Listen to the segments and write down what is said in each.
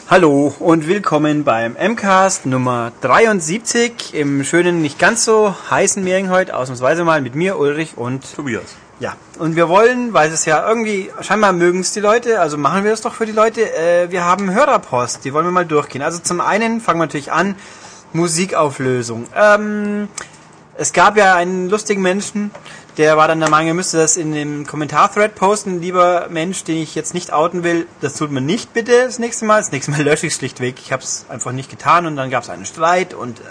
Hallo und willkommen beim M-Cast Nummer 73 im schönen, nicht ganz so heißen Mehring heute, ausnahmsweise mal mit mir, Ulrich und Tobias. Ja, und wir wollen, weil es ja irgendwie, scheinbar mögen es die Leute, also machen wir das doch für die Leute, wir haben Hörerpost, die wollen wir mal durchgehen. Also zum einen fangen wir natürlich an, Musikauflösung. Es gab ja einen lustigen Menschen, der war dann der Meinung, er müsste das in dem Kommentar-Thread posten. Lieber Mensch, den ich jetzt nicht outen will, das tut man nicht bitte das nächste Mal. Das nächste Mal lösche ich es schlichtweg. Ich habe es einfach nicht getan und dann gab es einen Streit und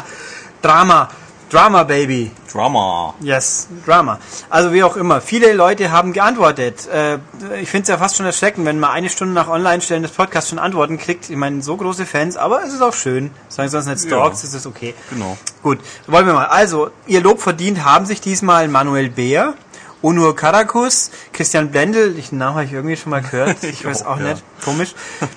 Drama, Baby. Drama. Yes, Drama. Also wie auch immer. Viele Leute haben geantwortet. Ich finde es ja fast schon erschreckend, wenn man eine Stunde nach Online-Stellen des Podcasts schon Antworten kriegt. Ich meine, so große Fans, aber es ist auch schön. Sagen Sie uns nicht Stalks, ist es okay. Genau. Gut, wollen wir mal. Also, ihr Lob verdient haben sich diesmal Manuel Beer, Onur Karakus, Christian Blendl, den Namen habe ich irgendwie schon mal gehört. Ich weiß auch nicht. Komisch.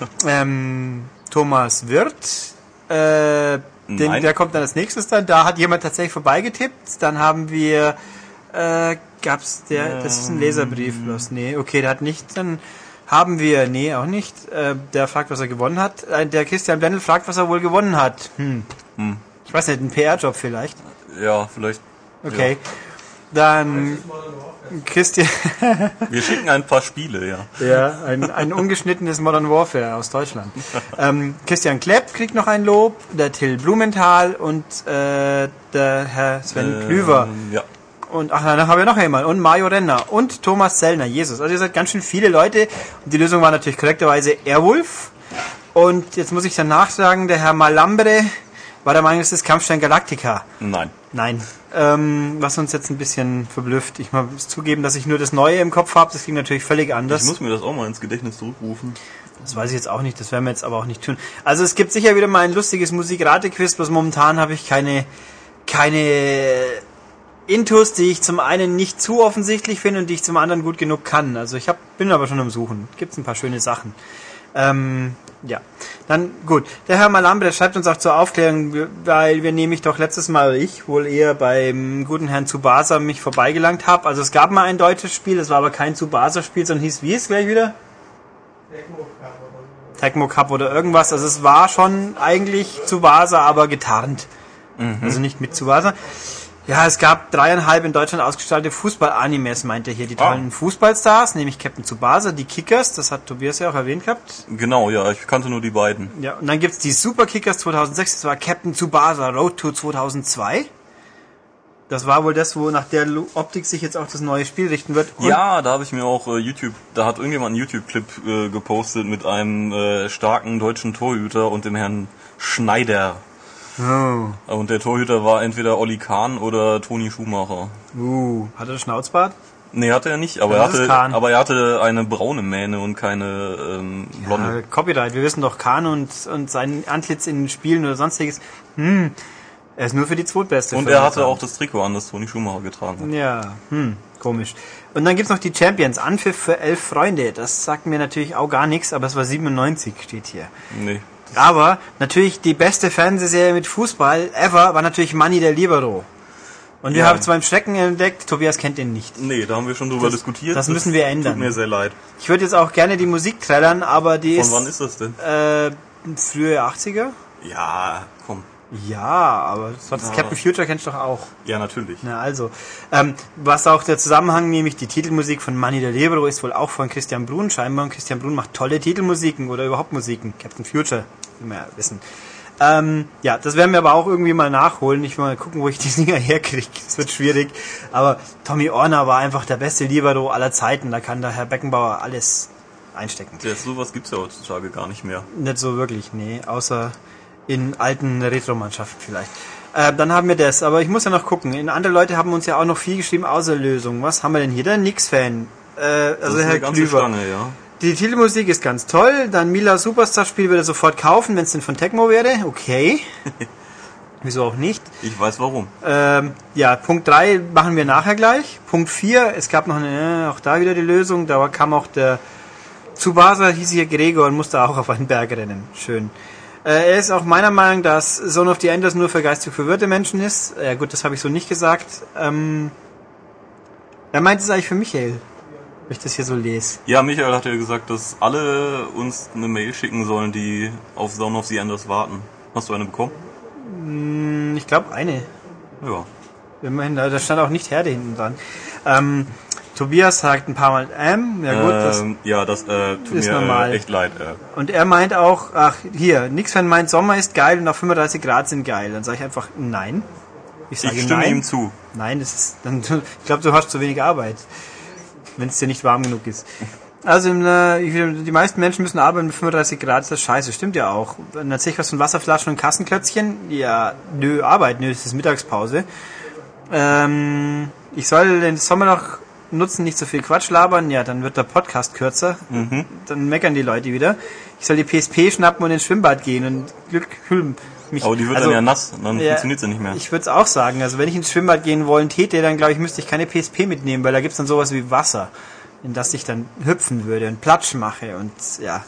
Thomas Wirth, der kommt dann als nächstes dann. Da hat jemand tatsächlich vorbeigetippt. Dann haben wir, das ist ein Leserbrief bloß. Nee, okay, der hat nicht, dann haben wir, nee, auch nicht. Der fragt, was er gewonnen hat. Der Christian Blendl fragt, was er wohl gewonnen hat. Ich weiß nicht, ein PR-Job vielleicht. Ja, vielleicht. Okay. Ja. Dann Christian. Wir schicken ein paar Spiele, ja. Ja, ein ungeschnittenes Modern Warfare aus Deutschland. Christian Klepp kriegt noch ein Lob, der Till Blumenthal und der Herr Sven Klüver. Ja. Und dann haben wir noch jemanden. Und Mario Renner und Thomas Zellner. Jesus. Also ihr seid ganz schön viele Leute. Und die Lösung war natürlich korrekterweise Airwolf. Und jetzt muss ich danach sagen, der Herr Malambre war der Meinung, es ist Kampfstein Galactica. Nein. Was uns jetzt ein bisschen verblüfft. Ich muss zugeben, dass ich nur das Neue im Kopf habe. Das klingt natürlich völlig anders. Ich muss mir das auch mal ins Gedächtnis zurückrufen. Das weiß ich jetzt auch nicht. Das werden wir jetzt aber auch nicht tun. Also es gibt sicher wieder mal ein lustiges Musikratequiz. Bloß momentan habe ich keine Intus, die ich zum einen nicht zu offensichtlich finde und die ich zum anderen gut genug kann. Also bin aber schon am Suchen. Gibt's ein paar schöne Sachen. Ja, dann gut. Der Herr Malambre schreibt uns auch zur Aufklärung, weil wir nämlich doch letztes Mal, ich wohl eher beim guten Herrn Tsubasa mich vorbeigelangt habe. Also es gab mal ein deutsches Spiel, das war aber kein Tsubasa-Spiel, sondern hieß, wie ist gleich wieder? Tecmo Cup oder irgendwas. Also es war schon eigentlich Tsubasa, aber getarnt. Also nicht mit Tsubasa. Ja, es gab 3,5 in Deutschland ausgestaltete Fußball-Animes, meint er hier. Die tollen Fußballstars, nämlich Captain Tsubasa, die Kickers, das hat Tobias ja auch erwähnt gehabt. Genau, ja, ich kannte nur die beiden. Ja, und dann gibt's die Super Kickers 2006, das war Captain Tsubasa Road to 2002. Das war wohl das, wo nach der Optik sich jetzt auch das neue Spiel richten wird. Und ja, da habe ich mir auch da hat irgendjemand einen YouTube-Clip gepostet mit einem starken deutschen Torhüter und dem Herrn Schneider. Oh. Und der Torhüter war entweder Olli Kahn oder Toni Schumacher. Hat er Schnauzbart? Nee, hatte er nicht, aber er hatte eine braune Mähne und keine blonde. Ja, Copyright, wir wissen doch, Kahn und sein Antlitz in Spielen oder sonstiges. Er ist nur für die Zweitbeste. Und er hatte auch das Trikot an, das Toni Schumacher getragen hat. Ja, komisch. Und dann gibt's noch die Champions, Anpfiff für 11 Freunde. Das sagt mir natürlich auch gar nichts, aber es war 97, steht hier. Nee. Aber natürlich die beste Fernsehserie mit Fußball ever war natürlich Manni der Libero. Und wir haben es beim Schrecken entdeckt, Tobias kennt den nicht. Nee, da haben wir schon drüber diskutiert. Das müssen wir ändern. Tut mir sehr leid. Ich würde jetzt auch gerne die Musik trällern, aber die Von wann ist das denn? Frühe 80er? Ja, komm. Ja, aber das Captain Future kennst du doch auch. Ja, natürlich. Na also, was auch der Zusammenhang, nämlich die Titelmusik von Manni der Libero ist wohl auch von Christian Brun scheinbar. Und Christian Brun macht tolle Titelmusiken oder überhaupt Musiken. Captain Future, will man ja wissen. Ja, das werden wir aber auch irgendwie mal nachholen. Ich will mal gucken, wo ich die Dinger herkriege. Das wird schwierig. Aber Tommy Orner war einfach der beste Libero aller Zeiten. Da kann der Herr Beckenbauer alles einstecken. Ja, sowas gibt's ja heutzutage gar nicht mehr. Nicht so wirklich, nee. Außer in alten Retro-Mannschaften vielleicht. Dann haben wir das, aber ich muss ja noch gucken. Andere Leute haben uns ja auch noch viel geschrieben, außer Lösung. Was haben wir denn hier? Der Nix-Fan. Also Herr Klüver. Stange, ja. Die Titelmusik ist ganz toll. Dann Mila Superstar-Spiel würde er sofort kaufen, wenn es denn von Tecmo wäre. Okay. Wieso auch nicht? Ich weiß warum. Ja, Punkt 3 machen wir nachher gleich. Punkt 4, es gab noch auch da wieder die Lösung. Da kam auch der Tsubasa, hieß hier Gregor und musste auch auf einen Berg rennen. Schön. Er ist auch meiner Meinung, dass Zone of the Enders nur für geistig verwirrte Menschen ist. Ja gut, das habe ich so nicht gesagt. Er meint es eigentlich für Michael. wenn ich das hier so lese. Ja, Michael hat ja gesagt, dass alle uns eine Mail schicken sollen, die auf Zone of the Enders warten. Hast du eine bekommen? Ich glaube eine. Ja. Immerhin, da stand auch nicht Herde hinten dran. Tobias sagt ein paar Mal ja gut, das das tut ist mir normal. Echt leid. Und er meint auch, Nix-Fan meint, Sommer ist geil und auch 35 Grad sind geil. Dann sage ich einfach nein. Ich stimme nein. ihm zu. Nein, ich glaube, du hast zu wenig Arbeit, wenn es dir nicht warm genug ist. Also die meisten Menschen müssen arbeiten mit 35 Grad, ist das scheiße, stimmt ja auch. Dann erzähl ich was von Wasserflaschen und Kassenklötzchen. Ja, das ist Mittagspause. Ich soll den Sommer noch nutzen, nicht so viel Quatsch labern, ja, dann wird der Podcast kürzer. Dann meckern die Leute wieder. Ich soll die PSP schnappen und ins Schwimmbad gehen und mich. Aber die wird dann ja nass, dann funktioniert sie nicht mehr. Ich würde es auch sagen, also wenn ich ins Schwimmbad gehen wollen täte, dann glaube ich, müsste ich keine PSP mitnehmen, weil da gibt's dann sowas wie Wasser, in das ich dann hüpfen würde und Platsch mache und ja.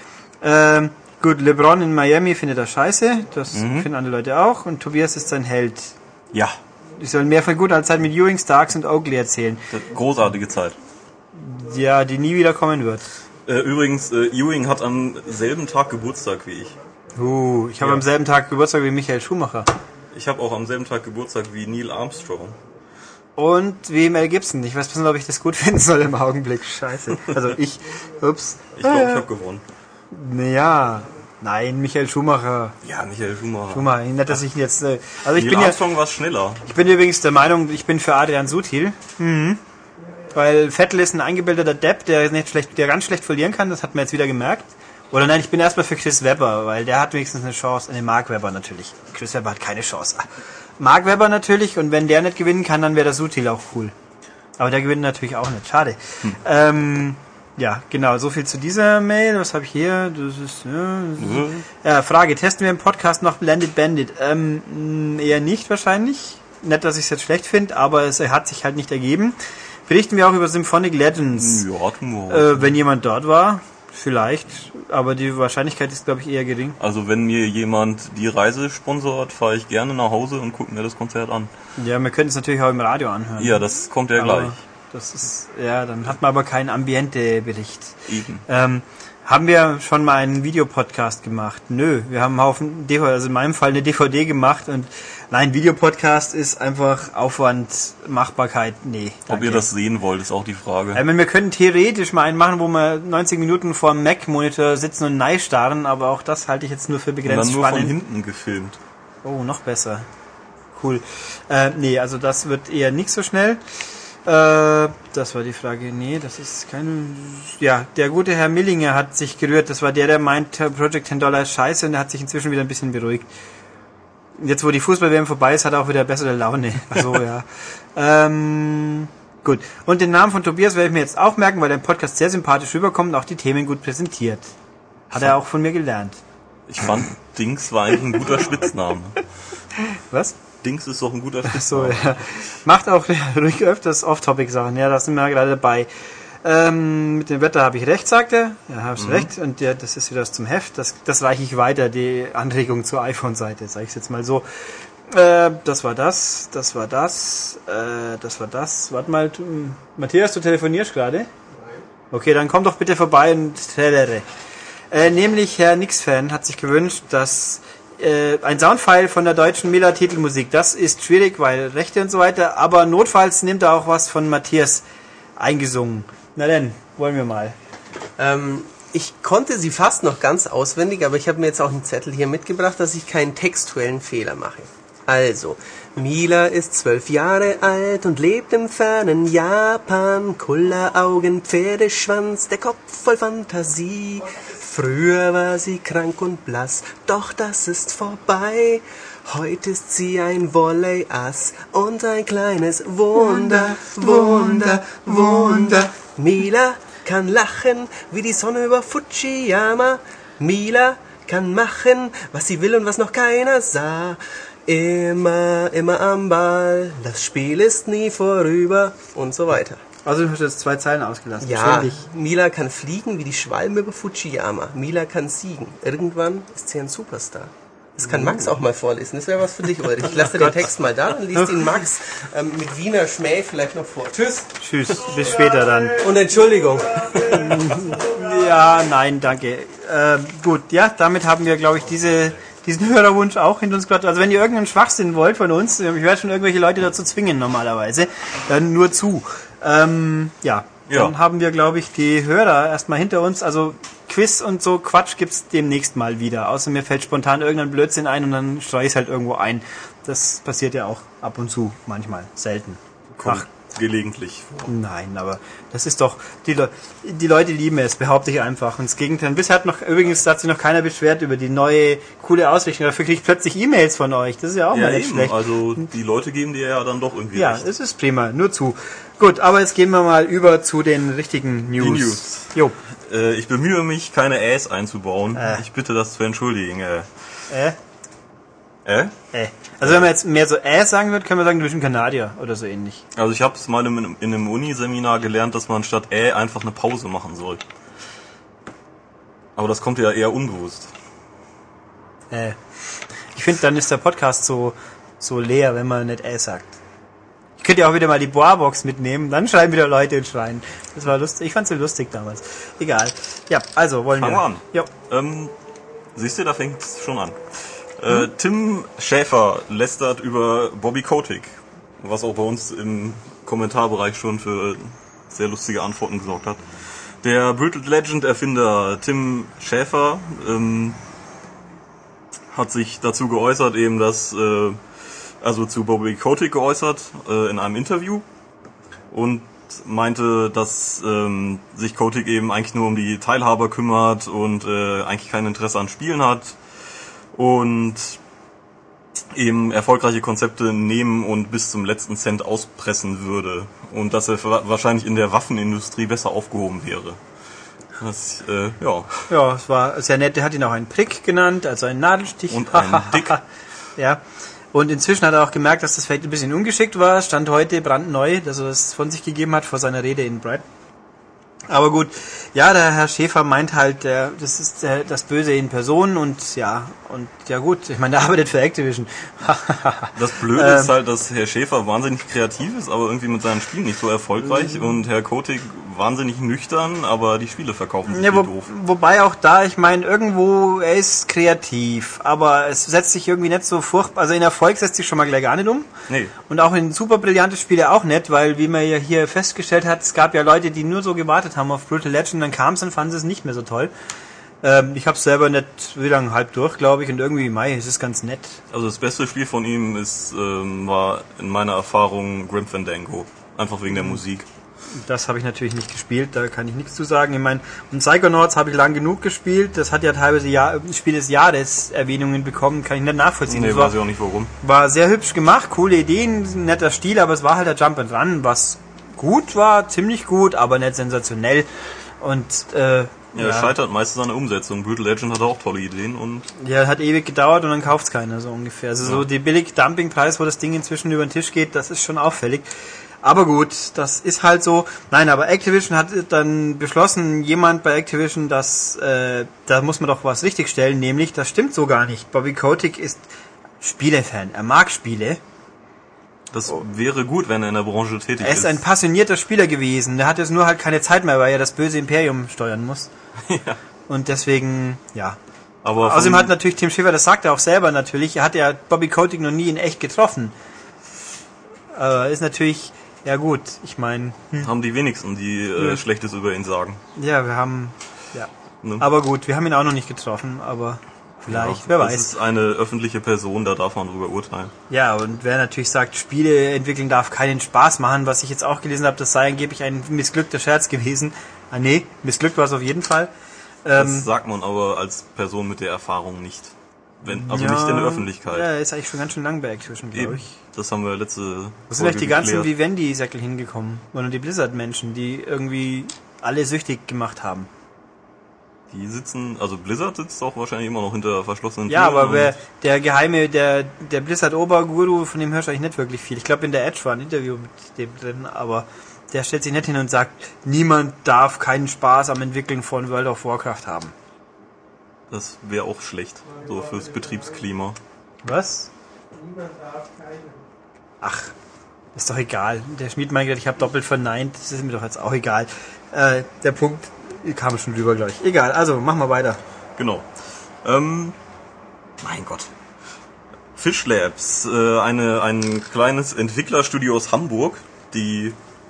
Gut, LeBron in Miami findet er scheiße, das finden andere Leute auch und Tobias ist sein Held. Ja. Ich soll mehr von guter Zeit mit Ewing, Starks und Oakley erzählen. Großartige Zeit. Ja, die nie wieder kommen wird. Übrigens, Ewing hat am selben Tag Geburtstag wie ich. Ich habe am selben Tag Geburtstag wie Michael Schumacher. Ich habe auch am selben Tag Geburtstag wie Neil Armstrong. Und wie Mel Gibson. Ich weiß nicht, ob ich das gut finden soll im Augenblick. Scheiße. Also ich glaube, ich habe gewonnen. Naja. Nein, Michael Schumacher. Ja, Michael Schumacher. Nicht, dass ich jetzt... Also ich Neil bin Armstrong war schneller. Ich bin übrigens der Meinung, ich bin für Adrian Sutil. Weil Vettel ist ein eingebildeter Depp, der ganz schlecht verlieren kann. Das hat man jetzt wieder gemerkt. Oder nein, ich bin erstmal für Chris Webber, weil der hat wenigstens eine Chance. Mark Webber natürlich. Chris Webber hat keine Chance. Mark Webber natürlich, und wenn der nicht gewinnen kann, dann wäre der Sutil auch cool. Aber der gewinnt natürlich auch nicht. Schade. Ja, genau, so viel zu dieser Mail. Was habe ich hier? Das ist Frage, testen wir im Podcast noch Blended Bandit? Eher nicht wahrscheinlich. Nicht, dass ich es jetzt schlecht finde, aber es hat sich halt nicht ergeben. Berichten wir auch über Symphonic Legends. Ja, wenn jemand dort war, vielleicht. Aber die Wahrscheinlichkeit ist, glaube ich, eher gering. Also wenn mir jemand die Reise sponsort, fahre ich gerne nach Hause und gucke mir das Konzert an. Ja, wir können es natürlich auch im Radio anhören. Ja, das kommt ja gleich. Das ist, dann hat man aber keinen Ambiente-Bericht. Eben. Haben wir schon mal einen Videopodcast gemacht? Nö, wir haben einen Haufen DVD, also in meinem Fall eine DVD gemacht und nein, Videopodcast ist einfach Aufwand, Machbarkeit, nee. Ob ihr das sehen wollt, ist auch die Frage. Wir können theoretisch mal einen machen, wo wir 90 Minuten vor dem Mac-Monitor sitzen und nein starren, aber auch das halte ich jetzt nur für begrenzt spannend. Und dann nur spannend. von hinten gefilmt. Oh, noch besser. Cool. Nee, also das wird eher nicht so schnell. Das war die Frage. Nee, das ist keine... Ja, der gute Herr Millinger hat sich gerührt. Das war der meint, Project $10 ist scheiße, und der hat sich inzwischen wieder ein bisschen beruhigt. Jetzt, wo die Fußball-WM vorbei ist, hat er auch wieder bessere Laune. Achso, ja. Gut. Und den Namen von Tobias werde ich mir jetzt auch merken, weil der Podcast sehr sympathisch rüberkommt und auch die Themen gut präsentiert. Hat er auch von mir gelernt. Ich fand, Dings war eigentlich ein guter Spitzname. Was? Dings ist doch ein guter Spitzname. So, ja. Macht auch ruhig öfters Off-Topic-Sachen. Ja, da sind wir gerade dabei. Mit dem Wetter habe ich recht, sagt er. Ja, habe ich recht. Und das ist wieder das zum Heft. Das reiche ich weiter, die Anregung zur iPhone-Seite. Sage ich es jetzt mal so. Das war das. Das war das. Das war das. Warte mal. Matthias, du telefonierst gerade? Okay, dann komm doch bitte vorbei und tellere. Nämlich Herr Nix-Fan hat sich gewünscht, dass ein Soundfile von der deutschen Miller-Titelmusik, das ist schwierig, weil Rechte und so weiter, aber notfalls nimmt er auch was von Matthias eingesungen. Na denn, wollen wir mal. Ich konnte sie fast noch ganz auswendig, aber ich habe mir jetzt auch einen Zettel hier mitgebracht, dass ich keinen textuellen Fehler mache. Also, Mila ist 12 Jahre alt und lebt im fernen Japan. Kulleraugen, Pferdeschwanz, der Kopf voll Fantasie. Früher war sie krank und blass, doch das ist vorbei. Heute ist sie ein Volley-Ass und ein kleines Wunder, Wunder, Wunder. Mila kann lachen wie die Sonne über Fujiyama. Mila kann machen, was sie will und was noch keiner sah. Immer, immer am Ball, das Spiel ist nie vorüber und so weiter. Also du hast jetzt 2 Zeilen ausgelassen. Ja, Mila kann fliegen wie die Schwalben über Fujiyama. Mila kann siegen. Irgendwann ist sie ein Superstar. Das kann Max auch mal vorlesen. Das wäre was für dich, Ulrich. Ich lasse den Text mal da und liest ihn Max mit Wiener Schmäh vielleicht noch vor. Tschüss. Tschüss, bis später dann. Und Entschuldigung. Ja, nein, danke. Gut, ja, damit haben wir, glaube ich, diesen Hörerwunsch auch hinter uns gebracht. Also wenn ihr irgendeinen Schwachsinn wollt von uns, ich werde schon irgendwelche Leute dazu zwingen normalerweise, dann nur zu. Dann haben wir, glaube ich, die Hörer erstmal hinter uns. Also Quiz und so Quatsch gibt's demnächst mal wieder. Außer mir fällt spontan irgendein Blödsinn ein und dann streue ich es halt irgendwo ein. Das passiert ja auch ab und zu, manchmal, selten. Kommt gelegentlich vor. Nein, aber das ist doch, die Leute lieben es, behaupte ich einfach. Und das Gegenteil. Bisher hat sich noch keiner beschwert über die neue, coole Ausrichtung. Dafür kriege ich plötzlich E-Mails von euch. Das ist ja auch mal nicht schlecht. Also die Leute geben dir ja dann doch irgendwie recht. Ja, es ist prima, nur zu. Gut, aber jetzt gehen wir mal über zu den richtigen News. Die News. Jo. Ich bemühe mich, keine Äs einzubauen. Ich bitte das zu entschuldigen. Also wenn man jetzt mehr so sagen würde, können wir sagen, du bist ein Kanadier oder so ähnlich. Also ich habe es mal in einem Uniseminar gelernt, dass man statt einfach eine Pause machen soll. Aber das kommt ja eher unbewusst. Ich finde, dann ist der Podcast so leer, wenn man nicht sagt. Ich könnte ja auch wieder mal die Boa-Box mitnehmen, dann schreiben wieder Leute und schreien. Das war lustig. Ich fand's so lustig damals. Egal. Ja, also wollen wir. Fangen wir an. Jo. Siehst du, da fängt's schon an. Tim Schäfer lästert über Bobby Kotick, was auch bei uns im Kommentarbereich schon für sehr lustige Antworten gesorgt hat. Der Brutal Legend Erfinder Tim Schäfer hat sich dazu geäußert, eben dass zu Bobby Kotick geäußert in einem Interview und meinte, dass sich Kotick eben eigentlich nur um die Teilhaber kümmert und eigentlich kein Interesse an Spielen hat und eben erfolgreiche Konzepte nehmen und bis zum letzten Cent auspressen würde und dass er wahrscheinlich in der Waffenindustrie besser aufgehoben wäre. Das, Ja, es war sehr nett. Der hat ihn auch einen Prick genannt, also einen Nadelstich. Und einen Dick. Ja. Und inzwischen hat er auch gemerkt, dass das vielleicht ein bisschen ungeschickt war. Stand heute brandneu, dass er das von sich gegeben hat vor seiner Rede in Brighton. Aber gut, ja, der Herr Schäfer meint halt, das ist das Böse in Person und gut, ich meine, der arbeitet für Activision. Das Blöde ist halt, dass Herr Schäfer wahnsinnig kreativ ist, aber irgendwie mit seinen Spielen nicht so erfolgreich und Herr Kotick wahnsinnig nüchtern, aber die Spiele verkaufen sich doof. Wobei auch da, ich meine, irgendwo, er ist kreativ, aber es setzt sich irgendwie nicht so furchtbar, also in Erfolg setzt sich schon mal gleich gar nicht um. Nee. Und auch in super brillante Spiele auch nicht, weil, wie man ja hier festgestellt hat, es gab ja Leute, die nur so gewartet haben auf Brutal Legend, dann kam es und fanden sie es nicht mehr so toll. Ich habe es selber nicht, wie lange, halb durch, glaube ich, und irgendwie, es ist ganz nett. Also das beste Spiel von ihm war in meiner Erfahrung Grim Fandango, einfach wegen der Musik. Das habe ich natürlich nicht gespielt, da kann ich nichts zu sagen. Ich meine, und Psychonauts habe ich lang genug gespielt, das hat ja teilweise Spiel des Jahres Erwähnungen bekommen, kann ich nicht nachvollziehen. Nee, weiß ich auch nicht warum. War sehr hübsch gemacht, coole Ideen, netter Stil, aber es war halt der Jump and Run, was gut war, ziemlich gut, aber nicht sensationell. Und es scheitert meistens an der Umsetzung. Brutal Legend hatte auch tolle Ideen und... Ja, hat ewig gedauert und dann kauft's keiner, so ungefähr. Also so die Billig-Dumping-Preis, wo das Ding inzwischen über den Tisch geht, das ist schon auffällig. Aber gut, das ist halt so. Nein, aber Activision hat dann beschlossen, jemand bei Activision, dass da muss man doch was richtigstellen, nämlich, das stimmt so gar nicht. Bobby Kotick ist Spielefan, er mag Spiele. Das wäre gut, wenn er in der Branche tätig ist. Er ist ein passionierter Spieler gewesen, der hat jetzt nur halt keine Zeit mehr, weil er das böse Imperium steuern muss. Ja. Und deswegen, ja. Aber außerdem hat natürlich Tim Schäfer, das sagt er auch selber natürlich, er hat ja Bobby Kotick noch nie in echt getroffen. Ist natürlich... Ja gut, ich meine... Haben die wenigsten, die Schlechtes über ihn sagen. Ja, wir haben... Ja. Ne? Aber gut, wir haben ihn auch noch nicht getroffen, aber vielleicht, wer weiß. Das ist eine öffentliche Person, da darf man drüber urteilen. Ja, und wer natürlich sagt, Spiele entwickeln darf keinen Spaß machen, was ich jetzt auch gelesen habe, das sei angeblich ein missglückter Scherz gewesen. Nee, missglückt war es auf jeden Fall. Das sagt man aber als Person mit der Erfahrung nicht. Nicht in der Öffentlichkeit. Ja, ist eigentlich schon ganz schön lang bei Activision, glaube ich. Das haben wir letzte Was sind eigentlich die ganzen Vivendi-Säckel hingekommen? Oder die Blizzard-Menschen, die irgendwie alle süchtig gemacht haben? Die sitzen, also Blizzard sitzt auch wahrscheinlich immer noch hinter verschlossenen Türen. Ja, aber der geheime, der Blizzard-Oberguru, von dem hörst du eigentlich nicht wirklich viel. Ich glaube, in der Edge war ein Interview mit dem drin, aber der stellt sich nicht hin und sagt, niemand darf keinen Spaß am Entwickeln von World of Warcraft haben. Das wäre auch schlecht, so fürs Betriebsklima. Was? Ach, ist doch egal. Der Schmied meint, ich habe doppelt verneint. Das ist mir doch jetzt auch egal. Der Punkt kam schon rüber, glaube ich. Egal, also machen wir weiter. Genau. Mein Gott. Fish Labs, ein kleines Entwicklerstudio aus Hamburg, die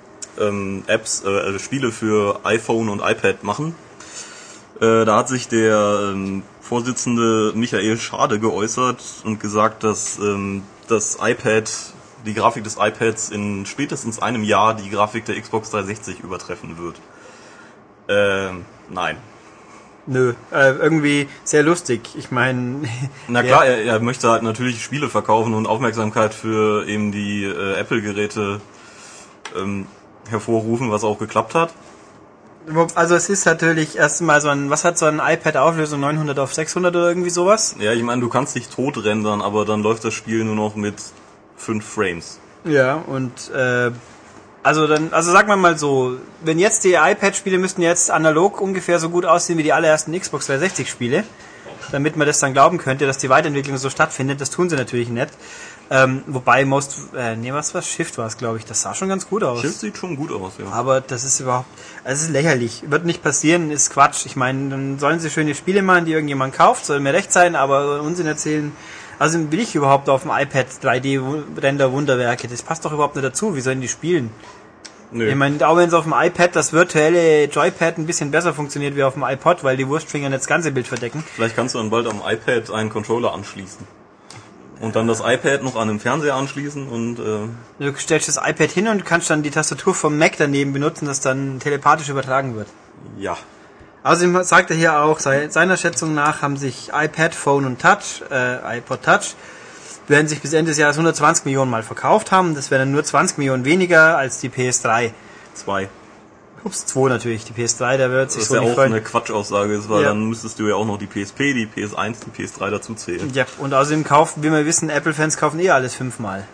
Spiele für iPhone und iPad machen. Da hat sich der Vorsitzende Michael Schade geäußert und gesagt, dass die Grafik des iPads in spätestens einem Jahr die Grafik der Xbox 360 übertreffen wird. Nein. Nö, irgendwie sehr lustig. Ich meine... Na klar, er möchte halt natürlich Spiele verkaufen und Aufmerksamkeit für eben die Apple-Geräte hervorrufen, was auch geklappt hat. Also es ist natürlich erstmal was hat so ein iPad Auflösung, 900 auf 600 oder irgendwie sowas? Ja, ich meine, du kannst dich tot rendern, aber dann läuft das Spiel nur noch mit 5 Frames. Ja, und also sagen wir mal so, wenn jetzt die iPad-Spiele müssten jetzt analog ungefähr so gut aussehen wie die allerersten Xbox 360-Spiele, damit man das dann glauben könnte, dass die Weiterentwicklung so stattfindet. Das tun sie natürlich nicht. Wobei Shift war es, glaube ich. Das sah schon ganz gut aus. Shift sieht schon gut aus, ja. Aber das ist es ist lächerlich. Wird nicht passieren, ist Quatsch. Ich meine, dann sollen sie schöne Spiele machen, die irgendjemand kauft, soll mir recht sein, aber Unsinn erzählen. Also will ich überhaupt auf dem iPad 3D-Render Wunderwerke? Das passt doch überhaupt nicht dazu. Wie sollen die spielen? Nö. Ich meine, auch wenn es auf dem iPad das virtuelle Joypad ein bisschen besser funktioniert wie auf dem iPod, weil die Wurstfinger nicht das ganze Bild verdecken. Vielleicht kannst du dann bald am iPad einen Controller anschließen. Und dann das iPad noch an den Fernseher anschließen und... Du stellst das iPad hin und kannst dann die Tastatur vom Mac daneben benutzen, das dann telepathisch übertragen wird. Ja. Außerdem sagt er hier auch, seiner Schätzung nach haben sich iPad, Phone und iPod Touch werden sich bis Ende des Jahres 120 Millionen Mal verkauft haben. Das wären dann nur 20 Millionen weniger als die PS3. 2 natürlich. Die PS3, da wird sich so nicht freuen. Das ist ja auch eine Quatschaussage, weil ja. Dann müsstest du ja auch noch die PSP, die PS1, die PS3 dazu zählen. Ja, und außerdem wie wir wissen, Apple-Fans kaufen alles 5-mal.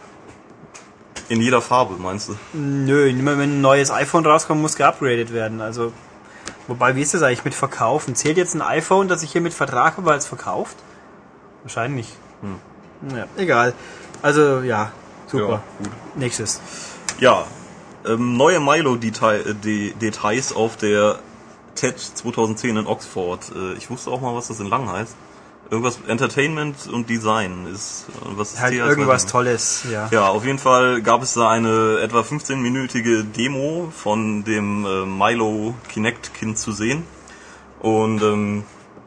In jeder Farbe, meinst du? Nö, immer wenn ein neues iPhone rauskommt, muss geupgradet werden. Also, wobei, wie ist das eigentlich mit Verkaufen? Zählt jetzt ein iPhone, das ich hier mit Vertrag habe, als verkauft? Wahrscheinlich. Ja, egal. Also, ja, super. Ja, gut. Nächstes. Ja, neue Milo-Details auf der TED 2010 in Oxford. Ich wusste auch mal, was das in lang heißt. Irgendwas Entertainment und Design ist. Was ist halt irgendwas Tolles, ja. Ja, auf jeden Fall gab es da eine etwa 15-minütige Demo von dem Milo Kinect-Kind zu sehen. Und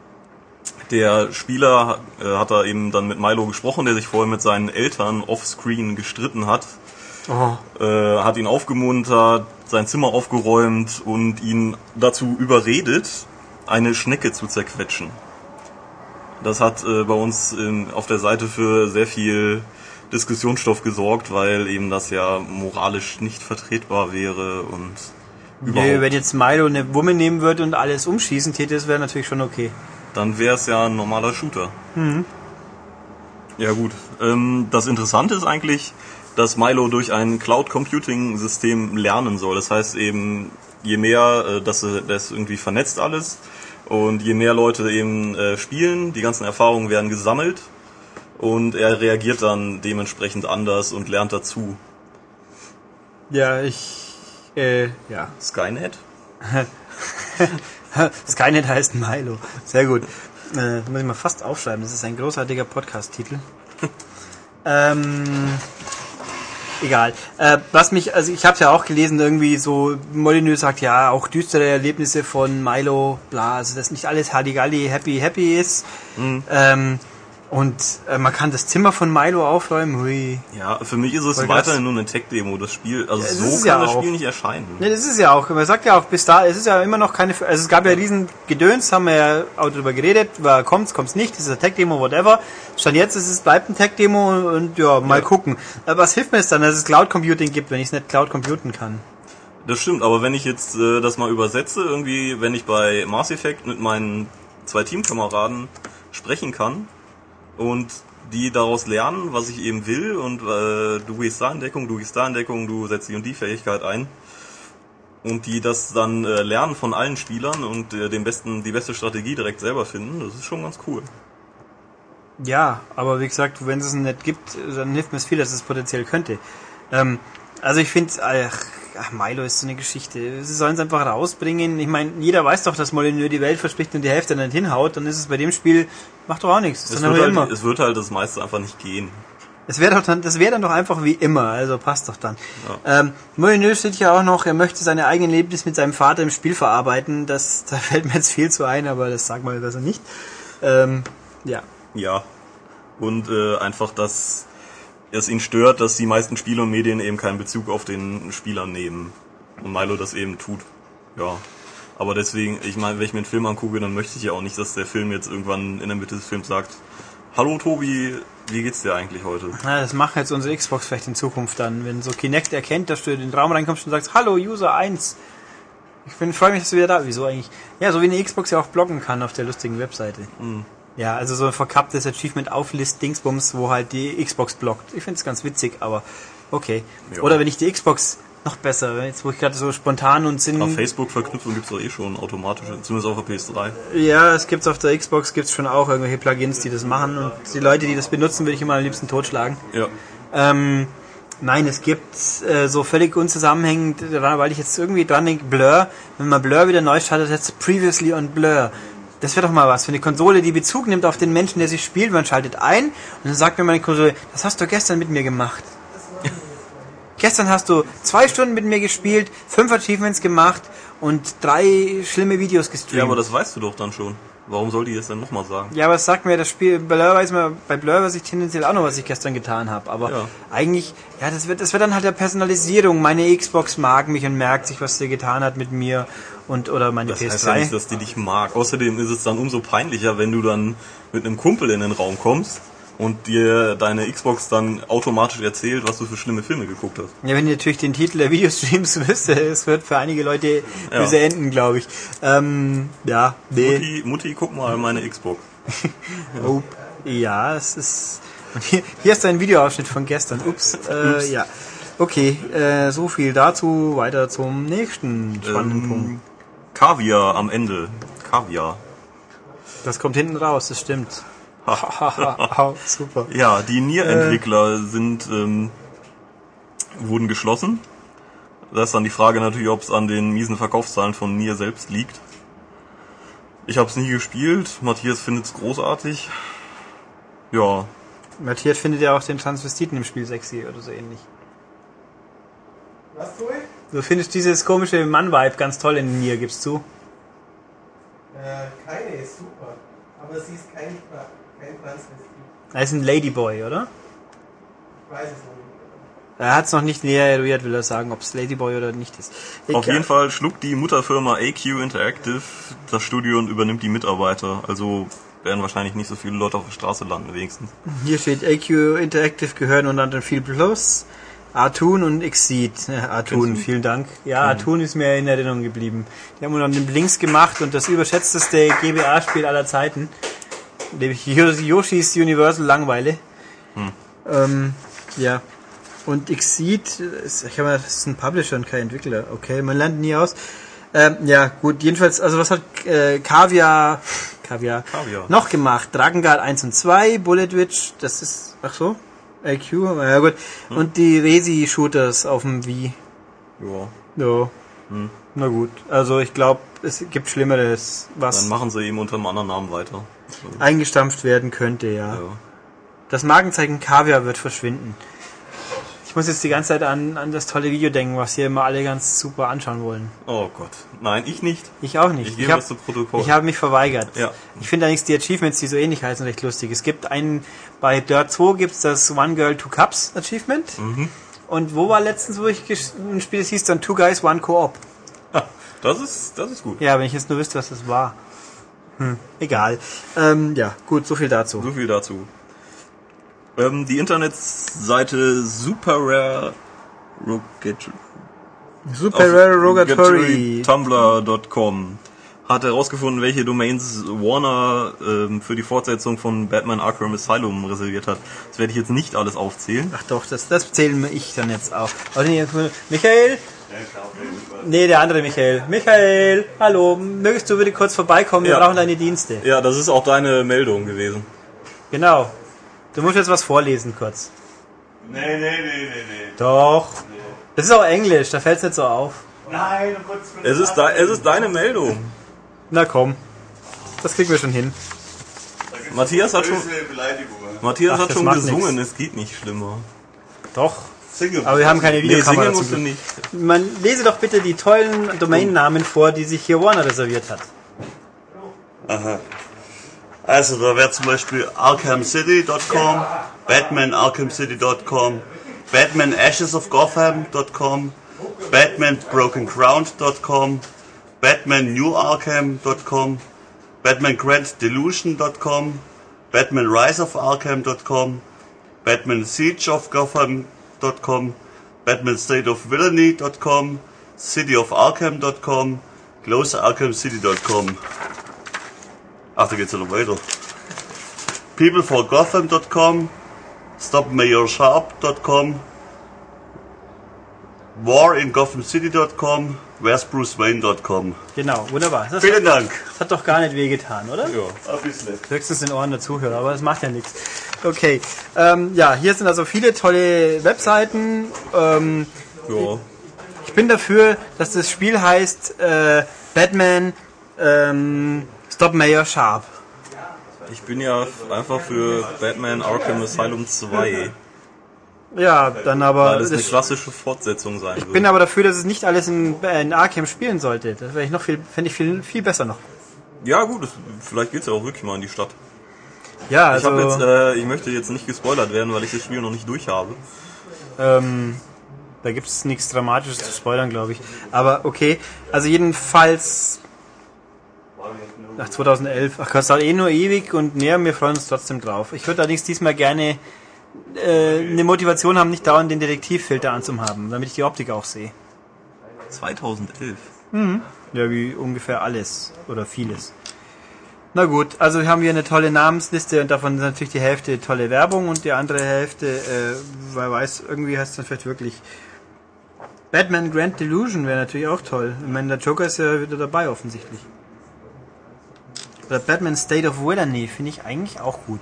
der Spieler hat da eben dann mit Milo gesprochen, der sich vorher mit seinen Eltern offscreen gestritten hat. Oh. Hat ihn aufgemuntert, sein Zimmer aufgeräumt und ihn dazu überredet, eine Schnecke zu zerquetschen. Das hat bei uns auf der Seite für sehr viel Diskussionsstoff gesorgt, weil eben das ja moralisch nicht vertretbar wäre und überhaupt. Nee, wenn jetzt Milo eine Wumme nehmen würde und alles umschießen täte, das wäre natürlich schon okay. Dann wäre es ja ein normaler Shooter. Mhm. Ja gut. Das Interessante ist eigentlich, dass Milo durch ein Cloud-Computing-System lernen soll. Das heißt eben, je mehr das irgendwie vernetzt alles und je mehr Leute eben spielen, die ganzen Erfahrungen werden gesammelt und er reagiert dann dementsprechend anders und lernt dazu. Ja, ja. Skynet? Skynet heißt Milo. Sehr gut. Muss ich mal fast aufschreiben. Das ist ein großartiger Podcast-Titel. Egal. Ich habe ja auch gelesen, irgendwie so, Molyneux sagt ja, auch düstere Erlebnisse von Milo, bla, also dass nicht alles Halligalli, happy ist. Mhm. Und man kann das Zimmer von Milo aufräumen. Hui. Ja, für mich ist es weiterhin nur eine Tech-Demo, das Spiel. Also ja, so kann das Spiel nicht erscheinen. Ne, das ist ja auch. Man sagt ja auch, bis da, es ist ja immer noch keine. Also es gab ja riesen Gedöns, haben wir ja auch drüber geredet, kommt's nicht, das ist eine Tech-Demo, whatever. Stand jetzt, bleibt ein Tech-Demo und ja, mal gucken. Aber was hilft mir es dann, dass es Cloud-Computing gibt, wenn ich es nicht Cloud-Computen kann? Das stimmt, aber wenn ich jetzt das mal übersetze, irgendwie, wenn ich bei Mass Effect mit meinen 2 Teamkameraden sprechen kann, und die daraus lernen, was ich eben will und du gehst da in Deckung, du setzt die und die Fähigkeit ein. und die das dann lernen von allen Spielern und die beste Strategie direkt selber finden, das ist schon ganz cool. Ja, aber wie gesagt, wenn es nicht gibt, dann hilft mir es viel, dass es potenziell könnte. Also ich finde, Milo ist so eine Geschichte. Sie sollen es einfach rausbringen. Ich meine, jeder weiß doch, dass Molyneux die Welt verspricht und die Hälfte nicht hinhaut. Dann ist es bei dem Spiel, macht doch auch nichts. Es wird halt das meiste einfach nicht gehen. Das wäre dann doch einfach wie immer, also passt doch dann. Ja. Molyneux steht ja auch noch, er möchte seine eigenen Erlebnisse mit seinem Vater im Spiel verarbeiten. Da fällt mir jetzt viel zu ein, aber das sagt man besser nicht. Ja. Ja. Und einfach, dass es ihn stört, dass die meisten Spiele und Medien eben keinen Bezug auf den Spieler nehmen. Und Milo das eben tut. Ja. Aber deswegen, ich meine, wenn ich mir einen Film angucke, dann möchte ich ja auch nicht, dass der Film jetzt irgendwann in der Mitte des Films sagt, hallo Tobi, wie geht's dir eigentlich heute? Ja, das machen jetzt unsere Xbox vielleicht in Zukunft dann, wenn so Kinect erkennt, dass du in den Raum reinkommst und sagst, hallo User 1. Ich freue mich, dass du wieder da bist. Wieso eigentlich? Ja, so wie eine Xbox ja auch bloggen kann auf der lustigen Webseite. Mhm. Ja, also so ein verkapptes Achievement-Auflist-Dingsbums, wo halt die Xbox blockt. Ich finde es ganz witzig, aber okay. Ja. Oder wenn ich die Xbox noch besser, jetzt wo ich gerade so spontan und Sinn... Auf Facebook-Verknüpfung gibt's doch schon automatisch, zumindest auf der PS3. Ja, es gibt's auf der Xbox, gibt's schon auch irgendwelche Plugins, die das machen und die Leute, die das benutzen, würde ich immer am liebsten totschlagen. Ja. Nein, es gibt so völlig unzusammenhängend, weil ich jetzt irgendwie dran denke, Blur, wenn man Blur wieder neu startet, jetzt Previously on Blur. Das wäre doch mal was für eine Konsole, die Bezug nimmt auf den Menschen, der sie spielt. Man schaltet ein und dann sagt mir meine Konsole, das hast du gestern mit mir gemacht. Gestern hast du 2 Stunden mit mir gespielt, 5 Achievements gemacht und 3 schlimme Videos gestreamt. Ja, aber das weißt du doch dann schon. Warum soll die das dann nochmal sagen? Ja, aber es sagt mir, das Spiel, bei Blur weiß ich tendenziell auch noch, was ich gestern getan habe. Aber ja. Eigentlich, ja, das wird dann halt der Personalisierung. Meine Xbox mag mich und merkt sich, was sie getan hat mit mir oder meine PS3. Das heißt ja nicht, dass die dich mag. Außerdem ist es dann umso peinlicher, wenn du dann mit einem Kumpel in den Raum kommst und dir deine Xbox dann automatisch erzählt, was du für schlimme Filme geguckt hast. Ja, wenn ihr natürlich den Titel der Videostreams wüsste, es wird für einige Leute böse enden, glaube ich. Ja, nee. Mutti, guck mal meine Xbox. Oh, ja, es ist... Und hier ist ein Videoausschnitt von gestern. Ups. Ja. Okay, so viel dazu. Weiter zum nächsten spannenden Punkt. Kaviar am Ende. Kaviar. Das kommt hinten raus, das stimmt. Super. Ja, die Nier-Entwickler wurden geschlossen. Da ist dann die Frage natürlich, ob es an den miesen Verkaufszahlen von Nier selbst liegt. Ich habe es nie gespielt. Matthias findet es großartig. Ja. Matthias findet ja auch den Transvestiten im Spiel sexy oder so ähnlich. Was tue ich? Du findest dieses komische Mann-Vibe ganz toll in Nier, gibst du? Keine ist super. Aber sie ist kein Transvestit. Er ist ein Ladyboy, oder? Ich weiß es nicht. Er hat es noch nicht näher eruiert, will er sagen, ob es Ladyboy oder nicht ist. Auf jeden Fall schluckt die Mutterfirma AQ Interactive das Studio und übernimmt die Mitarbeiter. Also werden wahrscheinlich nicht so viele Leute auf der Straße landen, wenigstens. Hier steht AQ Interactive gehören unter anderem viel Plus, Artoon und Exceed. Artoon, vielen Dank. Ja, Artoon ist mir in Erinnerung geblieben. Die haben unter den Blinks gemacht und das überschätzteste GBA-Spiel aller Zeiten. Nämlich Yoshi's Universal Langweile. Ja. Und Exceed, das ist ein Publisher und kein Entwickler. Okay, man lernt nie aus. Ja, gut, jedenfalls, also was hat Kaviar noch gemacht? Dragon Guard 1 und 2, Bullet Witch, das ist, ach so, AQ, ja gut. Und die Resi-Shooters auf dem Wii. Ja. Na gut, also ich glaube, es gibt Schlimmeres, was... Dann machen sie eben unter einem anderen Namen weiter. Eingestampft werden könnte, ja. Das Markenzeichen Kaviar wird verschwinden. Ich muss jetzt die ganze Zeit an das tolle Video denken, was hier immer alle ganz super anschauen wollen. Oh Gott. Nein, ich nicht. Ich auch nicht. Ich gebe das zu Protokoll. Ich habe mich verweigert. Ja. Ich finde allerdings die Achievements, die so ähnlich heißen, recht lustig. Es gibt bei Dirt 2 gibt's das One Girl, Two Cups Achievement. Und wo war letztens, wo ich ein Spiel, das hieß dann Two Guys, One Co-op. Das ist gut. Ja, wenn ich jetzt nur wüsste, was das war. Egal. Ja, gut, so viel dazu. Die Internetseite Superrogatory Tumblr.com hat herausgefunden, welche Domains Warner für die Fortsetzung von Batman Arkham Asylum reserviert hat. Das werde ich jetzt nicht alles aufzählen. Ach doch, das zählen ich dann jetzt auch. Also, Michael, Nee, der andere Michael. Michael, hallo, mögest du bitte kurz vorbeikommen? Wir Ja. brauchen deine Dienste. Ja, das ist auch deine Meldung gewesen. Genau. Du musst jetzt was vorlesen kurz. Nee. Doch. Das ist auch Englisch, da fällt es nicht so auf. Nein, um Gottes Willen. Es ist deine Meldung. Na komm. Das kriegen wir schon hin. Matthias hat schon, Böse Beleidigung. Matthias Ach, hat das schon macht gesungen, nix. es geht nicht schlimmer. Doch. Singen. Aber wir haben keine Nee, Videokamera. singen zum musst du Glück. nicht. Man lese doch bitte die tollen Domainnamen vor, die sich hier Warner reserviert hat. Aha. Also da wäre zum Beispiel ArkhamCity.com, BatmanArkhamCity.com, BatmanAshesOfGotham.com, BatmanBrokenGround.com, BatmanNewArkham.com, BatmanGrandDelusion.com, BatmanRiseOfArkham.com, BatmanSiegeOfGotham.com, BatmanStateOfVillainy.com, CityOfArkham.com, CloseArkhamCity.com. Ach, da geht's ja noch weiter. PeopleForGotham.com, StopMayorSharp.com, WarInGothamCity.com, Where'sBruceWayne.com. Genau, wunderbar. Das Vielen Dank. hat doch gar nicht wehgetan, oder? Ja. Ein bisschen. Höchstens den Ohren der Zuhörer, aber das macht ja nichts. Okay, ja, hier sind also viele tolle Webseiten. Ja. Ich bin dafür, dass das Spiel heißt Batman Stop Mayor Sharp. Ich bin ja einfach für Batman Arkham Asylum 2, Ja, dann aber... weil es eine das- klassische Fortsetzung sein wird. Ich bin aber dafür, dass es nicht alles in Arkham spielen sollte. Das wäre ich fände ich viel besser noch. Ja gut, vielleicht geht's ja auch wirklich mal in die Stadt. Ja, also... Ich möchte jetzt nicht gespoilert werden, weil ich das Spiel noch nicht durch habe. Da gibt es nichts Dramatisches zu spoilern, glaube ich. Aber okay, also jedenfalls... Nach 2011. Ach, das dauert eh nur ewig und näher, wir freuen uns trotzdem drauf. Ich würde allerdings diesmal gerne eine Motivation haben, nicht dauernd den Detektivfilter anzuhaben, damit ich die Optik auch sehe. 2011. Ja, wie ungefähr alles oder vieles. Na gut, also wir haben hier eine tolle Namensliste und davon ist natürlich die Hälfte tolle Werbung und die andere Hälfte, wer weiß, irgendwie heißt es dann vielleicht wirklich Batman Grand Delusion wäre natürlich auch toll. Ich meine, der Joker ist ja wieder dabei offensichtlich. Oder Batman State of Villainy finde ich eigentlich auch gut.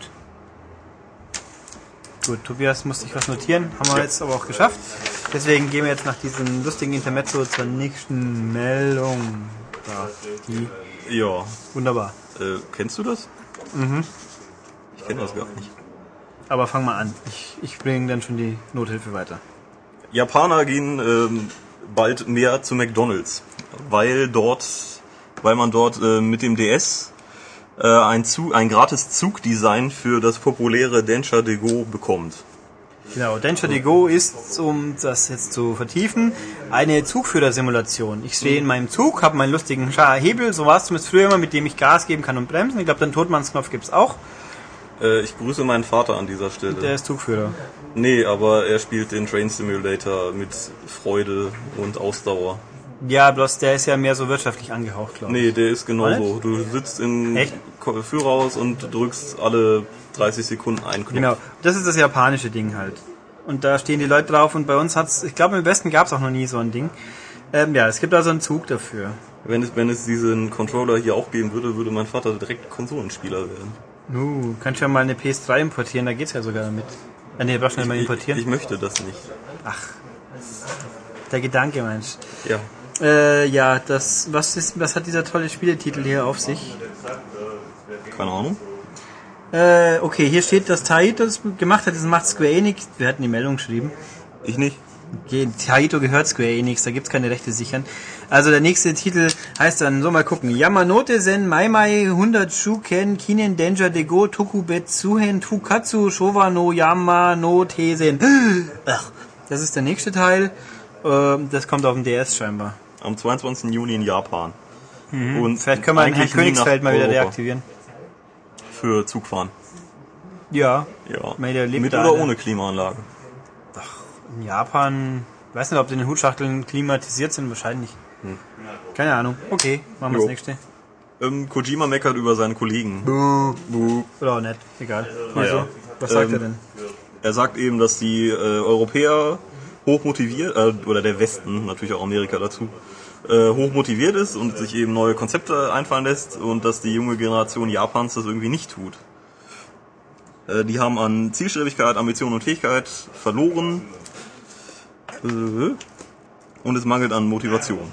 Gut, Tobias musste ich was notieren, haben wir jetzt aber auch geschafft. Deswegen gehen wir jetzt nach diesem lustigen Intermezzo zur nächsten Meldung. Da, die. Ja. Wunderbar. Kennst du das? Ich kenne das gar nicht. Aber fang mal an. Ich bringe dann schon die Nothilfe weiter. Japaner gehen bald mehr zu McDonald's, weil man dort mit dem DS ein gratis Zugdesign für das populäre Densha de Go bekommt. Genau, Densha de Go ist, um das jetzt zu vertiefen, eine Zugführersimulation. Ich stehe in meinem Zug, habe meinen lustigen Hebel, so war es zumindest früher immer, mit dem ich Gas geben kann und bremsen. Ich glaube, den Totmannsknopf gibt's auch. Ich grüße meinen Vater an dieser Stelle. Der ist Zugführer. Nee, aber er spielt den Train Simulator mit Freude und Ausdauer. Ja, bloß der ist ja mehr so wirtschaftlich angehaucht, glaube ich. Nee, der ist genauso. Du sitzt im Echt? Führerhaus und drückst alle 30 Sekunden einen Knopf. Genau, das ist das japanische Ding halt. Und da stehen die Leute drauf und bei uns hat's, ich glaube im Westen gab's auch noch nie so ein Ding. Ja, es gibt also einen Zug dafür. Wenn es diesen Controller hier auch geben würde, würde mein Vater direkt Konsolenspieler werden. Kannst du ja mal eine PS3 importieren, da geht's ja sogar damit. Nee, brauchst du nicht mal importieren. Ich möchte das nicht. Der Gedanke, Mensch. Ja. Ja, was hat dieser tolle Spieletitel hier auf sich? Keine Ahnung. Okay, hier steht, dass Taito das gemacht hat, das macht Square Enix. Wir hatten die Meldung geschrieben. Ich nicht. Okay, Taito gehört Square Enix, da gibt's keine Rechte sichern. Also der nächste Titel heißt dann, so mal gucken, Yamanote Sen Maimai 100 Shuken Kinen Densha de Go Tokubetsuhen Tukatsu Showa no Yama no Tesen. Das ist der nächste Teil. Das kommt auf dem DS scheinbar. Am 22. Juni in Japan. Und Vielleicht können wir Herrn eigentlich nie Königsfeld nach mal wieder Europa. deaktivieren. Für Zugfahren. Ja. Ja. Weil der lebt Mit da, oder ne? ohne Klimaanlage. In Japan, ich weiß nicht, ob die in den Hutschachteln klimatisiert sind, wahrscheinlich. Keine Ahnung. Okay, machen wir das Jo. nächste. Kojima meckert über seinen Kollegen. Buh. Oder auch nicht, egal. Naja. Also, was sagt er denn? Er sagt eben, dass die Europäer hochmotiviert, oder der Westen, natürlich auch Amerika dazu, hochmotiviert ist und sich eben neue Konzepte einfallen lässt und dass die junge Generation Japans das irgendwie nicht tut. Die haben an Zielstrebigkeit, Ambition und Fähigkeit verloren und es mangelt an Motivation.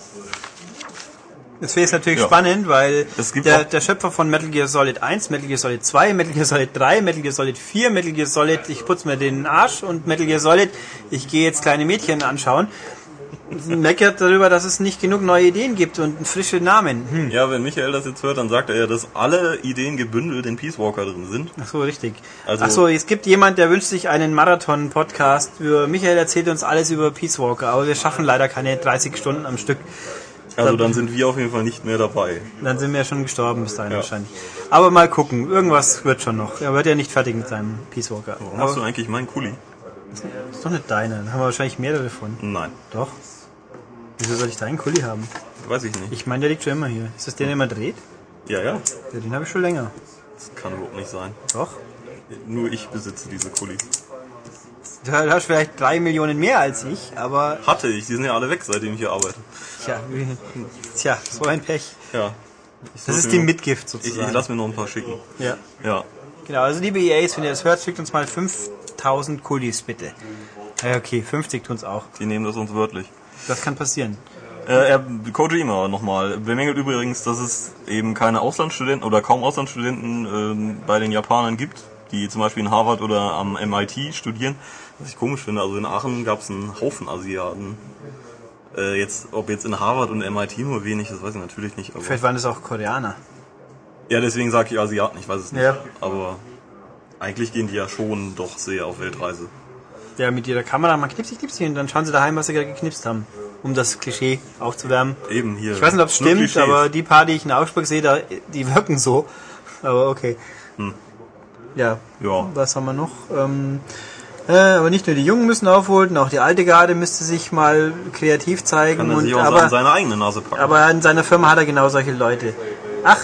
Das wäre jetzt natürlich spannend, weil Es gibt der Schöpfer von Metal Gear Solid 1, Metal Gear Solid 2, Metal Gear Solid 3, Metal Gear Solid 4, Metal Gear Solid, ich putze mir den Arsch und Metal Gear Solid, ich gehe jetzt kleine Mädchen anschauen, meckert darüber, dass es nicht genug neue Ideen gibt und frische Namen. Ja, wenn Michael das jetzt hört, dann sagt er ja, dass alle Ideen gebündelt in Peace Walker drin sind. Ach so, richtig. Also- Ach so, es gibt jemand, der wünscht sich einen Marathon-Podcast. Michael erzählt uns alles über Peace Walker, aber wir schaffen leider keine 30 Stunden am Stück. Also dann sind wir auf jeden Fall nicht mehr dabei. Dann sind wir schon gestorben bis dahin wahrscheinlich. Aber mal gucken, irgendwas wird schon noch. Er wird ja nicht fertig mit seinem Peace Walker. Warum hast du eigentlich meinen Kuli? Ist doch nicht deiner, dann haben wir wahrscheinlich mehrere von. Nein, Doch. Wieso soll ich deinen Kuli haben? weiß ich nicht. Ich meine, der liegt schon immer hier. Ist das der, der immer dreht? Ja, Ja, den habe ich schon länger. das kann überhaupt nicht sein. Doch. Nur ich besitze diese Kulis. Du hast vielleicht 3 Millionen mehr als ich, aber Hatte ich, die sind ja alle weg, seitdem ich hier arbeite. tja, so ein Pech. Ja. Das ist die Mitgift Ich sozusagen. lass mir noch ein paar schicken. Ja. Ja. Genau, also liebe EAs, wenn ihr das hört, schickt uns mal 5000 Kulis bitte. Ja, okay, 50 tun's auch. Die nehmen das uns wörtlich. Das kann passieren. Kojima nochmal bemängelt übrigens, dass es eben keine Auslandsstudenten oder kaum Auslandsstudenten bei den Japanern gibt, die zum Beispiel in Harvard oder am MIT studieren. Was ich komisch finde, also in Aachen gab es einen Haufen Asiaten. Ob jetzt in Harvard und MIT nur wenig, das weiß ich natürlich nicht. Aber Vielleicht waren das auch Koreaner. ja, deswegen sage ich Asiaten, ich weiß es nicht. Ja. Aber eigentlich gehen die ja schon doch sehr auf Weltreise. Der mit ihrer Kamera, man knipst sich und dann schauen sie daheim, was sie gerade geknipst haben. Um das Klischee aufzuwärmen. Eben hier. Ich weiß nicht, ob es Nur stimmt, Klischees. aber die paar, die ich in Augsburg sehe, die wirken so. Aber okay. Ja, Ja. was haben wir noch? Aber nicht nur die Jungen müssen aufholen, auch die alte Garde müsste sich mal kreativ zeigen. Kann er Und, sich auch an seine eigene Nase packen. aber in seiner Firma hat er genau solche Leute. Ach,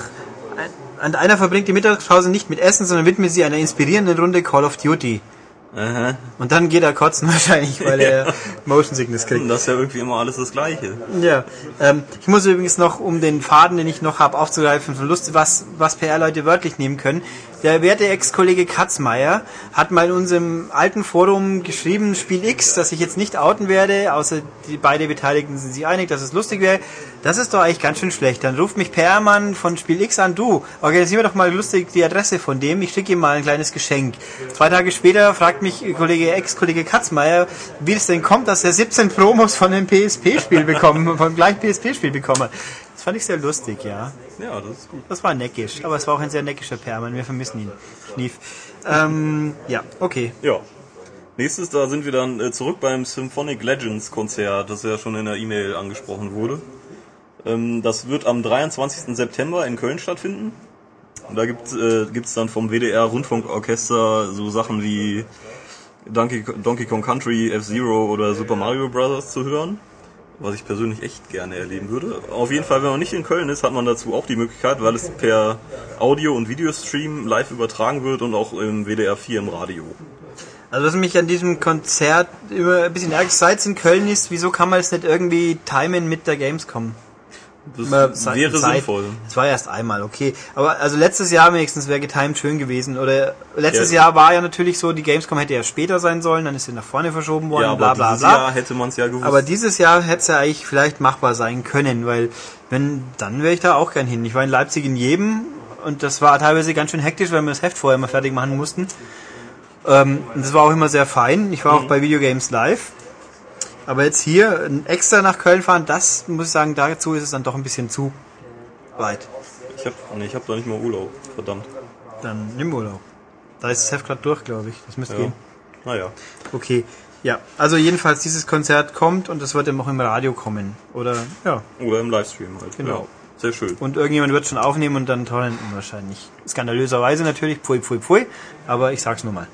einer verbringt die Mittagspause nicht mit Essen, sondern widmet sie einer inspirierenden Runde Call of Duty. Aha. Und dann geht er kotzen wahrscheinlich, weil er Motion Sickness kriegt. Das ist ja irgendwie immer alles das Gleiche. Ja, ich muss übrigens noch, um den Faden, den ich noch habe, aufzugreifen, von Lust, was PR-Leute wörtlich nehmen können. Der werte Ex-Kollege Katzmeier hat mal in unserem alten Forum geschrieben, Spiel X, das ich jetzt nicht outen werde, außer die beide Beteiligten sind sich einig, dass es lustig wäre. Das ist doch eigentlich ganz schön schlecht. Dann ruft mich PR-Mann von Spiel X an, du, organisier mir doch mal lustig die Adresse von dem, ich schicke ihm mal ein kleines Geschenk. 2 Tage später fragt mich Ex-Kollege Katzmeier, wie es denn kommt, dass er 17 Promos von dem PSP-Spiel bekommen, vom gleichen PSP-Spiel bekommen. Das fand ich sehr lustig, ja. Ja, das ist gut. Das war neckisch, aber es war auch ein sehr neckischer PR-Mann, wir vermissen ihn. Schnief. Ja, okay. Ja. Nächstes, da sind wir dann zurück beim Symphonic Legends Konzert, das ja schon in der E-Mail angesprochen wurde. Das wird am 23. September in Köln stattfinden. Und da gibt's dann vom WDR Rundfunkorchester so Sachen wie Donkey Kong Country, F-Zero oder Super Mario Bros. Zu hören. Was ich persönlich echt gerne erleben würde. Auf jeden Fall, wenn man nicht in Köln ist, hat man dazu auch die Möglichkeit, weil es per Audio- und Videostream live übertragen wird und auch im WDR 4 im Radio. Also was mich an diesem Konzert immer ein bisschen ärgert, seit es in Köln ist, wieso kann man es nicht irgendwie timen mit der Gamescom? Das wäre sinnvoll. Es war erst einmal, okay. Aber also letztes Jahr wenigstens wäre getimed schön gewesen. Oder letztes Jahr war ja natürlich so, die Gamescom hätte ja später sein sollen, dann ist sie nach vorne verschoben worden, Ja, bla bla dieses bla. Jahr hätte man es ja gewusst. Aber dieses Jahr hätte es ja eigentlich vielleicht machbar sein können, weil dann wäre ich da auch gern hin. Ich war in Leipzig in jedem und das war teilweise ganz schön hektisch, weil wir das Heft vorher mal fertig machen mussten. Und das war auch immer sehr fein. Ich war auch bei Video Games Live. Aber jetzt hier extra nach Köln fahren, das muss ich sagen, dazu ist es dann doch ein bisschen zu weit. Ich hab da nicht mal Urlaub, verdammt. Dann nimm Urlaub. Da ist das Heft gerade durch, glaube ich. Das müsste gehen. Naja. Okay. Ja, also jedenfalls dieses Konzert kommt und es wird eben auch im Radio kommen. Oder, ja. Oder im Livestream halt. Genau. Ja, sehr schön. Und irgendjemand wird schon aufnehmen und dann torrenten wahrscheinlich. Skandalöserweise natürlich, pfui, pfui, pfui. Aber ich sag's nur mal.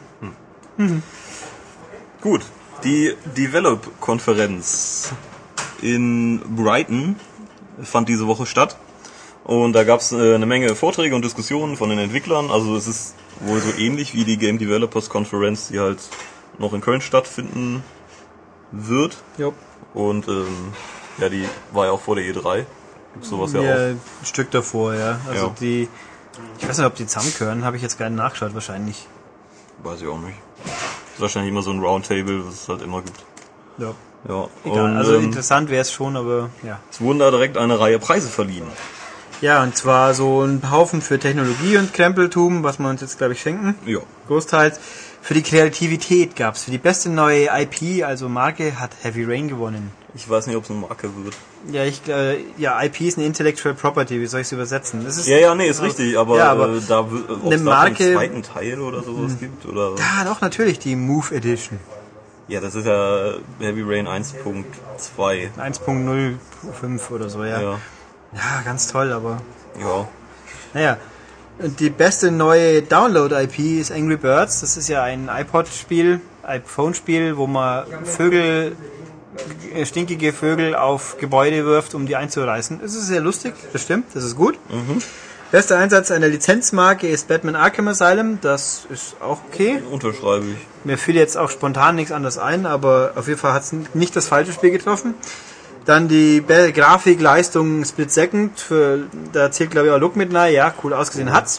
Gut. Die Develop-Konferenz in Brighton fand diese Woche statt. Und da gab es eine Menge Vorträge und Diskussionen von den Entwicklern. Also es ist wohl so ähnlich wie die Game Developers Conference, die halt noch in Köln stattfinden wird. Jo. Und ja, die war ja auch vor der E3. Gibt's sowas ja auch. Ein Stück davor, ja. Also Ja. die, ich weiß nicht, ob die zusammengehören, habe ich jetzt gar nicht nachgeschaut, wahrscheinlich. Weiß ich auch nicht. Das ist wahrscheinlich immer so ein Roundtable, was es halt immer gibt. Ja. Ja. Egal, Und, also interessant wäre es schon, aber ja. es wurden da direkt eine Reihe Preise verliehen. Ja, und zwar so ein Haufen für Technologie und Krempeltum, was wir uns jetzt, glaube ich, schenken. Ja. Großteils. Für die Kreativität gab's. Für die beste neue IP, also Marke, hat Heavy Rain gewonnen. Ich weiß nicht, ob es eine Marke wird. Ja, IP ist eine Intellectual Property, wie soll ich es übersetzen? Das ist, Ja, nee, ist richtig, aber, Ja, aber ob es da Marke- einen zweiten Teil oder sowas gibt, oder? Ja, doch, natürlich, die Move Edition. Ja, das ist ja Heavy Rain 1.2. 1.05 oder so, ja. Ja. Ja, ganz toll, aber Ja. naja. Und die beste neue Download-IP ist Angry Birds. Das ist ja ein iPod-Spiel, iPhone-Spiel, wo man stinkige Vögel auf Gebäude wirft, um die einzureißen. Es ist sehr lustig, das stimmt, das ist gut. Bester Einsatz einer Lizenzmarke ist Batman Arkham Asylum. Das ist auch okay. Unterschreibe ich. Mir fiel jetzt auch spontan nichts anderes ein, aber auf jeden Fall hat es nicht das falsche Spiel getroffen. Dann die Grafikleistung Split Second, da zählt glaube ich auch Look mit nahe, ja, cool ausgesehen hat's.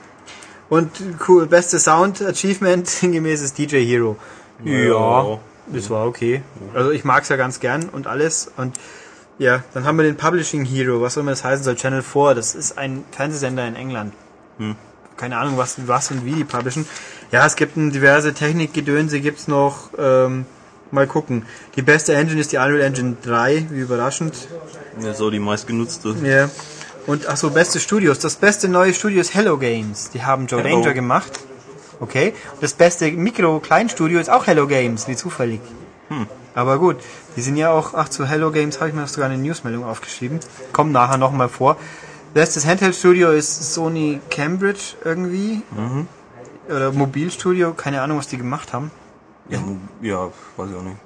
Und cool, beste Sound Achievement gemäß ist DJ Hero. Ja, das war okay. Also ich mag's ja ganz gern und alles. Und ja, dann haben wir den Publishing Hero, was auch immer das heißen soll, Channel 4, das ist ein Fernsehsender in England. Keine Ahnung, was und wie die publishen. Ja, es gibt diverse Technikgedönse, gibt's noch, mal gucken. Die beste Engine ist die Unreal Engine 3, wie überraschend. Das ist auch die meistgenutzte. Ja. Und achso, beste Studios. Das beste neue Studio ist Hello Games. Die haben Joe Hello. Danger gemacht. Okay. Und das beste Mikro-Kleinstudio ist auch Hello Games, wie zufällig. Aber gut, die sind ja auch, zu Hello Games habe ich mir sogar eine Newsmeldung aufgeschrieben. Kommt nachher nochmal vor. Bestes Handheld-Studio ist Sony Cambridge irgendwie. Oder Mobilstudio, keine Ahnung, was die gemacht haben. Ja, weiß ich auch nicht.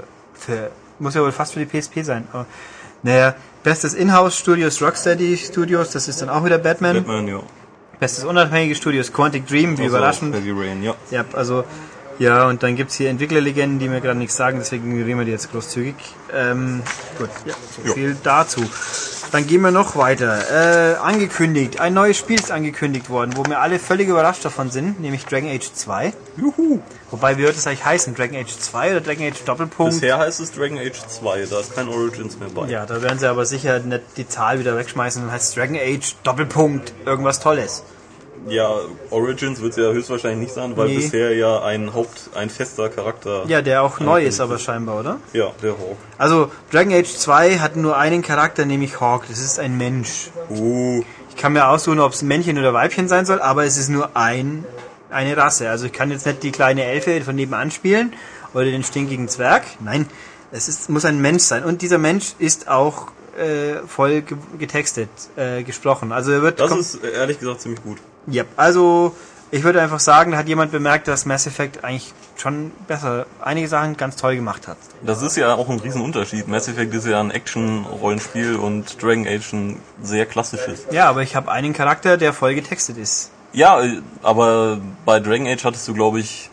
Muss ja wohl fast für die PSP sein. Aber, naja, bestes Inhouse-Studio ist Rocksteady Studios, das ist dann auch wieder Batman. Batman, ja. Bestes unabhängiges Studio ist Quantic Dream, wie Also überraschend. Heavy Rain, ja. Ja, also, ja, und dann gibt's hier Entwicklerlegenden, die mir gerade nichts sagen, deswegen ignorieren wir die jetzt großzügig. Gut, ja, so Jo. viel dazu. Dann gehen wir noch weiter. Angekündigt, ein neues Spiel ist angekündigt worden, wo wir alle völlig überrascht davon sind, nämlich Dragon Age 2. Juhu! Wobei, wie wird es eigentlich heißen? Dragon Age 2 oder Dragon Age Doppelpunkt? Bisher heißt es Dragon Age 2, da ist kein Origins mehr bei. Ja, da werden sie aber sicher nicht die Zahl wieder wegschmeißen, dann heißt es Dragon Age Doppelpunkt irgendwas Tolles. Ja, Origins wird es ja höchstwahrscheinlich nicht sein, weil Nee. bisher ja ein fester Charakter. Ja, der auch neu ist aber scheinbar, oder? Ja, der Hawk. Also, Dragon Age 2 hat nur einen Charakter, nämlich Hawk. Das ist ein Mensch. Ich kann mir aussuchen, ob es ein Männchen oder Weibchen sein soll, aber es ist nur eine Rasse. Also ich kann jetzt nicht die kleine Elfe von nebenan spielen oder den stinkigen Zwerg. Nein, muss ein Mensch sein. Und dieser Mensch ist auch voll getextet, gesprochen. Also er wird... Das ist ehrlich gesagt ziemlich gut. Ja, also ich würde einfach sagen, da hat jemand bemerkt, dass Mass Effect eigentlich schon besser einige Sachen ganz toll gemacht hat. Das ist ja auch ein Riesenunterschied. Mass Effect ist ja ein Action-Rollenspiel und Dragon Age ein sehr klassisches. Ja, aber ich habe einen Charakter, der voll getextet ist. Ja, aber bei Dragon Age hattest du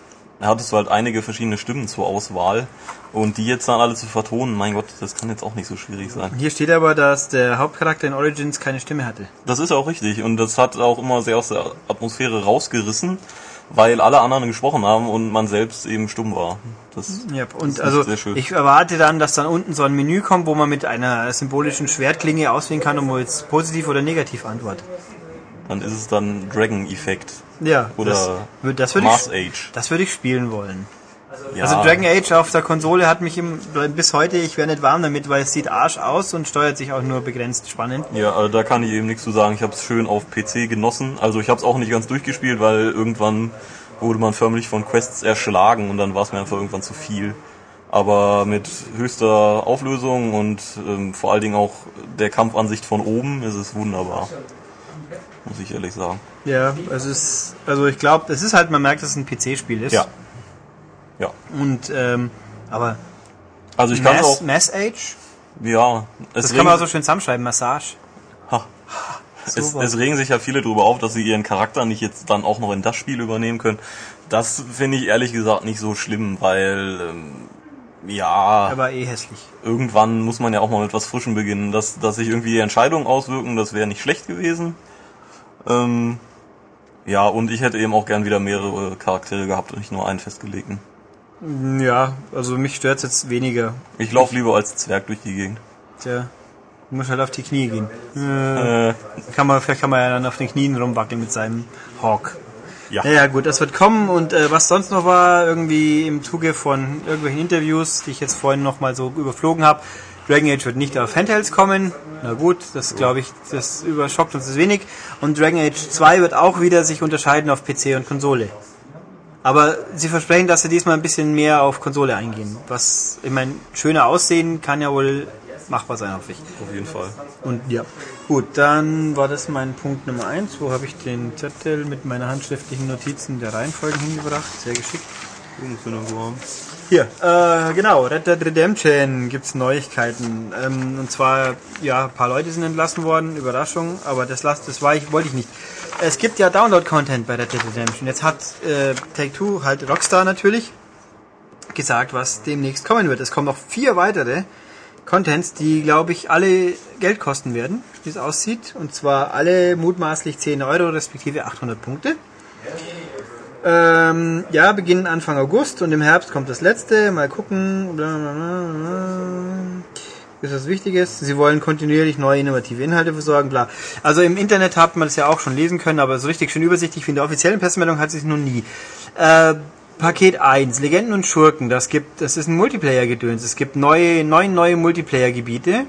halt einige verschiedene Stimmen zur Auswahl. Und die jetzt dann alle zu vertonen, mein Gott, das kann jetzt auch nicht so schwierig sein. Hier steht aber, dass der Hauptcharakter in Origins keine Stimme hatte. Das ist auch richtig und das hat auch immer sehr aus der Atmosphäre rausgerissen, weil alle anderen gesprochen haben und man selbst eben stumm war. Ja, und ist also sehr schön. ich erwarte dann, dass dann unten so ein Menü kommt, wo man mit einer symbolischen Schwertklinge auswählen kann, um jetzt positiv oder negativ antwortet. Dann ist es dann Dragon-Effekt. Ja, Oder das würde Mars Age. das würde ich spielen wollen. Ja, Also Dragon Age auf der Konsole hat mich bis heute, ich wäre nicht warm damit, weil es sieht Arsch aus und steuert sich auch nur begrenzt spannend. Ja, also da kann ich eben nichts zu sagen. Ich habe es schön auf PC genossen. Also ich habe es auch nicht ganz durchgespielt, weil irgendwann wurde man förmlich von Quests erschlagen und dann war es mir einfach irgendwann zu viel. Aber mit höchster Auflösung und vor allen Dingen auch der Kampfansicht von oben ist es wunderbar. Muss ich ehrlich sagen. Ja, ich glaube, es ist halt, man merkt, dass es ein PC-Spiel ist. Ja. Ja. Und, aber Also ich kann auch. Mass Age? Ja. Das kann man auch so schön zusammenschreiben, Massage. Es regen sich ja viele darüber auf, dass sie ihren Charakter nicht jetzt dann auch noch in das Spiel übernehmen können. Das finde ich ehrlich gesagt nicht so schlimm, weil Ja, Er war eh hässlich. irgendwann muss man ja auch mal mit was Frischem beginnen. Dass sich irgendwie die Entscheidungen auswirken, das wäre nicht schlecht gewesen. Ja, und ich hätte eben auch gern wieder mehrere Charaktere gehabt und nicht nur einen festgelegten. Ja, also mich stört's jetzt weniger. Ich laufe lieber als Zwerg durch die Gegend. Tja, du musst halt auf die Knie gehen. Vielleicht kann man ja dann auf den Knien rumwackeln mit seinem Hawk. Ja. Ja, gut, das wird kommen und was sonst noch war, irgendwie im Zuge von irgendwelchen Interviews, die ich jetzt vorhin noch mal so überflogen habe, Dragon Age wird nicht auf Handhelds kommen. Na gut, das glaube ich, das überschockt uns das wenig. Und Dragon Age 2 wird auch wieder sich unterscheiden auf PC und Konsole. Aber sie versprechen, dass sie diesmal ein bisschen mehr auf Konsole eingehen. Was, ich meine, schöner aussehen kann ja wohl machbar sein, hoffe ich. Auf jeden Fall. Und ja, gut, dann war das mein Punkt Nummer 1. Wo habe ich den Zettel mit meiner handschriftlichen Notizen der Reihenfolgen hingebracht? Sehr geschickt. Hier, genau, Red Dead Redemption gibt's Neuigkeiten. Und zwar, ja, ein paar Leute sind entlassen worden, Überraschung, aber wollte ich nicht. Es gibt ja Download-Content bei Red Dead Redemption. Jetzt hat Take-Two, halt Rockstar natürlich, gesagt, was demnächst kommen wird. Es kommen noch 4 weitere Contents, die, glaube ich, alle Geld kosten werden, wie es aussieht. Und zwar alle mutmaßlich 10 Euro respektive 800 Punkte. Ja, beginnen Anfang August und im Herbst kommt das letzte. Mal gucken. Ist was Wichtiges. Sie wollen kontinuierlich neue innovative Inhalte versorgen, bla. Also im Internet hat man das ja auch schon lesen können, aber so richtig schön übersichtlich wie in der offiziellen Pressemeldung hat es sich noch nie. Paket 1, Legenden und Schurken, das ist ein Multiplayer-Gedöns. Es gibt 9 neue Multiplayer-Gebiete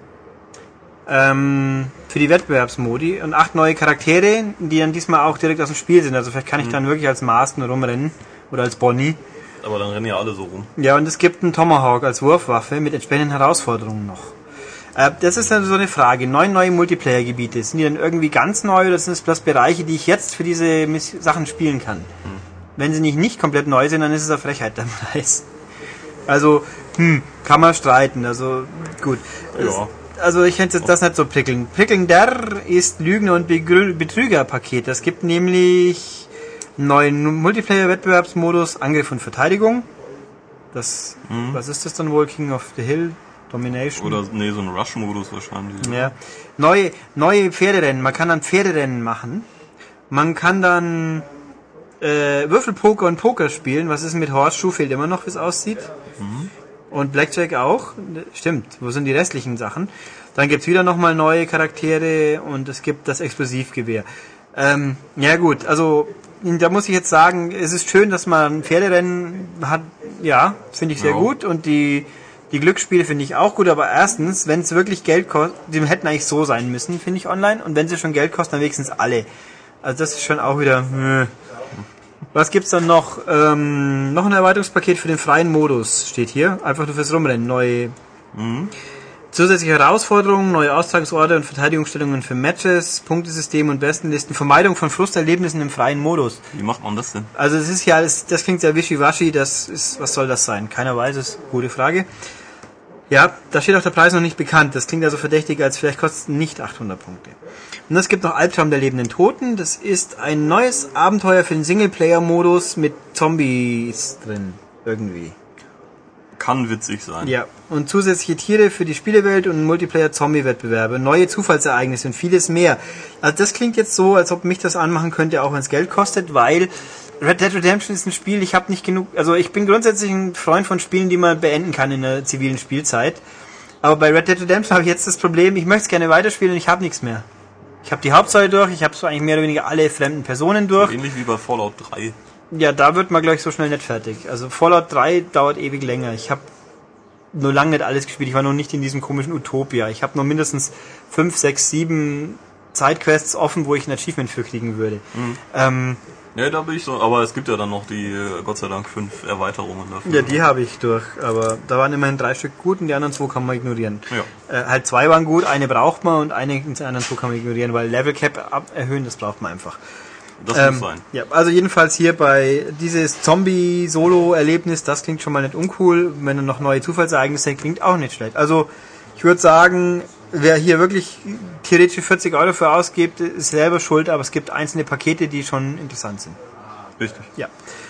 für die Wettbewerbsmodi und 8 neue Charaktere, die dann diesmal auch direkt aus dem Spiel sind. Also vielleicht kann ich dann wirklich als Marston rumrennen oder als Bonnie. Aber dann rennen ja alle so rum. Ja, und es gibt einen Tomahawk als Wurfwaffe mit entsprechenden Herausforderungen noch. Das ist dann so eine Frage. 9 neue Multiplayer-Gebiete. Sind die dann irgendwie ganz neu oder sind es bloß Bereiche, die ich jetzt für diese Sachen spielen kann? Wenn sie nicht komplett neu sind, dann ist es eine Frechheit der Preis. Also, kann man streiten. Also, gut. Ja. Also, ich finde das nicht so prickelnd. Prickelnder ist Lügner- und Betrüger-Paket. Das gibt nämlich einen neuen Multiplayer-Wettbewerbsmodus, Angriff und Verteidigung. Was ist das dann wohl? King of the Hill? Domination? Oder, nee, so ein Rush-Modus wahrscheinlich. Ja. Neue Pferderennen. Man kann dann Pferderennen machen. Man kann dann Würfelpoker und Poker spielen. Was ist mit Horseshoe? Fehlt immer noch, wie es aussieht. Und Blackjack auch. Stimmt. Wo sind die restlichen Sachen? Dann gibt's wieder nochmal neue Charaktere und es gibt das Explosivgewehr. Ja gut, also da muss ich jetzt sagen, es ist schön, dass man Pferderennen hat. Ja, finde ich sehr gut. Und die Glücksspiele finde ich auch gut. Aber erstens, wenn es wirklich Geld kostet, die hätten eigentlich so sein müssen, finde ich, online. Und wenn sie schon Geld kosten, dann wenigstens alle. Also das ist schon auch wieder... Was gibt's dann noch? Noch ein Erweiterungspaket für den freien Modus steht hier. Einfach nur fürs Rumrennen. Neue zusätzliche Herausforderungen, neue Austragungsorte und Verteidigungsstellungen für Matches, Punktesystem und Bestenlisten, Vermeidung von Frusterlebnissen im freien Modus. Wie macht man das denn? Also es ist ja alles, das klingt sehr wischiwaschi, was soll das sein? Keiner weiß es. Gute Frage. Ja, da steht auch der Preis noch nicht bekannt. Das klingt also verdächtig, als vielleicht kostet es nicht 800 Punkte. Und es gibt noch Albtraum der lebenden Toten. Das ist ein neues Abenteuer für den Singleplayer-Modus mit Zombies drin. Irgendwie. Kann witzig sein. Ja, und zusätzliche Tiere für die Spielewelt und Multiplayer-Zombie-Wettbewerbe, neue Zufallsereignisse und vieles mehr. Also das klingt jetzt so, als ob mich das anmachen könnte, auch wenn es Geld kostet, weil Red Dead Redemption ist ein Spiel, ich habe nicht genug, also ich bin grundsätzlich ein Freund von Spielen, die man beenden kann in der zivilen Spielzeit. Aber bei Red Dead Redemption habe ich jetzt das Problem, ich möchte es gerne weiterspielen und ich habe nichts mehr. Ich habe die Hauptstory durch, ich habe so eigentlich mehr oder weniger alle fremden Personen durch. Ähnlich wie bei Fallout 3. Ja, da wird man, glaube ich, so schnell nicht fertig. Also Fallout 3 dauert ewig länger. Ich habe nur lange nicht alles gespielt. Ich war noch nicht in diesem komischen Utopia. Ich habe noch mindestens 5, 6, 7 Sidequests offen, wo ich ein Achievement für kriegen würde. Ja, da bin ich so, aber es gibt ja dann noch die, Gott sei Dank, 5 Erweiterungen dafür. Ja, die habe ich durch, aber da waren immerhin 3 Stück gut und die anderen 2 kann man ignorieren. Ja. Halt 2 waren gut, eine braucht man und eine die anderen 2 kann man ignorieren, weil Level Cap erhöhen, das braucht man einfach. Das muss sein. Ja, also jedenfalls hier bei dieses Zombie-Solo-Erlebnis, das klingt schon mal nicht uncool. Wenn du noch neue Zufallsereignisse klingt auch nicht schlecht. Also ich würde sagen, wer hier wirklich theoretisch 40 Euro für ausgibt, ist selber schuld, aber es gibt einzelne Pakete, die schon interessant sind. Richtig. Ja.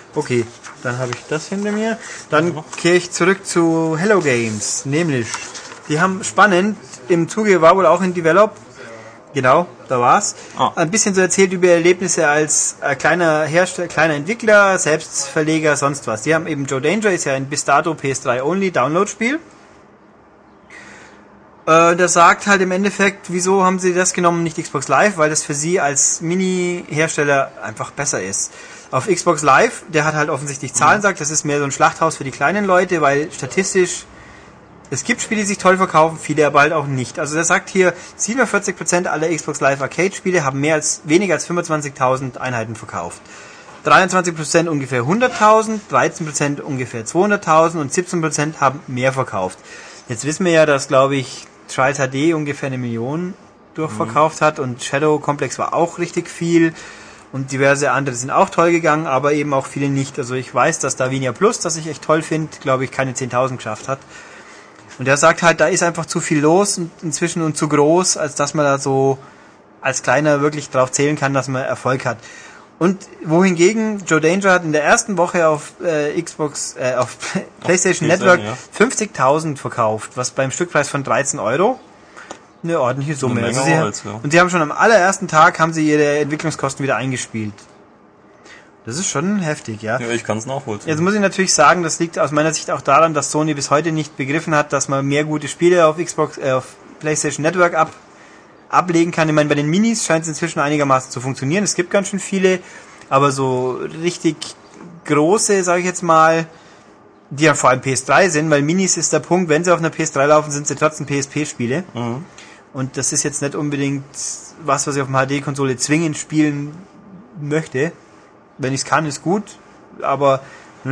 Okay, dann habe ich das hinter mir. Dann kehre ich zurück zu Hello Games, nämlich, die haben spannend, im Zuge war wohl auch in Develop, genau, da war's, ein bisschen so erzählt über Erlebnisse als kleiner Hersteller, kleiner Entwickler, Selbstverleger, sonst was. Die haben eben Joe Danger, ist ja ein bis dato PS3-only Download-Spiel. Der sagt halt im Endeffekt, wieso haben sie das genommen, nicht Xbox Live, weil das für sie als Mini-Hersteller einfach besser ist. Auf Xbox Live, der hat halt offensichtlich Zahlen, sagt, das ist mehr so ein Schlachthaus für die kleinen Leute, weil statistisch, es gibt Spiele, die sich toll verkaufen, viele aber halt auch nicht. Also der sagt hier, 47% aller Xbox Live Arcade Spiele haben weniger als 25.000 Einheiten verkauft. 23% ungefähr 100.000, 13% ungefähr 200.000 und 17% haben mehr verkauft. Jetzt wissen wir ja, dass, glaube ich, Trials HD ungefähr 1 Million durchverkauft hat und Shadow Complex war auch richtig viel und diverse andere sind auch toll gegangen, aber eben auch viele nicht. Also ich weiß, dass Davinia Plus, das ich echt toll finde, glaube ich, keine 10.000 geschafft hat. Und er sagt halt, da ist einfach zu viel los und inzwischen und zu groß, als dass man da so als Kleiner wirklich drauf zählen kann, dass man Erfolg hat. Und wohingegen Joe Danger hat in der ersten Woche auf auf PlayStation Network 50.000 verkauft, was beim Stückpreis von 13 € eine ordentliche Summe ist. Und sie haben schon am allerersten Tag haben sie ihre Entwicklungskosten wieder eingespielt. Das ist schon heftig, ja. Ja, ich kann es nachvollziehen. Jetzt muss ich natürlich sagen, das liegt aus meiner Sicht auch daran, dass Sony bis heute nicht begriffen hat, dass man mehr gute Spiele auf auf PlayStation Network ablegen kann. Ich meine, bei den Minis scheint es inzwischen einigermaßen zu funktionieren. Es gibt ganz schön viele, aber so richtig große, sage ich jetzt mal, die ja vor allem PS3 sind, weil Minis ist der Punkt, wenn sie auf einer PS3 laufen, sind sie trotzdem PSP-Spiele. Mhm. Und das ist jetzt nicht unbedingt was ich auf einer HD-Konsole zwingend spielen möchte. Wenn ich es kann, ist gut, aber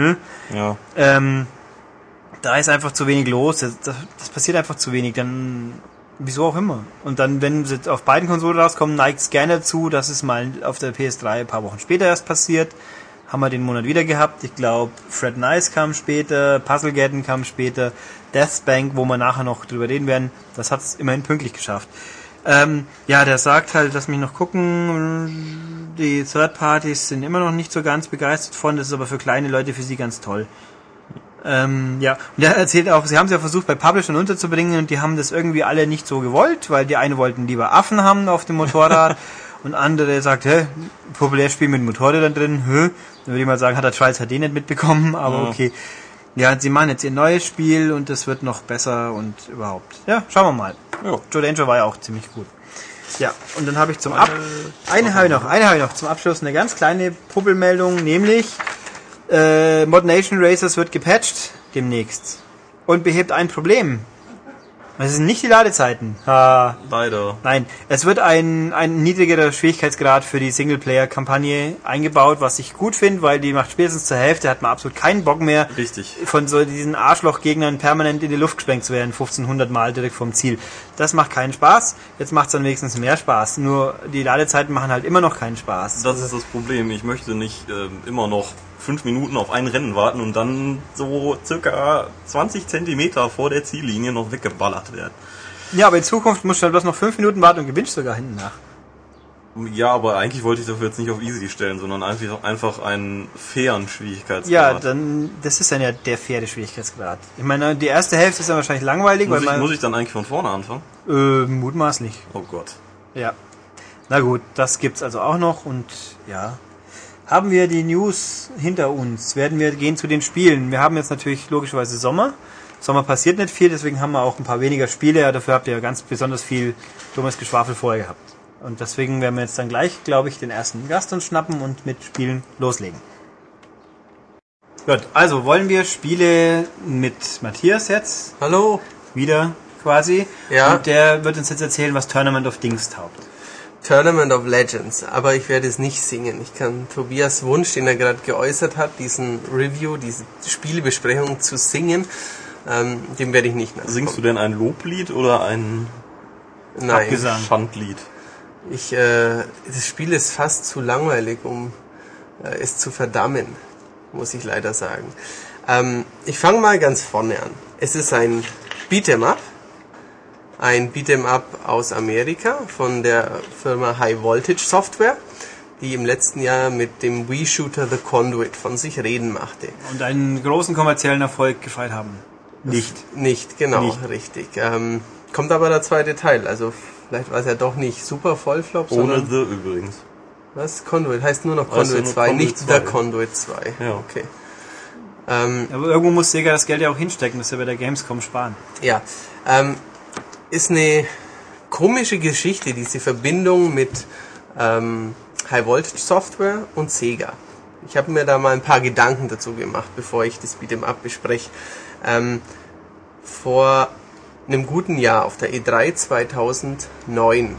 da ist einfach zu wenig los. Das passiert einfach zu wenig. Dann wieso auch immer. Und dann, wenn sie auf beiden Konsolen rauskommen, neigt es gerne dazu, dass es mal auf der PS3 ein paar Wochen später erst passiert. Haben wir den Monat wieder gehabt. Ich glaube, Fred Nice kam später, Puzzlegeddon kam später, Deathbank, wo wir nachher noch drüber reden werden, das hat es immerhin pünktlich geschafft. Der sagt halt, lass mich noch gucken, die Third Parties sind immer noch nicht so ganz begeistert von, das ist aber für kleine Leute für sie ganz toll. Und er erzählt auch, sie haben es ja versucht bei Publishern unterzubringen und die haben das irgendwie alle nicht so gewollt, weil die eine wollten lieber Affen haben auf dem Motorrad und andere sagt, Populärspiel mit Motorrädern drin, dann würde ich mal sagen, hat der Trials HD nicht mitbekommen, aber okay. Ja, sie machen jetzt ihr neues Spiel und das wird noch besser und überhaupt. Ja, schauen wir mal. Ja. Joe Danger war ja auch ziemlich gut. Ja, und dann habe ich eine habe ich noch zum Abschluss, eine ganz kleine Puppelmeldung, nämlich Mod Nation Racers wird gepatcht demnächst und behebt ein Problem. Das sind nicht die Ladezeiten. Leider. Nein, es wird ein niedrigerer Schwierigkeitsgrad für die Singleplayer-Kampagne eingebaut, was ich gut finde, weil die macht spätestens zur Hälfte, hat man absolut keinen Bock mehr, von so diesen Arschlochgegnern permanent in die Luft gesprengt zu werden, 1500 Mal direkt vom Ziel. Das macht keinen Spaß, jetzt macht es dann wenigstens mehr Spaß, nur die Ladezeiten machen halt immer noch keinen Spaß. Das ist das Problem, ich möchte nicht immer noch 5 Minuten auf ein Rennen warten und dann so circa 20 Zentimeter vor der Ziellinie noch weggeballert werden. Ja, aber in Zukunft musst du dann bloß noch 5 Minuten warten und gewinnst sogar hinten nach. Ja, aber eigentlich wollte ich dafür jetzt nicht auf Easy stellen, sondern einfach einen fairen Schwierigkeitsgrad. Ja, dann, das ist dann ja der faire Schwierigkeitsgrad. Ich meine, die erste Hälfte ist dann wahrscheinlich langweilig. Muss ich dann eigentlich von vorne anfangen? Mutmaßlich. Oh Gott. Ja. Na gut, das gibt's also auch noch und ja. Haben wir die News hinter uns, werden wir gehen zu den Spielen. Wir haben jetzt natürlich logischerweise Sommer. Sommer passiert nicht viel, deswegen haben wir auch ein paar weniger Spiele. Ja, dafür habt ihr ja ganz besonders viel dummes Geschwafel vorher gehabt. Und deswegen werden wir jetzt dann gleich, glaube ich, den ersten Gast uns schnappen und mit Spielen loslegen. Gut, also wollen wir Spiele mit Matthias jetzt? Hallo. Wieder quasi. Ja. Und der wird uns jetzt erzählen, was Tournament of Dings taugt. Tournament of Legends, aber ich werde es nicht singen. Ich kann Tobias Wunsch, den er gerade geäußert hat, diesen Review, diese Spielebesprechung zu singen, dem werde ich nicht nachkommen. Singst du denn ein Loblied oder ein Schandlied? Das Spiel ist fast zu langweilig, um es zu verdammen, muss ich leider sagen. Ich fange mal ganz vorne an. Es ist ein Beat'em-up. Ein Beat'em-up aus Amerika von der Firma High Voltage Software. die im letzten Jahr mit dem Wii-Shooter The Conduit von sich reden machte. Und einen großen kommerziellen Erfolg gefeiert haben. Nicht, genau, Nicht. richtig. Kommt aber der zweite Teil, also vielleicht war es ja doch nicht super Vollflop, Ohne sondern... The übrigens. Was? Conduit? Heißt nur noch Heißt Conduit nur noch 2, Conduit nicht 2. The Conduit 2. Ja. Okay. Aber irgendwo muss Sega das Geld ja auch hinstecken, dass wir bei der Gamescom sparen. Ja, ist eine komische Geschichte, diese Verbindung mit High Voltage Software und Sega. Ich habe mir da mal ein paar Gedanken dazu gemacht, bevor ich das Beat'em Up bespreche. Vor einem guten Jahr auf der E3 2009,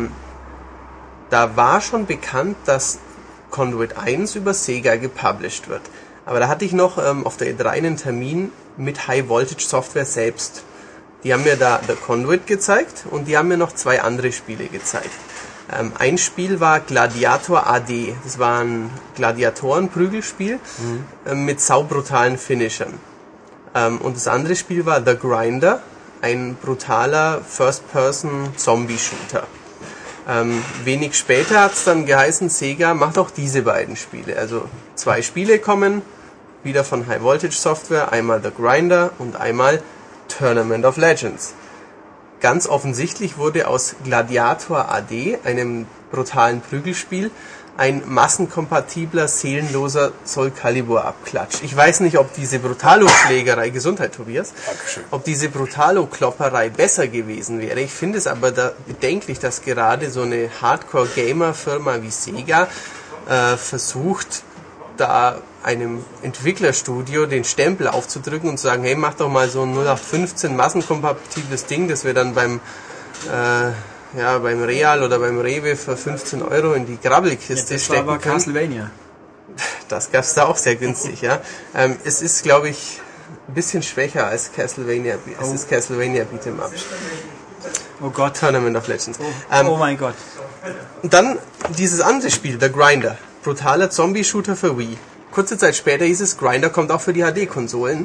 da war schon bekannt, dass Conduit 1 über Sega gepublished wird. Aber da hatte ich noch auf der E3 einen Termin mit High Voltage Software selbst. Die haben mir da The Conduit gezeigt und die haben mir noch 2 andere Spiele gezeigt. Ein Spiel war Gladiator AD. Das war ein Gladiatoren-Prügelspiel mit saubrutalen Finishern. Und das andere Spiel war The Grinder, ein brutaler First-Person-Zombie-Shooter. Wenig später hat es dann geheißen, Sega macht auch diese beiden Spiele. Also 2 Spiele kommen, wieder von High Voltage Software, einmal The Grinder und einmal Tournament of Legends. Ganz offensichtlich wurde aus Gladiator AD, einem brutalen Prügelspiel, ein massenkompatibler, seelenloser Soul Calibur abklatscht. Ich weiß nicht, ob diese Brutalo-Schlägerei, Gesundheit Tobias, ob diese Brutalo-Klopperei besser gewesen wäre. Ich finde es aber bedenklich, dass gerade so eine Hardcore-Gamer-Firma wie Sega versucht, da einem Entwicklerstudio den Stempel aufzudrücken und zu sagen, hey, mach doch mal so ein 0815 massenkompatibles Ding, das wir dann beim Real oder beim Rewe für 15 € in die Grabbelkiste Das war stecken aber können. Castlevania. Das gab's da auch sehr günstig, ja. Es ist, glaube ich, ein bisschen schwächer als Castlevania. Es ist Castlevania Beat'em Up. Oh Gott. Tournament of Legends. Oh mein Gott. Und dann dieses andere Spiel, The Grinder. Brutaler Zombie-Shooter für Wii. Kurze Zeit später hieß es, Grinder kommt auch für die HD-Konsolen.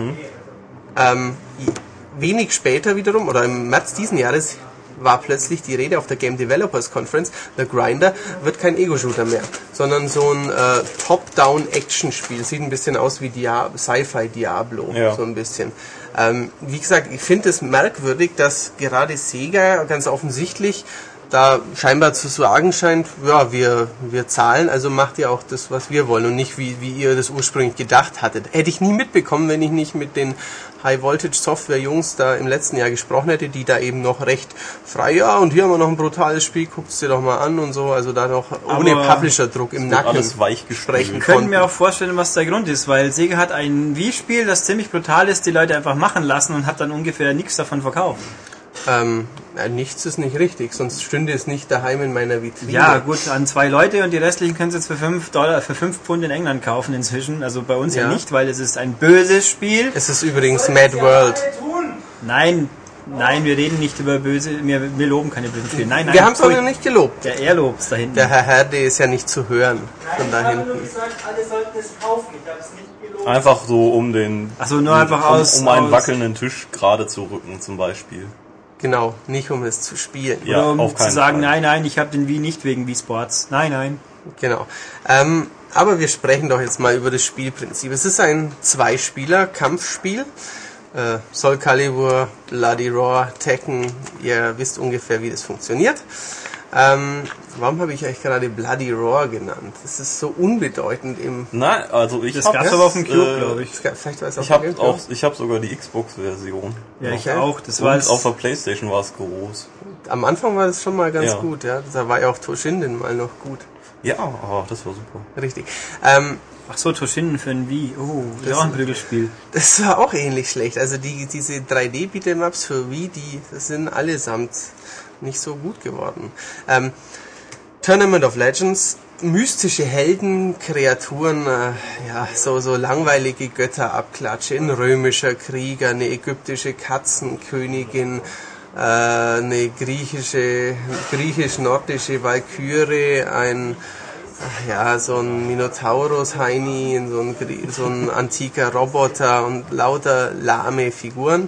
Wenig später wiederum, oder im März diesen Jahres, war plötzlich die Rede auf der Game Developers Conference, The Grinder wird kein Ego-Shooter mehr, sondern so ein Top-Down-Action-Spiel. Sieht ein bisschen aus wie Sci-Fi Diablo, Ja. so ein bisschen. Wie gesagt, ich finde es merkwürdig, dass gerade Sega ganz offensichtlich da scheinbar zu sagen scheint, ja, wir zahlen, also macht ihr auch das, was wir wollen und nicht, wie ihr das ursprünglich gedacht hattet. Hätte ich nie mitbekommen, wenn ich nicht mit den High-Voltage-Software-Jungs da im letzten Jahr gesprochen hätte, die da eben noch recht frei, ja, und hier haben wir noch ein brutales Spiel, guckt's dir doch mal an und so, also da noch ohne Aber Publisher-Druck im Nacken Alles weich sprechen Ich könnte konnten. mir auch vorstellen, was der Grund ist, weil Sega hat ein Wii-Spiel, das ziemlich brutal ist, die Leute einfach machen lassen und hat dann ungefähr nichts davon verkauft. Nichts ist nicht richtig, sonst stünde es nicht daheim in meiner Vitrine. Ja, gut, an 2 Leute und die restlichen können es jetzt für $5 in England kaufen inzwischen. Also bei uns ja Ja. nicht, weil es ist ein böses Spiel. Es ist übrigens Mad World. Nein, wir reden nicht über böse, wir loben keine bösen Spiele. Nein, Wir haben es auch Pfui. noch nicht gelobt. Der lobt's da hinten. Der Herr Herde ist ja nicht zu hören von da hinten. gesagt, alle sollten es kaufen. Ich habe es nicht gelobt. Einfach so um den... Achso, nur einfach um einen aus- wackelnden Tisch gerade zu rücken zum Beispiel. Genau, nicht um es zu spielen. Ja, Oder um auf keinen zu sagen, Fall. nein, ich habe den Wii nicht wegen Wii Sports. Nein. Genau. Aber wir sprechen doch jetzt mal über das Spielprinzip. Es ist ein 2-Spieler-Kampfspiel. Soul Calibur, Bloody Roar, Tekken, ihr wisst ungefähr, wie das funktioniert. Warum habe ich euch gerade Bloody Roar genannt? Das ist so unbedeutend im... Nein, also ich Das hab... gab's aber auf dem Cube, glaube ich. Vielleicht war es Ich auch habe hab sogar die Xbox-Version. Ja, ich Okay. auch. Das war Und auf der Playstation war es groß. Am Anfang war das schon mal ganz Ja. gut, ja. Da war ja auch Toshinden mal noch gut. Ja, das war super. Richtig. Ach so, Toshinden für ein Wii. Oh, das ist auch ein Prügelspiel. Das war auch ähnlich schlecht. Also diese 3D-Beat'em-Ups für Wii, das sind allesamt nicht so gut geworden. Tournament of Legends, mystische Helden, Kreaturen, so langweilige Götterabklatsche, ein römischer Krieger, eine ägyptische Katzenkönigin, eine griechisch-nordische Walküre, so ein Minotaurus-Heini, so ein antiker Roboter und lauter lahme Figuren,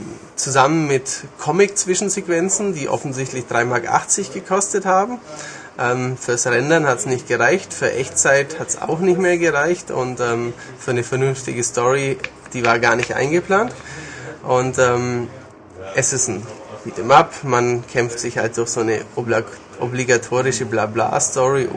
zusammen mit Comic-Zwischensequenzen, die offensichtlich 3,80 Mark gekostet haben. Fürs Rendern hat es nicht gereicht, für Echtzeit hat es auch nicht mehr gereicht und für eine vernünftige Story, die war gar nicht eingeplant. Und es ist ein Beat'em Up, man kämpft sich halt durch so eine obligatorische Blabla-Story.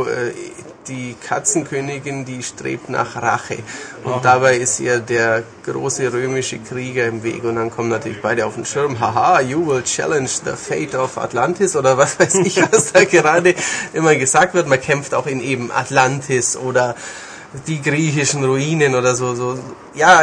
Die Katzenkönigin, die strebt nach Rache. Und dabei ist ihr der große römische Krieger im Weg. Und dann kommen natürlich beide auf den Schirm. Haha, you will challenge the fate of Atlantis. Oder was weiß ich, was da gerade immer gesagt wird. Man kämpft auch in eben Atlantis oder die griechischen Ruinen oder so. Ja,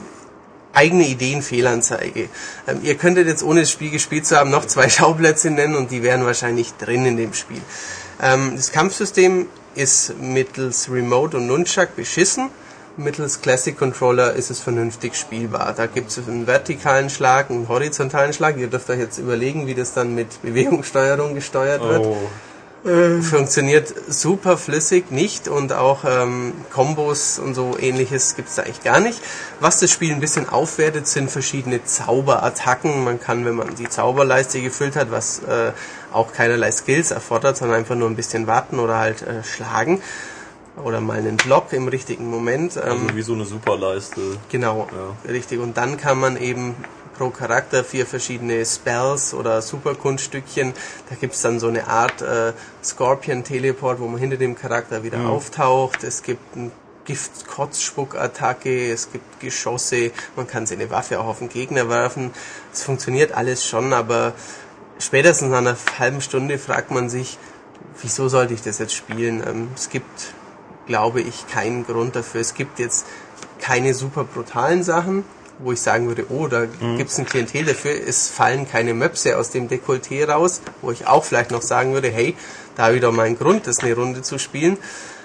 eigene Ideen, Fehlanzeige. Ihr könntet jetzt, ohne das Spiel gespielt zu haben, noch 2 Schauplätze nennen und die wären wahrscheinlich drin in dem Spiel. Das Kampfsystem ist mittels Remote und Nunchuck beschissen. Mittels Classic Controller ist es vernünftig spielbar. Da gibt es einen vertikalen Schlag, einen horizontalen Schlag. Ihr dürft euch jetzt überlegen, wie das dann mit Bewegungssteuerung gesteuert wird. Funktioniert super flüssig, nicht, und auch Kombos und so ähnliches gibt es da eigentlich gar nicht. Was das Spiel ein bisschen aufwertet, sind verschiedene Zauberattacken. Man kann, wenn man die Zauberleiste gefüllt hat, was auch keinerlei Skills erfordert, sondern einfach nur ein bisschen warten oder halt schlagen oder mal einen Block im richtigen Moment. Also wie so eine Superleiste. Genau, ja. Richtig. Und dann kann man eben pro Charakter 4 verschiedene Spells oder Superkunststückchen. Da gibt es dann so eine Art Scorpion-Teleport, wo man hinter dem Charakter wieder auftaucht. Es gibt eine Gift-Kotzspuck-Attacke, es gibt Geschosse, man kann seine Waffe auch auf den Gegner werfen. Es funktioniert alles schon, aber spätestens nach einer halben Stunde fragt man sich, wieso sollte ich das jetzt spielen? Es gibt, glaube ich, keinen Grund dafür. Es gibt jetzt keine super brutalen Sachen, wo ich sagen würde, da gibt's ein Klientel dafür. Es fallen keine Möpse aus dem Dekolleté raus, wo ich auch vielleicht noch sagen würde, hey, da habe ich doch mal einen Grund, das eine Runde zu spielen.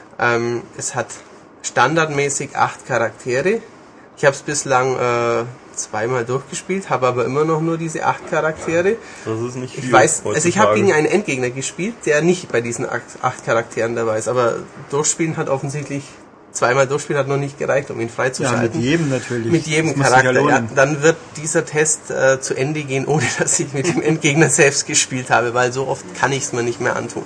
Es hat standardmäßig 8 Charaktere. Ich habe es bislang 2-mal durchgespielt, habe aber immer noch nur diese 8 Charaktere. Das ist nicht viel. Ich weiß, also ich habe gegen einen Endgegner gespielt, der nicht bei diesen 8 Charakteren dabei ist, aber durchspielen hat offensichtlich 2-mal durchspielen hat noch nicht gereicht, um ihn freizuschalten. Ja, mit jedem natürlich. Mit jedem Charakter. Ja, dann wird dieser Test zu Ende gehen, ohne dass ich mit dem Endgegner selbst gespielt habe, weil so oft kann ich es mir nicht mehr antun.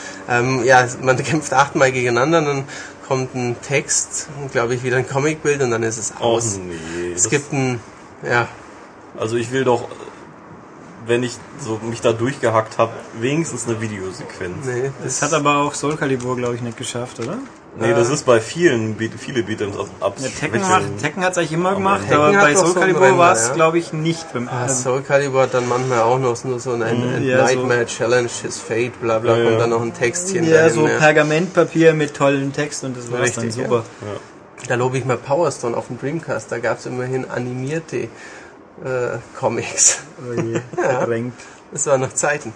Man kämpft 8-mal gegeneinander, dann kommt ein Text, glaube ich, wieder ein Comicbild und dann ist es aus. Es gibt Also ich will doch, wenn ich so mich da durchgehackt habe, wenigstens eine Videosequenz. Nee, das hat aber auch Soul Calibur, glaube ich, nicht geschafft, oder? Nee, das ist bei viele Beat'em Ups. Ja, Tekken hat es eigentlich immer gemacht, Tekken aber bei hat Soul so Calibur war es, ja. glaube ich, nicht. Soul Calibur hat dann manchmal auch noch nur so ein Nightmare Challenge, His Fate, bla bla, kommt dann noch ein Textchen Ja, rein, so Pergamentpapier mit tollen Text und das war dann super. Ja. Da lobe ich mal Power Stone auf dem Dreamcast, da gab es immerhin animierte Comics. Oh je, verdrängt. Das waren noch Zeiten.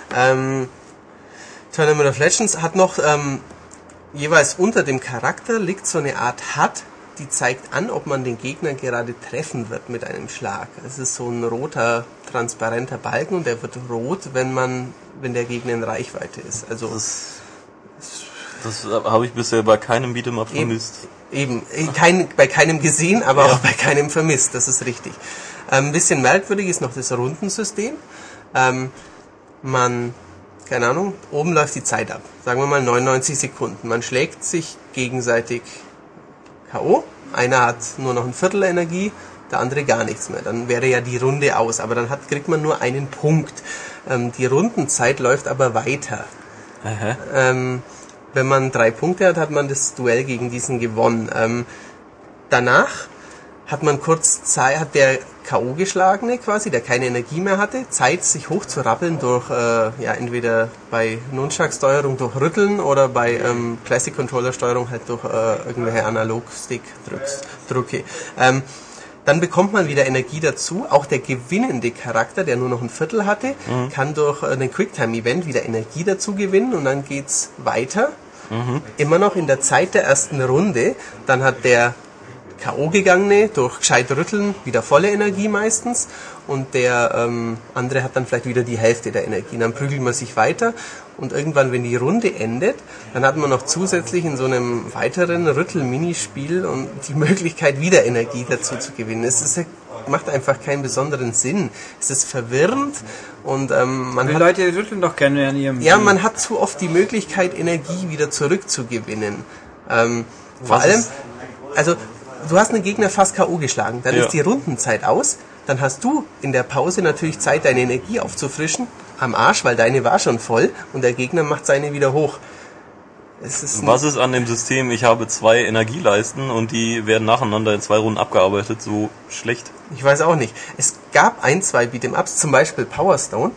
Tournament of Legends hat noch jeweils unter dem Charakter liegt so eine Art HUD, die zeigt an, ob man den Gegner gerade treffen wird mit einem Schlag. Es ist so ein roter, transparenter Balken und der wird rot, wenn der Gegner in Reichweite ist. Also das habe ich bisher bei keinem Beat'em Up vermisst. Bei keinem gesehen, aber auch bei keinem vermisst, das ist richtig. Ein bisschen merkwürdig ist noch das Rundensystem. Keine Ahnung, oben läuft die Zeit ab. Sagen wir mal 99 Sekunden. Man schlägt sich gegenseitig K.O. Einer hat nur noch ein Viertel Energie, der andere gar nichts mehr. Dann wäre ja die Runde aus, aber dann kriegt man nur einen Punkt. Die Rundenzeit läuft aber weiter. Wenn man 3 Punkte hat, hat man das Duell gegen diesen gewonnen. Danach hat der K.O. geschlagene quasi, der keine Energie mehr hatte, Zeit, sich hochzurappeln durch, entweder bei Nunchuck-Steuerung durch Rütteln oder bei Classic-Controller-Steuerung halt durch irgendwelche Analog-Stick-Drücke. Dann bekommt man wieder Energie dazu. Auch der gewinnende Charakter, der nur noch ein Viertel hatte, kann durch einen Quicktime-Event wieder Energie dazu gewinnen und dann geht's weiter. Immer noch in der Zeit der ersten Runde. Dann hat der K.O. gegangene durch gescheit Rütteln wieder volle Energie meistens und der andere hat dann vielleicht wieder die Hälfte der Energie. Dann prügelt man sich weiter Und irgendwann, wenn die Runde endet, dann hat man noch zusätzlich in so einem weiteren Rüttel-Minispiel und die Möglichkeit, wieder Energie dazu zu gewinnen. Macht einfach keinen besonderen Sinn. Es ist verwirrend und Die Leute rütteln doch gerne an ihrem... Ja, man hat zu oft die Möglichkeit, Energie wieder zurückzugewinnen. Vor allem, also du hast einen Gegner fast K.O. geschlagen, dann ist die Rundenzeit aus, dann hast du in der Pause natürlich Zeit, deine Energie aufzufrischen, am Arsch, weil deine war schon voll und der Gegner macht seine wieder hoch. Was ist an dem System, ich habe 2 Energieleisten und die werden nacheinander in 2 Runden abgearbeitet, so schlecht? Ich weiß auch nicht. Es gab 2 Beat'em-Ups, zum Beispiel Power Stone.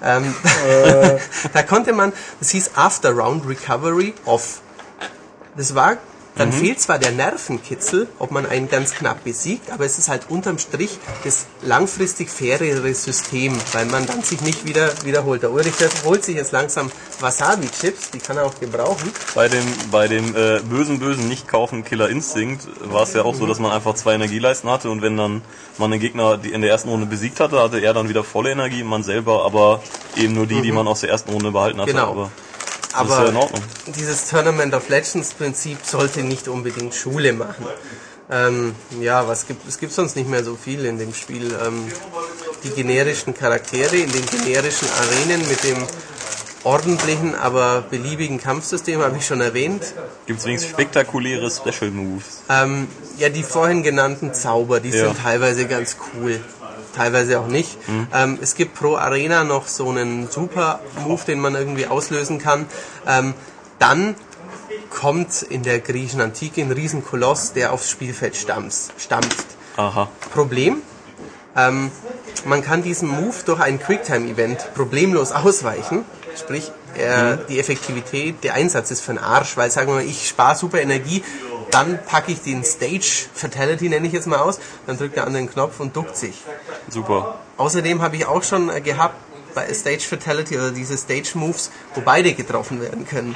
Da konnte man, das hieß After Round Recovery Off. Das war, dann fehlt zwar der Nervenkitzel, ob man einen ganz knapp besiegt, aber es ist halt unterm Strich das langfristig fairere System, weil man dann sich nicht wieder wiederholt. Der Ulrich holt sich jetzt langsam Wasabi-Chips, die kann er auch gebrauchen. Bei dem bösen nicht kaufen Killer Instinct war es ja auch so, dass man einfach 2 Energieleisten hatte und wenn dann man einen Gegner in der ersten Runde besiegt hatte, hatte er dann wieder volle Energie, man selber aber eben nur die man aus der ersten Runde behalten hatte. Genau. Aber das ist ja in Ordnung. Dieses Tournament of Legends Prinzip sollte nicht unbedingt Schule machen. Es gibt sonst nicht mehr so viel in dem Spiel. Die generischen Charaktere in den generischen Arenen mit dem ordentlichen, aber beliebigen Kampfsystem habe ich schon erwähnt. Gibt es wenigstens spektakuläre Special Moves? Die vorhin genannten Zauber, die sind teilweise ganz cool. Teilweise auch nicht. Es gibt pro Arena noch so einen Super-Move, den man irgendwie auslösen kann. Dann kommt in der griechischen Antike ein Riesenkoloss, der aufs Spielfeld stampft. Aha. Problem, man kann diesen Move durch ein Quicktime-Event problemlos ausweichen. Sprich, die Effektivität, der Einsatz ist für den Arsch, weil sagen wir mal, ich spare super Energie, dann packe ich den Stage Fatality, nenne ich jetzt mal aus, dann drückt er an den Knopf und duckt sich. Super. Außerdem habe ich auch schon gehabt bei Stage Fatality oder diese Stage Moves, wo beide getroffen werden können.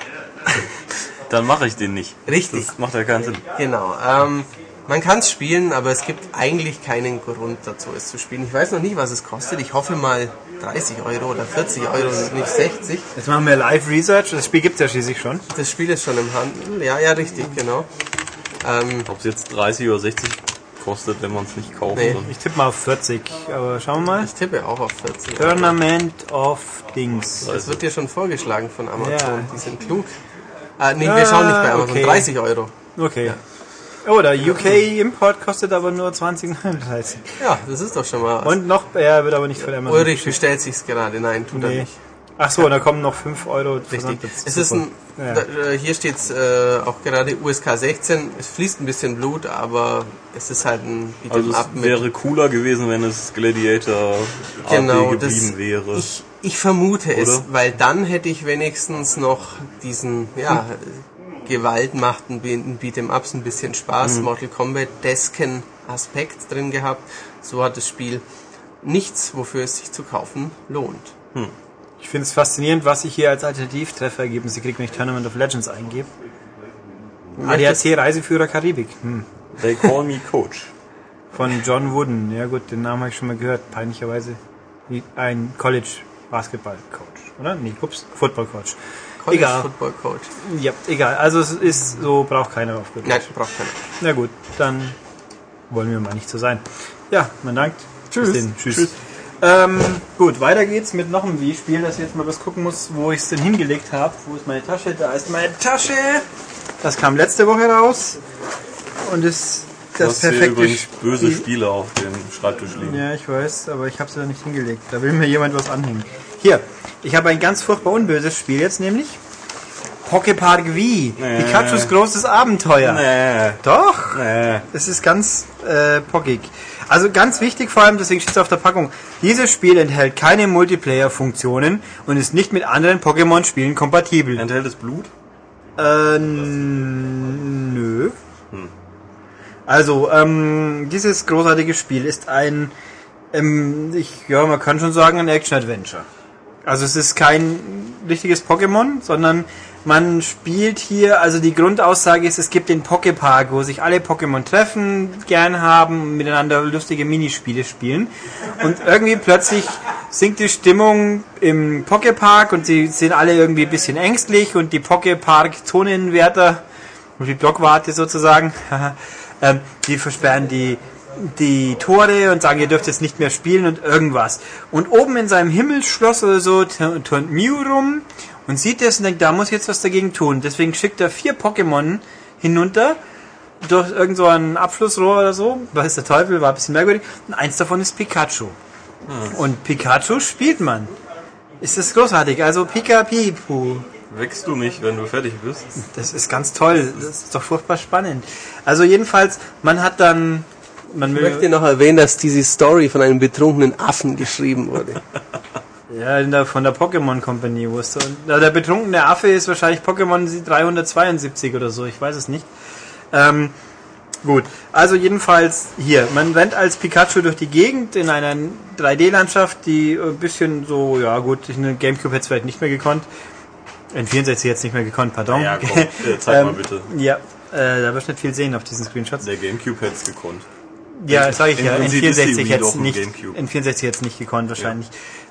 Dann mache ich den nicht. Richtig. Das macht ja keinen Sinn. Genau. Man kann es spielen, aber es gibt eigentlich keinen Grund dazu, es zu spielen. Ich weiß noch nicht, was es kostet. Ich hoffe mal 30 € oder 40 € und nicht 60. Jetzt machen wir Live-Research. Das Spiel gibt es ja schließlich schon. Das Spiel ist schon im Handel. Ja, richtig, genau. Ob es jetzt 30 oder 60 kostet, wenn man es nicht kauft. Nee. Ich tippe mal auf 40, aber schauen wir mal. Ich tippe auch auf 40. Tournament of Dings. Das wird dir schon vorgeschlagen von Amazon. Ja. Die sind klug. Wir schauen nicht bei Amazon. Okay. 30 €. Okay. Ja. Oh, der UK-Import kostet aber nur 20,39. Ja, das ist doch schon mal was. Und noch, er wird aber nicht von Amazon. Ulrich bestellt sich's gerade. Nein, tut er nicht. Ach so, da kommen noch 5 €. Richtig. Es ist hier steht's auch gerade USK 16. Es fließt ein bisschen Blut, aber es ist halt ein Also es wäre cooler gewesen, wenn es Gladiator geblieben wäre. Ich vermute oder? es, weil dann hätte ich wenigstens noch diesen, Gewalt macht in Beat'em-Ups ein bisschen Spaß, Mortal Kombat-desken Aspekt drin gehabt. So hat das Spiel nichts, wofür es sich zu kaufen lohnt. Ich finde es faszinierend, was ich hier als Alternativtrefferergebnisse kriege, wenn ich Tournament of Legends eingebe. ADAC Reiseführer Karibik. They call me Coach. Von John Wooden. Ja gut, den Namen habe ich schon mal gehört. Peinlicherweise. Ein College-Basketball-Coach. Oder? Nee, Football-Coach. College-Football-Coach. Ja, egal. Also es ist so, braucht keiner aufgehört. Nein, braucht keiner. Na gut, dann wollen wir mal nicht so sein. Ja, man dankt. Tschüss. Tschüss. Gut, weiter geht's mit noch einem Wii-Spiel, dass ich jetzt mal was gucken muss, wo ich es denn hingelegt habe. Wo ist meine Tasche? Da ist meine Tasche! Das kam letzte Woche raus. Und ist das perfekte übrigens böse Spiele auf dem Schreibtisch liegen. Ja, ich weiß, aber ich habe es da nicht hingelegt. Da will mir jemand was anhängen. Hier, ich habe ein ganz furchtbar unböses Spiel jetzt, nämlich Poképark Wii. Pikachus großes Abenteuer. Nee. Doch. Nee. Es ist ganz pockig. Also ganz wichtig vor allem, deswegen steht es auf der Packung, dieses Spiel enthält keine Multiplayer-Funktionen und ist nicht mit anderen Pokémon-Spielen kompatibel. Enthält es Blut? Nö. Also, dieses großartige Spiel ist ein, man kann schon sagen, ein Action-Adventure. Also es ist kein richtiges Pokémon, sondern man spielt hier, also die Grundaussage ist, es gibt den Poképark, wo sich alle Pokémon treffen, gern haben, miteinander lustige Minispiele spielen. Und irgendwie plötzlich sinkt die Stimmung im Poképark und sie sind alle irgendwie ein bisschen ängstlich und die Poképark-Zonenwärter und die Blockwarte sozusagen, die versperren die Tore und sagen, ihr dürft jetzt nicht mehr spielen und irgendwas. Und oben in seinem Himmelsschloss oder so turnt Mew rum und sieht das und denkt, da muss ich jetzt was dagegen tun. Deswegen schickt er 4 Pokémon hinunter durch irgend so ein Abflussrohr oder so. Weiß der Teufel, war ein bisschen merkwürdig. Und eins davon ist Pikachu. Und Pikachu spielt man. Ist das großartig. Also Pika-Pipu. Wächst du mich, wenn du fertig bist? Das ist ganz toll. Das ist doch furchtbar spannend. Also jedenfalls, man hat dann... Ich möchte noch erwähnen, dass diese Story von einem betrunkenen Affen geschrieben wurde. Ja, von der Pokémon Company wusste. Und der betrunkene Affe ist wahrscheinlich Pokémon 372 oder so, ich weiß es nicht. Gut, also jedenfalls hier, man rennt als Pikachu durch die Gegend in einer 3D-Landschaft, die ein bisschen so, ja gut, in der Gamecube hätte es vielleicht nicht mehr gekonnt. In 64 jetzt nicht mehr gekonnt, pardon. Ja, komm, zeig mal bitte. Ja, da wirst du nicht viel sehen auf diesen Screenshots. Der Gamecube hätte es gekonnt. Ja, das sage ich ja. In 64 jetzt hätte es nicht gekonnt wahrscheinlich.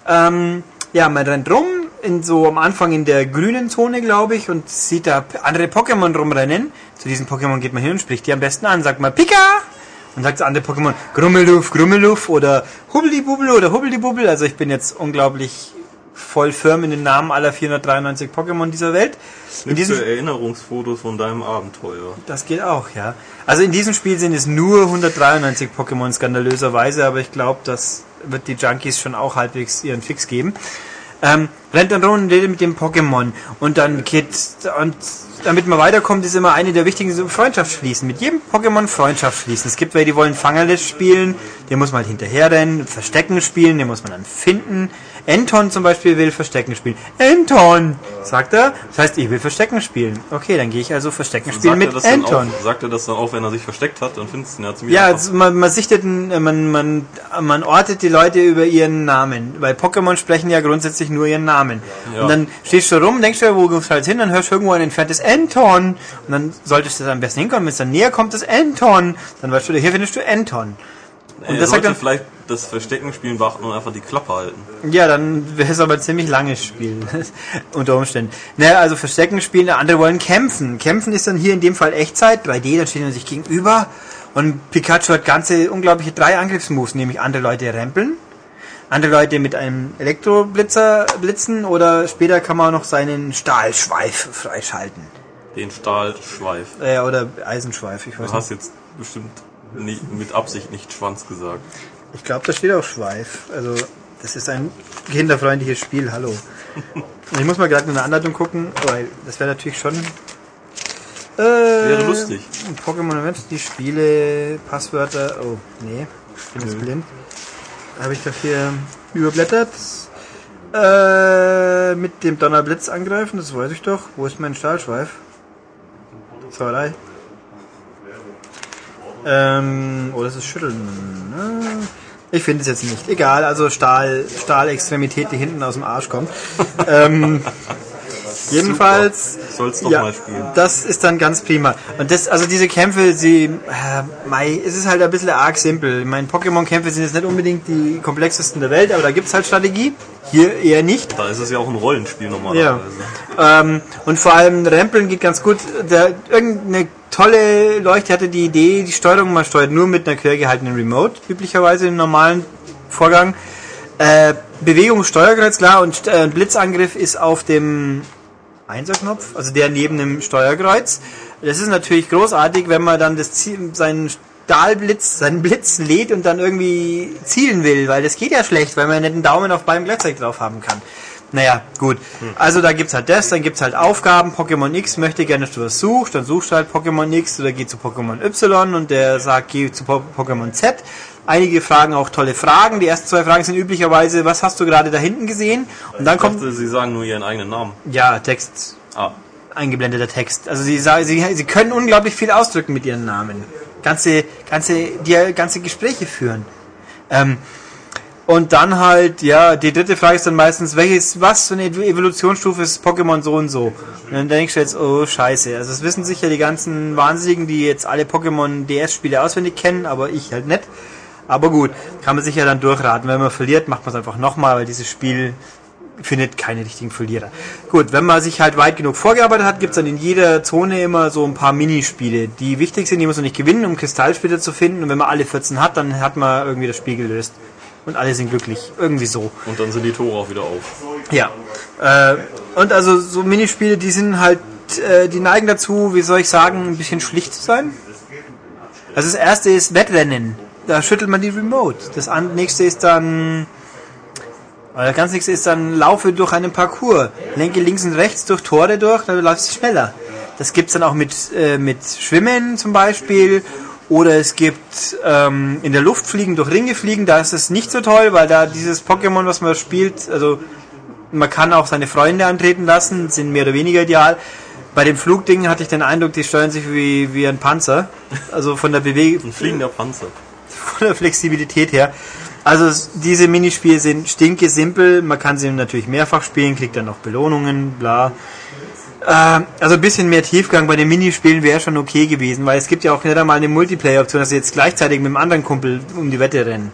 Ja, man rennt rum, so am Anfang in der grünen Zone, glaube ich, und sieht da andere Pokémon rumrennen. Zu diesen Pokémon geht man hin und spricht die am besten an. Sagt mal Pika! Und sagt das andere Pokémon Grummeluff, Grummeluff oder Hubbelibubbel oder Hubbelibubbel. Also ich bin jetzt unglaublich voll firm in den Namen aller 493 Pokémon dieser Welt. In diesem Erinnerungsfotos von deinem Abenteuer. Das geht auch, ja. Also in diesem Spiel sind es nur 193 Pokémon skandalöserweise, aber ich glaube, das wird die Junkies schon auch halbwegs ihren Fix geben. Rennt dann rum und redet mit dem Pokémon und dann und damit man weiterkommt, ist immer eine der wichtigen Freundschaft schließen. Mit jedem Pokémon Freundschaft schließen. Es gibt welche, die wollen Fangerlist spielen, den muss man halt hinterherrennen, Verstecken spielen, den muss man dann finden. Anton zum Beispiel will Verstecken spielen. Anton, sagt er. Das heißt, ich will Verstecken spielen. Okay, dann gehe ich also Verstecken spielen mit Anton. Sagt er das dann auch, wenn er sich versteckt hat? Dann findest du ihn ja ziemlich ja, also man sichtet, man ortet die Leute über ihren Namen. Weil Pokémon sprechen ja grundsätzlich nur ihren Namen. Ja. Und dann stehst du rum, denkst du, wo gehst du halt hin, dann hörst du irgendwo ein entferntes Anton. Und dann solltest du da am besten hinkommen. Wenn es dann näher kommt, das Anton. Dann weißt du, hier findest du Anton. Und das sollte dann vielleicht das Verstecken spielen warten und einfach die Klappe halten. Ja, dann wäre es aber ein ziemlich langes Spiel. Unter Umständen. Naja, also Verstecken spielen, andere wollen kämpfen. Kämpfen ist dann hier in dem Fall Echtzeit, 3D, dann stehen sie sich gegenüber. Und Pikachu hat unglaubliche 3 Angriffsmoves, nämlich andere Leute rempeln, andere Leute mit einem Elektroblitzer blitzen oder später kann man auch noch seinen Stahlschweif freischalten. Den Stahlschweif. Oder Eisenschweif, ich weiß nicht. Du hast jetzt bestimmt mit Absicht nicht Schwanz gesagt. Ich glaube, da steht auch Schweif. Also, das ist ein kinderfreundliches Spiel, hallo. Ich muss mal gerade in eine Anleitung gucken, weil das wäre natürlich schon... wäre lustig. Pokémon Event, die Spiele, Passwörter... Oh, nee, ich bin jetzt blind. Habe ich dafür überblättert. Mit dem Donnerblitz angreifen, das weiß ich doch. Wo ist mein Stahlschweif? Zauberei. Das ist Schütteln. Ich finde es jetzt nicht. Egal, also Stahlextremität, die hinten aus dem Arsch kommt. Jedenfalls. Soll's doch mal spielen. Das ist dann ganz prima. Und diese Kämpfe, es ist halt ein bisschen arg simpel. Ich meine, Pokémon-Kämpfe sind jetzt nicht unbedingt die komplexesten der Welt, aber da gibt's halt Strategie. Hier eher nicht. Da ist es ja auch ein Rollenspiel normalerweise. Ja. Und vor allem Rempeln geht ganz gut. Irgendeine tolle Leuchte hatte die Idee, die Steuerung, man steuert nur mit einer quer gehaltenen Remote, üblicherweise im normalen Vorgang. Bewegung, Steuerkreuz, klar, und Blitzangriff ist auf dem Einserknopf, also der neben dem Steuerkreuz. Das ist natürlich großartig, wenn man dann seinen Blitz lädt und dann irgendwie zielen will, weil das geht ja schlecht, weil man nicht einen Daumen auf beidem gleichzeitig drauf haben kann. Naja, gut. Also da gibt's halt dann gibt's halt Aufgaben. Pokémon X möchte gerne, dass du was suchst, dann suchst du halt Pokémon X oder geh zu Pokémon Y und der sagt, geh zu Pokémon Z. Einige fragen auch tolle Fragen. Die ersten 2 Fragen sind üblicherweise, was hast du gerade da hinten gesehen? Und dann kommt... Sie sagen nur ihren eigenen Namen. Ja, Text. Eingeblendeter Text. Also sie können unglaublich viel ausdrücken mit ihren Namen. Ganze Gespräche führen. Und dann halt, ja, die dritte Frage ist dann meistens, was für eine Evolutionsstufe ist Pokémon so und so? Und dann denkst du jetzt, oh scheiße. Also das wissen sicher die ganzen Wahnsinnigen, die jetzt alle Pokémon DS-Spiele auswendig kennen, aber ich halt nicht. Aber gut, kann man sich ja dann durchraten. Wenn man verliert, macht man es einfach nochmal, weil dieses Spiel findet keine richtigen Verlierer. Gut, wenn man sich halt weit genug vorgearbeitet hat, gibt es dann in jeder Zone immer so ein paar Minispiele, die wichtig sind, die muss man nicht gewinnen, um Kristallsplitter zu finden. Und wenn man alle 14 hat, dann hat man irgendwie das Spiel gelöst. Und alle sind glücklich. Irgendwie so. Und dann sind die Tore auch wieder auf. Ja. Und also so Minispiele, die sind halt, die neigen dazu, wie soll ich sagen, ein bisschen schlicht zu sein. Also das erste ist Wettrennen. Da schüttelt man die Remote. Das nächste ist dann... Das ganz nächste ist dann Laufe durch einen Parcours. Lenke links und rechts durch Tore durch, dann läufst du schneller. Das gibt's dann auch mit Schwimmen zum Beispiel. Oder es gibt in der Luft fliegen, durch Ringe fliegen. Da ist es nicht so toll, weil da dieses Pokémon, was man spielt, also man kann auch seine Freunde antreten lassen, sind mehr oder weniger ideal. Bei dem Flugding hatte ich den Eindruck, die steuern sich wie ein Panzer. Also von der Bewegung. Ein fliegender Panzer. Von der Flexibilität her. Also diese Minispiele sind stinke simpel, man kann sie natürlich mehrfach spielen, kriegt dann noch Belohnungen, bla. Also ein bisschen mehr Tiefgang bei den Minispielen wäre schon okay gewesen, weil es gibt ja auch nicht einmal eine Multiplayer-Option, dass sie jetzt gleichzeitig mit einem anderen Kumpel um die Wette rennen.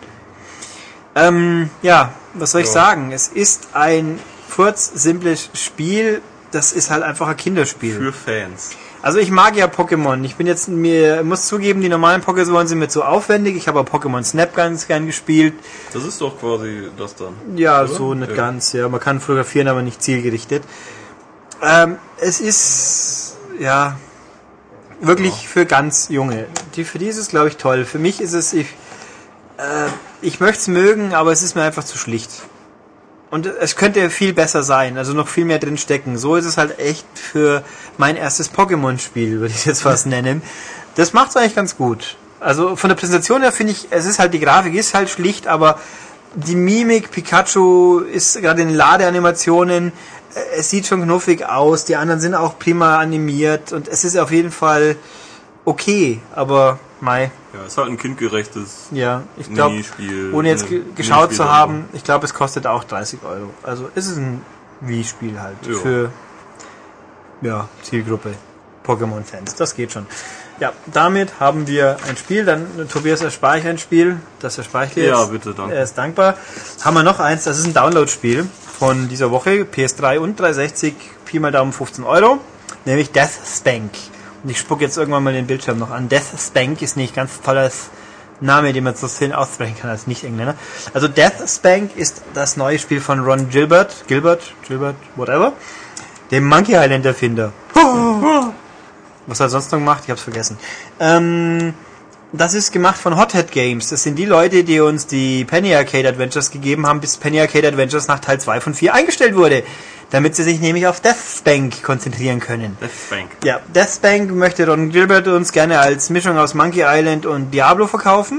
Ja, was soll ich sagen? Es ist ein simples Spiel, das ist halt einfach ein Kinderspiel. Für Fans. Also ich mag ja Pokémon. Ich bin jetzt muss zugeben, die normalen Pokémon sind mir zu aufwendig. Ich habe auch Pokémon Snap ganz gern gespielt. Das ist doch quasi das dann. Ja, oder? so nicht ganz. Ja, man kann fotografieren, aber nicht zielgerichtet. Es ist ja wirklich für ganz Junge. Für die ist es, glaube ich, toll. Für mich ist es, ich möchte es mögen, aber es ist mir einfach zu schlicht. Und es könnte viel besser sein, also noch viel mehr drin stecken. So ist es halt echt für mein erstes Pokémon-Spiel, würde ich jetzt fast nennen. Das macht es eigentlich ganz gut. Also von der Präsentation her finde ich, es ist halt, die Grafik ist halt schlicht, aber die Mimik, Pikachu ist gerade in den Ladeanimationen, es sieht schon knuffig aus, die anderen sind auch prima animiert und es ist auf jeden Fall okay, aber mei. Ja, es ist halt ein kindgerechtes ich glaube, Minispiel. ohne jetzt geschaut zu haben, ich glaube, es kostet auch 30 €. Also es ist ein Wii-Spiel halt für Zielgruppe Pokémon-Fans. Das geht schon. Ja, damit haben wir ein Spiel. Dann Tobias erspare ich ein Spiel. Das erspare ich dir jetzt. Ja, bitte, danke. Er ist dankbar. Haben wir noch eins, das ist ein Download-Spiel von dieser Woche. PS3 und 360, Pi mal Daumen 15 €. Nämlich Death Spank. Und ich spucke jetzt irgendwann mal den Bildschirm noch an. Death Spank ist nicht ganz tolles Name, den man so schön aussprechen kann als Nicht-Engländer. Also Death Spank ist das neue Spiel von Ron Gilbert, whatever, dem Monkey Island Erfinder. Was er sonst noch gemacht? Ich hab's vergessen. Das ist gemacht von Hothead Games. Das sind die Leute, die uns die Penny Arcade Adventures gegeben haben, bis Penny Arcade Adventures nach Teil 2 von 4 eingestellt wurde. Damit sie sich nämlich auf Deathspank konzentrieren können. Deathspank. Ja, Deathspank möchte Ron Gilbert uns gerne als Mischung aus Monkey Island und Diablo verkaufen.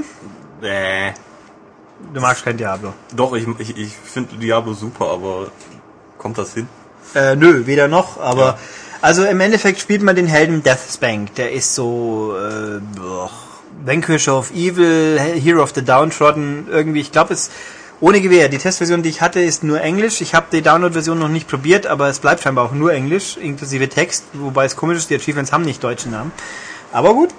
Du magst kein Diablo. Doch, ich finde Diablo super, aber kommt das hin? Nö, weder noch, aber... Ja. Also im Endeffekt spielt man den Helden Deathspank. Der ist so... Vanquisher of Evil, Hero of the Downtrodden, irgendwie, ich glaube es... Ohne Gewehr. Die Testversion, die ich hatte, ist nur Englisch. Ich habe die Download-Version noch nicht probiert, aber es bleibt scheinbar auch nur Englisch, inklusive Text, wobei es komisch ist, die Achievements haben nicht deutsche Namen. Aber gut.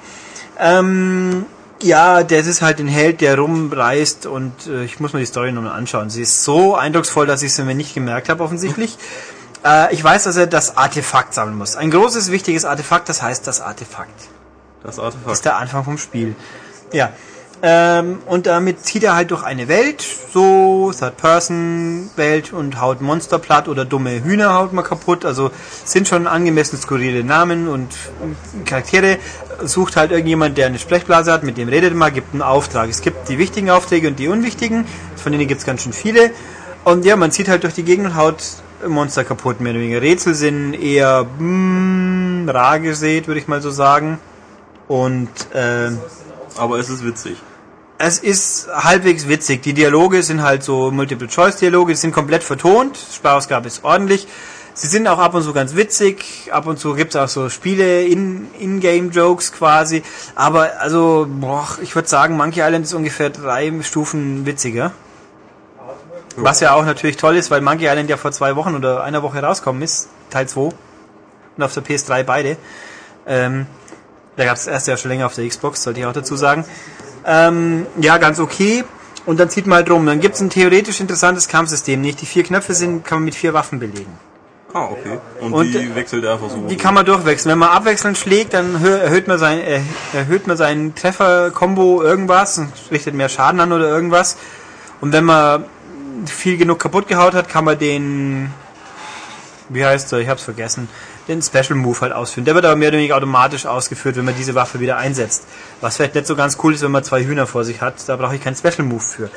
Ja, das ist halt ein Held, der rumreist und ich muss mir die Story nochmal anschauen. Sie ist so eindrucksvoll, dass ich sie mir nicht gemerkt habe, offensichtlich. Ich weiß, dass er das Artefakt sammeln muss. Ein großes, wichtiges Artefakt, das heißt das Artefakt. Das Artefakt. Das ist der Anfang vom Spiel. Ja. Und damit zieht er halt durch eine Welt, so Third-Person-Welt und haut Monster platt oder dumme Hühner haut man kaputt. Also sind schon angemessen skurrile Namen und Charaktere. Sucht halt irgendjemand, der eine Sprechblase hat, mit dem redet man, gibt einen Auftrag. Es gibt die wichtigen Aufträge und die unwichtigen, von denen gibt es ganz schön viele. Und ja, man zieht halt durch die Gegend und haut Monster kaputt. Mehr oder weniger Rätsel sind eher rar gesät, würde ich mal so sagen. Und aber es ist witzig. Es ist halbwegs witzig. Die Dialoge sind halt so Multiple-Choice-Dialoge, die sind komplett vertont. Sprachausgabe ist ordentlich. Sie sind auch ab und zu ganz witzig. Ab und zu gibt es auch so Spiele, In-Game-Jokes quasi. Aber also, ich würde sagen, Monkey Island ist ungefähr 3 Stufen witziger. Was ja auch natürlich toll ist, weil Monkey Island ja vor 2 Wochen oder einer Woche rausgekommen ist. Teil 2. Und auf der PS3 beide. Da gab es das erste ja schon länger auf der Xbox, sollte ich auch dazu sagen. Ja, ganz okay. Und dann zieht man halt rum. Dann gibt es ein theoretisch interessantes Kampfsystem. Nicht die 4 Knöpfe kann man mit 4 Waffen belegen. Ah, okay. Und die wechselt er einfach so? Die kann man durchwechseln. Wenn man abwechselnd schlägt, dann erhöht man seinen Treffer-Kombo irgendwas und richtet mehr Schaden an oder irgendwas. Und wenn man viel genug kaputt gehaut hat, kann man den, wie heißt er, ich hab's vergessen, den Special Move halt ausführen. Der wird aber mehr oder weniger automatisch ausgeführt, wenn man diese Waffe wieder einsetzt. Was vielleicht nicht so ganz cool ist, wenn man 2 Hühner vor sich hat. Da brauche ich keinen Special Move für.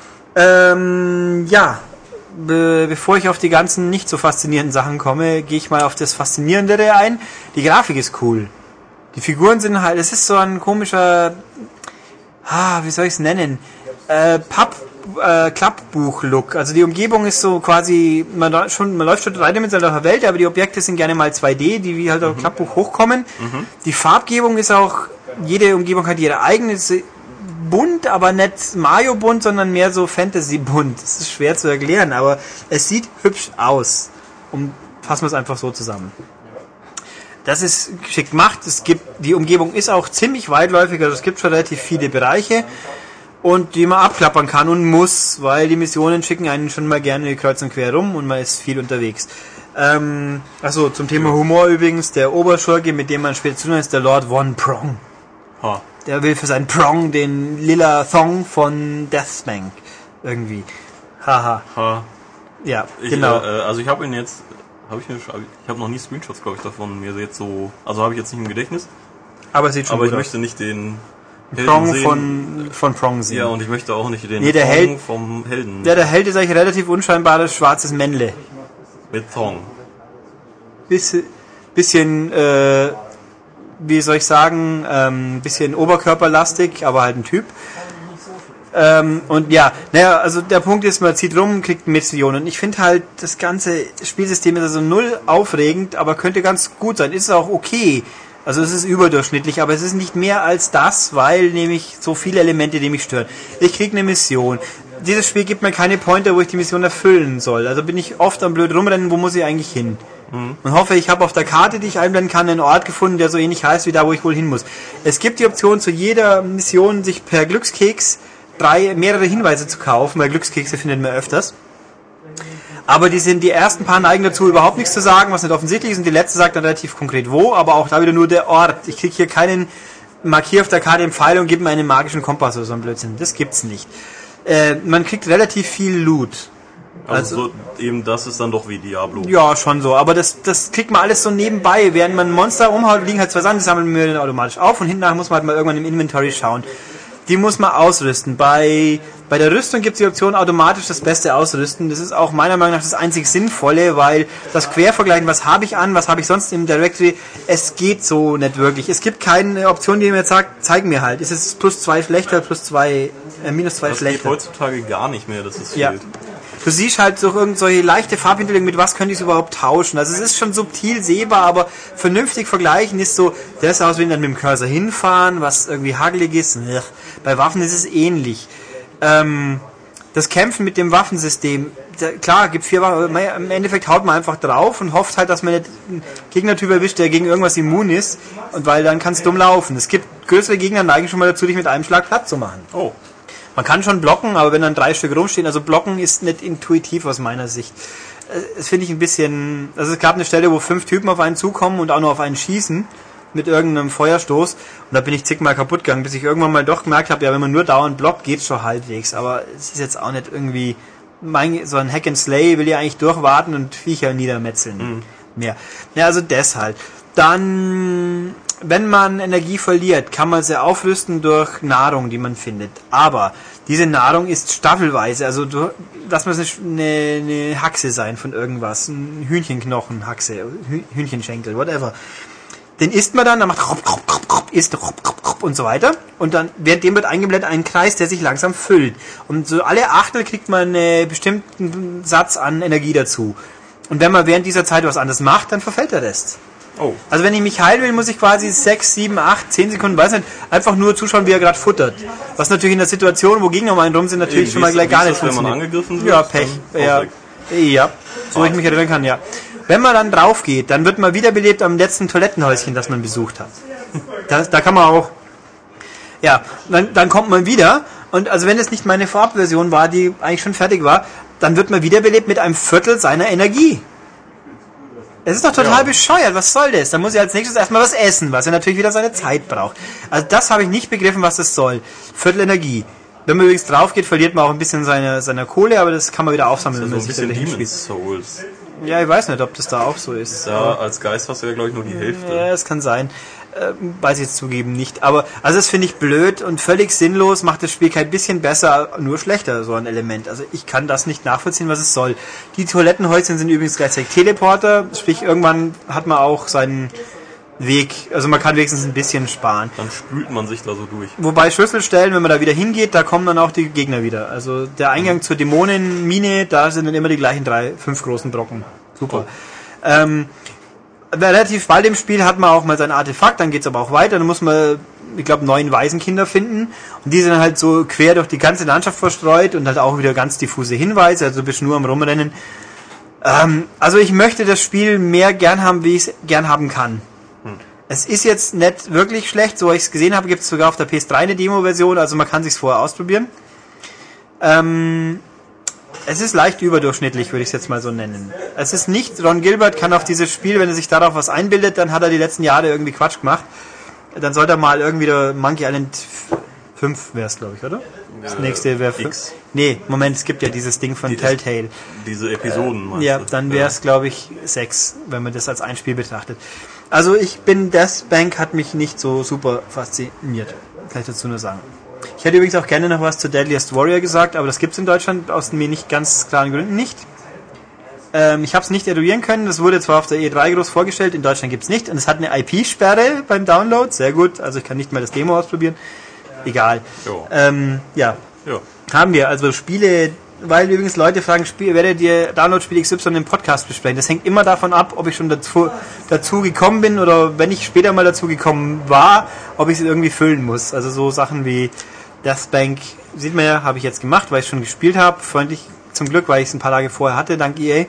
Ja, bevor ich auf die ganzen nicht so faszinierenden Sachen komme, gehe ich mal auf das Faszinierendere ein. Die Grafik ist cool. Die Figuren sind halt, es ist so ein komischer, wie soll ich es nennen? Klappbuch-Look. Also die Umgebung ist so quasi, man läuft schon dreidimensional auf der Welt, aber die Objekte sind gerne mal 2D, die wie halt auf Klappbuch hochkommen. Die Farbgebung ist auch, jede Umgebung hat ihre eigene, bunt, aber nicht Mario-bunt, sondern mehr so Fantasy-bunt. Das ist schwer zu erklären, aber es sieht hübsch aus. Fassen wir es einfach so zusammen. Das ist geschickt gemacht. Die Umgebung ist auch ziemlich weitläufig, also es gibt schon relativ viele Bereiche und die man abklappern kann und muss, weil die Missionen schicken einen schon mal gerne kreuz und quer rum und man ist viel unterwegs. Achso, zum Thema Humor übrigens, der Oberschurke, mit dem man später zu tun hat, ist der Lord One Prong. Ha. Der will für seinen Prong den lila Thong von Deathspank irgendwie. Haha. Ha. Ja, genau. Also ich habe ihn jetzt, ich habe noch nie Screenshots, glaube ich, davon mir jetzt so, also habe ich jetzt nicht im Gedächtnis. Aber es sieht schon aber gut ich aus. möchte nicht den Prong sehen. von Prong sehen. Ja, und ich möchte auch nicht den der Thong Held, vom Helden. Der Held ist eigentlich relativ unscheinbares schwarzes Männle. Mit Thong. Bisschen, wie soll ich sagen, bisschen oberkörperlastig, aber halt ein Typ. Und ja, also der Punkt ist, man zieht rum, kriegt Missionen. Und ich finde halt, das ganze Spielsystem ist also null aufregend, aber könnte ganz gut sein. Ist auch okay. Also es ist überdurchschnittlich, aber es ist nicht mehr als das, weil nämlich so viele Elemente, die mich stören. Ich kriege eine Mission. Dieses Spiel gibt mir keine Pointer, wo ich die Mission erfüllen soll. Also bin ich oft am blöd rumrennen, wo muss ich eigentlich hin? Und hoffe, ich habe auf der Karte, die ich einblenden kann, einen Ort gefunden, der so ähnlich heißt wie da, wo ich wohl hin muss. Es gibt die Option, zu jeder Mission sich per Glückskeks mehrere Hinweise zu kaufen, weil Glückskekse findet man öfters. Aber die ersten paar neigen dazu, überhaupt nichts zu sagen, was nicht offensichtlich ist, und die letzte sagt dann relativ konkret wo, aber auch da wieder nur der Ort. Ich kriege hier keinen Markier auf der Karte den Pfeil und gebe mir einen magischen Kompass oder so ein Blödsinn. Das gibt's nicht. Man kriegt relativ viel Loot. Also so, eben das ist dann doch wie Diablo. Ja, schon so. Aber das kriegt man alles so nebenbei. Während man ein Monster umhaut, liegen halt 2 Sachen, die sammeln wir dann automatisch auf und hinten muss man halt mal irgendwann im Inventory schauen. Die muss man ausrüsten. Bei der Rüstung gibt es die Option automatisch das Beste ausrüsten. Das ist auch meiner Meinung nach das einzig Sinnvolle, weil das Quervergleichen, was habe ich an, was habe ich sonst im Directory, es geht so nicht wirklich. Es gibt keine Option, die mir jetzt sagt, zeig mir halt. Ist es +2 schlechter, -2 schlechter? Das geht heutzutage gar nicht mehr, das ist ja. fehlt. Du siehst halt durch irgendwelche leichte Farbhinterlegung, mit was könnte ich es überhaupt tauschen. Also es ist schon subtil sehbar, aber vernünftig vergleichen ist so, das aus, wenn dann mit dem Cursor hinfahren, was irgendwie hagelig ist. Bei Waffen ist es ähnlich. Das Kämpfen mit dem Waffensystem, klar, gibt 4 Waffen, im Endeffekt haut man einfach drauf und hofft halt, dass man nicht einen Gegnertyp erwischt, der gegen irgendwas immun ist, und weil dann kann es dumm laufen. Es gibt größere Gegner, neigen schon mal dazu, dich mit einem Schlag platt zu machen. Oh. Man kann schon blocken, aber wenn dann 3 Stück rumstehen, also blocken ist nicht intuitiv aus meiner Sicht. Das finde ich ein bisschen, also es gab eine Stelle, wo 5 Typen auf einen zukommen und auch nur auf einen schießen mit irgendeinem Feuerstoß, und da bin ich zigmal kaputt gegangen, bis ich irgendwann mal doch gemerkt habe, ja, wenn man nur dauernd blockt, geht's schon halbwegs, aber es ist jetzt auch nicht irgendwie, so ein Hack and Slay will ja eigentlich durchwarten und Viecher niedermetzeln. Mehr. Ja, also deshalb. Dann, wenn man Energie verliert, kann man sie aufrüsten durch Nahrung, die man findet. Aber diese Nahrung ist staffelweise, also lass mal es eine Haxe sein von irgendwas, ein Hühnchenknochen, Haxe, Hühnchenschenkel, whatever. Den isst man dann macht isst und so weiter. Und dann, währenddem wird eingeblendet ein Kreis, der sich langsam füllt. Und so alle Achtel kriegt man einen bestimmten Satz an Energie dazu. Und wenn man während dieser Zeit was anderes macht, dann verfällt der Rest. Oh. Also wenn ich mich heilen will, muss ich quasi 6, 7, 8, 10 Sekunden, weiß nicht, einfach nur zuschauen, wie er gerade futtert. Was natürlich in der Situation, wo Gegner um einen rum sind, natürlich schon mal gleich gar nicht funktioniert. Wenn man angegriffen wird? Ja, Pech. Ja, so ich mich erinnern kann, ja. Wenn man dann drauf geht, dann wird man wiederbelebt am letzten Toilettenhäuschen, das man besucht hat. Da kann man auch Ja, dann kommt man wieder und also wenn es nicht meine Vorabversion war, die eigentlich schon fertig war, dann wird man wiederbelebt mit einem Viertel seiner Energie. Es ist doch total bescheuert, was soll das? Dann muss ich als nächstes erstmal was essen, was ja natürlich wieder seine Zeit braucht. Also das habe ich nicht begriffen, was das soll. Viertel Energie. Wenn man übrigens drauf geht, verliert man auch ein bisschen seiner Kohle, aber das kann man wieder aufsammeln. Das wenn ist man so ein sich bisschen wieder Demon's Souls. Ja, ich weiß nicht, ob das da auch so ist. Da als Geist hast du ja, glaube ich, nur die Hälfte. Ja, das kann sein. Weiß ich jetzt zugeben nicht. Aber, also das finde ich blöd und völlig sinnlos, macht das Spiel kein bisschen besser, nur schlechter, so ein Element. Also ich kann das nicht nachvollziehen, was es soll. Die Toilettenhäuschen sind übrigens gleichzeitig Teleporter, sprich irgendwann hat man auch seinen Weg, also man kann wenigstens ein bisschen sparen. Dann spült man sich da so durch. Wobei Schlüsselstellen, wenn man da wieder hingeht, da kommen dann auch die Gegner wieder. Also der Eingang zur Dämonenmine, da sind dann immer die gleichen 5 großen Brocken. Super. Relativ bald im Spiel hat man auch mal sein Artefakt, dann geht's aber auch weiter, dann muss man, ich glaube, 9 Waisenkinder finden und die sind halt so quer durch die ganze Landschaft verstreut und halt auch wieder ganz diffuse Hinweise, also du bist nur am Rumrennen. Also ich möchte das Spiel mehr gern haben, wie ich es gern haben kann. Es ist jetzt nicht wirklich schlecht, so wie ich es gesehen habe, gibt es sogar auf der PS3 eine Demo-Version, also man kann es sich vorher ausprobieren. Es ist leicht überdurchschnittlich, würde ich es jetzt mal so nennen. Es ist nicht, Ron Gilbert kann auf dieses Spiel, wenn er sich darauf was einbildet, dann hat er die letzten Jahre irgendwie Quatsch gemacht. Dann sollte er mal irgendwie der Monkey Island 5 wäre es, glaube ich, oder? Das nächste wäre 5. Nee, Moment, es gibt ja dieses Ding von Telltale. Diese Episoden, meinst ja, du? dann wäre es, glaube ich, 6, wenn man das als ein Spiel betrachtet. Also Death Bank hat mich nicht so super fasziniert, kann ich dazu nur sagen. Ich hätte übrigens auch gerne noch was zu Deadliest Warrior gesagt, aber das gibt es in Deutschland aus mir nicht ganz klaren Gründen nicht. Ich habe es nicht eruieren können, das wurde zwar auf der E3 groß vorgestellt, in Deutschland gibt es nicht und es hat eine IP-Sperre beim Download, sehr gut, also ich kann nicht mal das Demo ausprobieren. Egal. Ja. Haben wir, also Spiele, weil übrigens Leute fragen, werdet ihr Download-Spiel XY im Podcast besprechen? Das hängt immer davon ab, ob ich schon dazu gekommen bin oder wenn ich später mal dazu gekommen war, ob ich es irgendwie füllen muss. Also so Sachen wie Death Bank, sieht man ja, habe ich jetzt gemacht, weil ich schon gespielt habe. Freundlich zum Glück, weil ich es ein paar Tage vorher hatte, dank EA.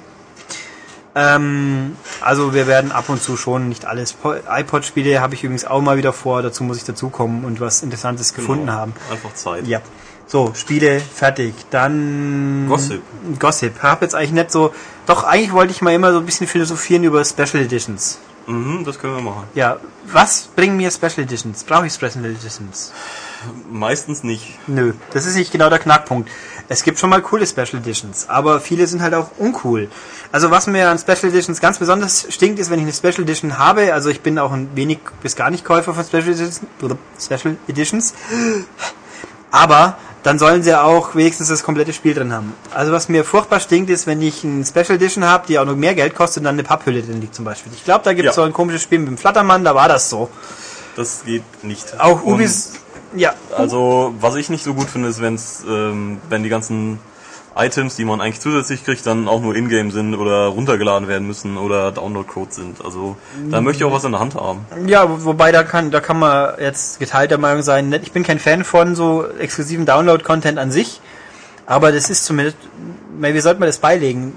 Also wir werden ab und zu schon nicht alles. iPod-Spiele habe ich übrigens auch mal wieder vor, dazu muss ich dazukommen und was Interessantes gefunden haben. Einfach Zeit. Ja. So, Spiele, fertig. Dann Gossip. Hab jetzt eigentlich nicht so... Doch, eigentlich wollte ich mal immer so ein bisschen philosophieren über Special Editions. Das können wir machen. Ja, was bringen mir Special Editions? Brauche ich Special Editions? Meistens nicht. Nö, das ist nicht genau der Knackpunkt. Es gibt schon mal coole Special Editions, aber viele sind halt auch uncool. Also was mir an Special Editions ganz besonders stinkt, ist, wenn ich eine Special Edition habe, also ich bin auch ein wenig bis gar nicht Käufer von Special Editions, aber dann sollen sie auch wenigstens das komplette Spiel drin haben. Also was mir furchtbar stinkt, ist, wenn ich eine Special Edition habe, die auch noch mehr Geld kostet und dann eine Papphülle drin liegt zum Beispiel. Ich glaube, da gibt es so ein komisches Spiel mit dem Flattermann, da war das so. Das geht nicht. Auch Ubis... Ja. Also, was ich nicht so gut finde, ist, wenn die ganzen Items, die man eigentlich zusätzlich kriegt, dann auch nur Ingame sind oder runtergeladen werden müssen oder Download-Codes sind. Also, da möchte ich auch was in der Hand haben. Ja, wobei da kann man jetzt geteilter Meinung sein. Ich bin kein Fan von so exklusiven Download-Content an sich, aber das ist zumindest, wie sollte man das beilegen?